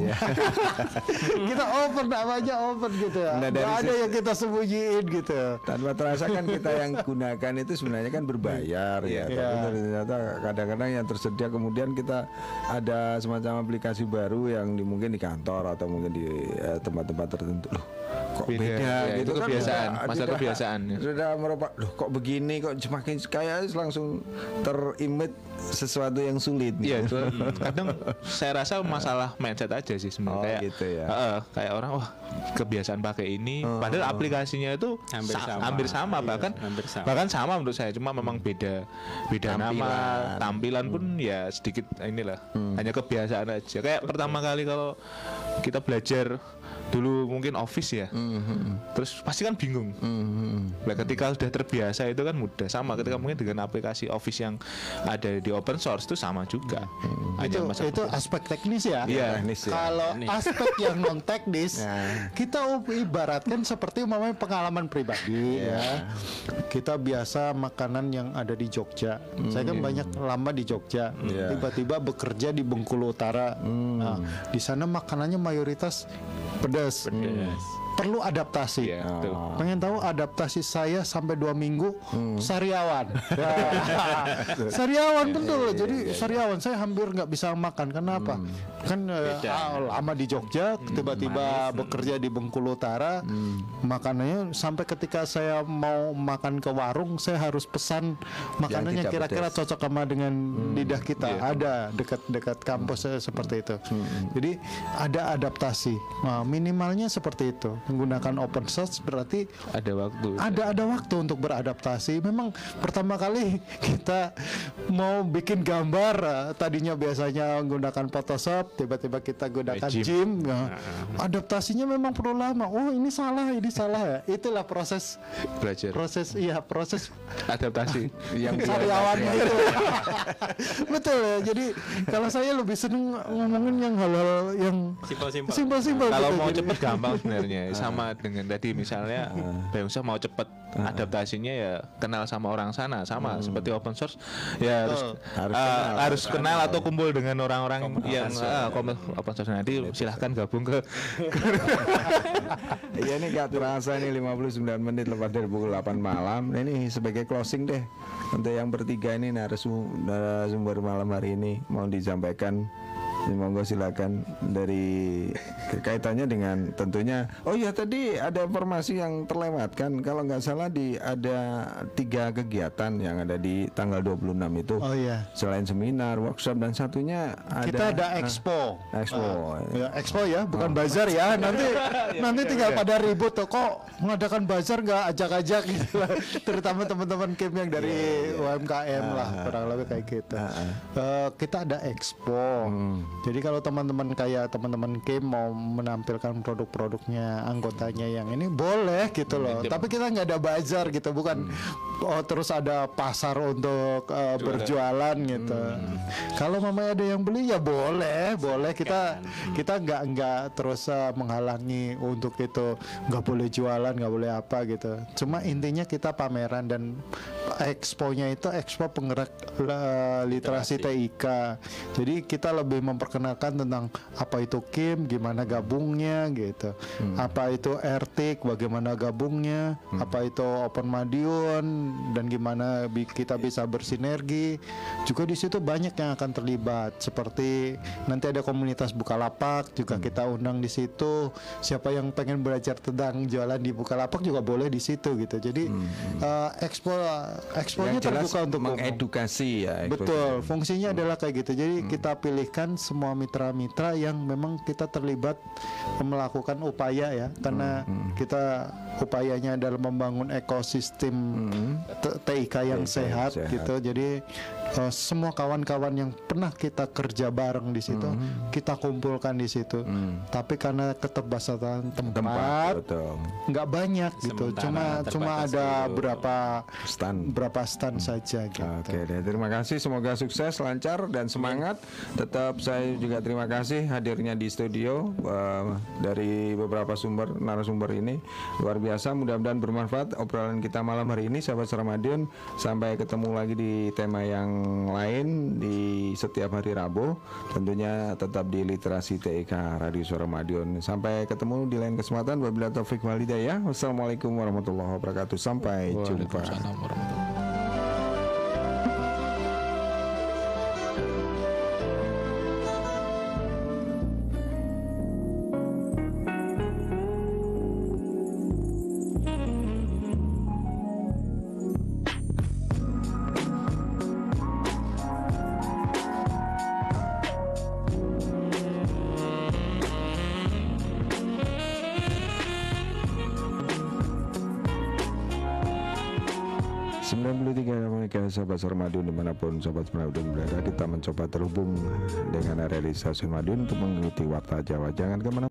kita open namanya open gitu ya. Nah, Nggak dari ada sisi- yang kita sembunyiin gitu. Tanpa terasa kan kita yang gunakan itu sebenarnya kan berbayar ya. Iya. Tapi ternyata kadang-kadang yang tersedia kemudian kita ada semacam aplikasi baru yang di, mungkin di kantor atau mungkin di eh, tempat-tempat tertentu. Loh, kok Beda, beda, ya, gitu itu kan kebiasaan, sudah- masalah sudah- kebiasaan. Sudah merubah, loh kok begini, kok semakin kayak langsung terimit sesuatu yang sulit. Iya, gitu. itu kadang saya rasa masalah mindset aja sih sebenarnya. Oh, kayak gitu ya. heeh, kayak orang wah kebiasaan pakai ini, padahal aplikasinya itu Hampir sa- sama. hampir sama, Iya, bahkan hampir sama. bahkan sama menurut saya, cuma memang beda beda Tampilan. nama, tampilan pun ya sedikit inilah, hanya kebiasaan aja. Kayak pertama kali kalau kita belajar dulu mungkin Office ya, terus pasti kan bingung. Nah, ketika sudah terbiasa itu kan mudah. Sama ketika mungkin dengan aplikasi Office yang ada di open source itu sama juga. Hanya itu masalah itu kebiasaan. aspek teknis ya. Iya. Teknis ya. Kalau Teknis. aspek yang non teknis, Nah. kita ibaratkan seperti umpamanya pengalaman pribadi ya. Kita biasa makanan yang ada di Jogja. Saya kan banyak lama di Jogja. Iya. Tiba-tiba bekerja di Bengkulu Utara. Nah, di sana makanannya mayoritas pedas. Perlu adaptasi. Iya, betul. Pengen tahu adaptasi saya sampai dua minggu sariawan. Ya. Sariawan betul. Jadi sariawan saya hampir nggak bisa makan. Kenapa? Kan eh, ah, lama di Jogja, tiba-tiba bekerja di Bengkulu Utara, makanannya sampai ketika saya mau makan ke warung, saya harus pesan makanan yang, tidak kira-kira pedas. cocok sama dengan lidah kita. Ada dekat-dekat kampus saya seperti itu. Jadi ada adaptasi. Nah, minimalnya seperti itu. Menggunakan open source berarti Ada waktu. ada ada waktu untuk beradaptasi. Memang pertama kali kita mau bikin gambar, eh, tadinya biasanya menggunakan Photoshop, tiba-tiba kita gunakan Gym. Gym. Nah, adaptasinya memang perlu lama. Oh ini salah, ini salah ya. Itulah proses Belajar. proses iya proses Adaptasi. Yang sariawannya itu. Betul ya. Jadi kalau saya lebih seneng ngomongin yang hal-hal yang Simpel-simpel. simpel-simpel. Kalau gitu. mau Jadi- cepet gampang sebenarnya, sama dengan tadi misalnya Bang Usa mau cepet adaptasinya ya kenal sama orang sana, sama seperti open source ya harus Harus uh, kenal. harus kenal atau kumpul dengan orang-orang yang uh, komen- open source. Nanti silahkan gabung ke Iya nih gak terasa nih lima puluh sembilan menit lepas dari pukul delapan malam. Nah, ini sebagai closing deh untuk yang bertiga ini narasum- narasumber malam hari ini mau disampaikan. Ya, monggo silakan dari kaitannya dengan tentunya. Oh iya tadi ada informasi yang terlewatkan kalau nggak salah di ada tiga kegiatan yang ada di tanggal dua puluh enam itu. Oh iya. Selain seminar, workshop dan satunya ada Kita ada expo. Ah, expo. Ah, ya, expo ya, bukan bazar ya. Nanti nanti tinggal pada ribut tuh kok mengadakan bazar nggak ajak-ajak gitu lah. Terutama teman-teman Kim yang dari U M K M lah, kurang lebih kayak gitu. Eh, kita ada expo. Jadi kalau teman-teman kayak teman-teman Kim mau menampilkan produk-produknya anggotanya yang ini boleh gitu loh. Tapi kita nggak ada bazar gitu, bukan oh terus ada pasar untuk eh, berjualan gitu. Kalau mamanya ada yang beli ya boleh, boleh kita kita nggak nggak terus eh, menghalangi untuk itu, nggak boleh jualan, nggak boleh apa gitu. Cuma intinya kita pameran dan expo-nya itu expo penggerak eh, literasi T I K. Jadi kita lebih memperkenalkan tentang apa itu Kim, gimana gabungnya gitu. Apa itu R T I K, bagaimana gabungnya, apa itu Open Madiun dan gimana bi- kita bisa bersinergi. Juga di situ banyak yang akan terlibat. Seperti nanti ada komunitas Bukalapak juga kita undang di situ. Siapa yang pengen belajar tentang jualan di Bukalapak juga boleh di situ gitu. Jadi eh, expo exponya Yang jelas terbuka untuk umum. mengedukasi ya. expo. Betul, fungsinya adalah kayak gitu. Jadi kita pilihkan semua mitra-mitra yang memang kita terlibat melakukan upaya ya, karena kita upayanya adalah membangun ekosistem T- T I K yang T I K yang sehat, sehat. gitu. Jadi eh, semua kawan-kawan yang pernah kita kerja bareng di situ kita kumpulkan di situ. Tapi karena keterbatasan tempat, Tempat, betul. nggak banyak gitu. Sementara Cuma cuma terbatas ada dulu. berapa Stand. berapa stand saja gitu. Oke deh, terima kasih. Semoga sukses, lancar dan semangat. Tetap saya juga terima kasih hadirnya di studio uh, dari beberapa sumber narasumber ini luar biasa. Mudah-mudahan bermanfaat obrolan kita malam hari ini, sahabat Suara Madiun. Sampai ketemu lagi di tema yang lain di setiap hari Rabu. Tentunya tetap di Literasi T I K Radio Suara Madiun. Sampai ketemu di lain kesempatan. Wabillahi taufik wal hidayah. Wassalamualaikum warahmatullahi wabarakatuh. Sampai jumpa. Waalaikumsalam warahmatullahi sembilan puluh tiga megahertz sahabat suara Madiun dimanapun sahabat Madiun berada. Kita mencoba terhubung dengan area di stasiun Madiun untuk mengikuti Warta Jawa. Jangan kemana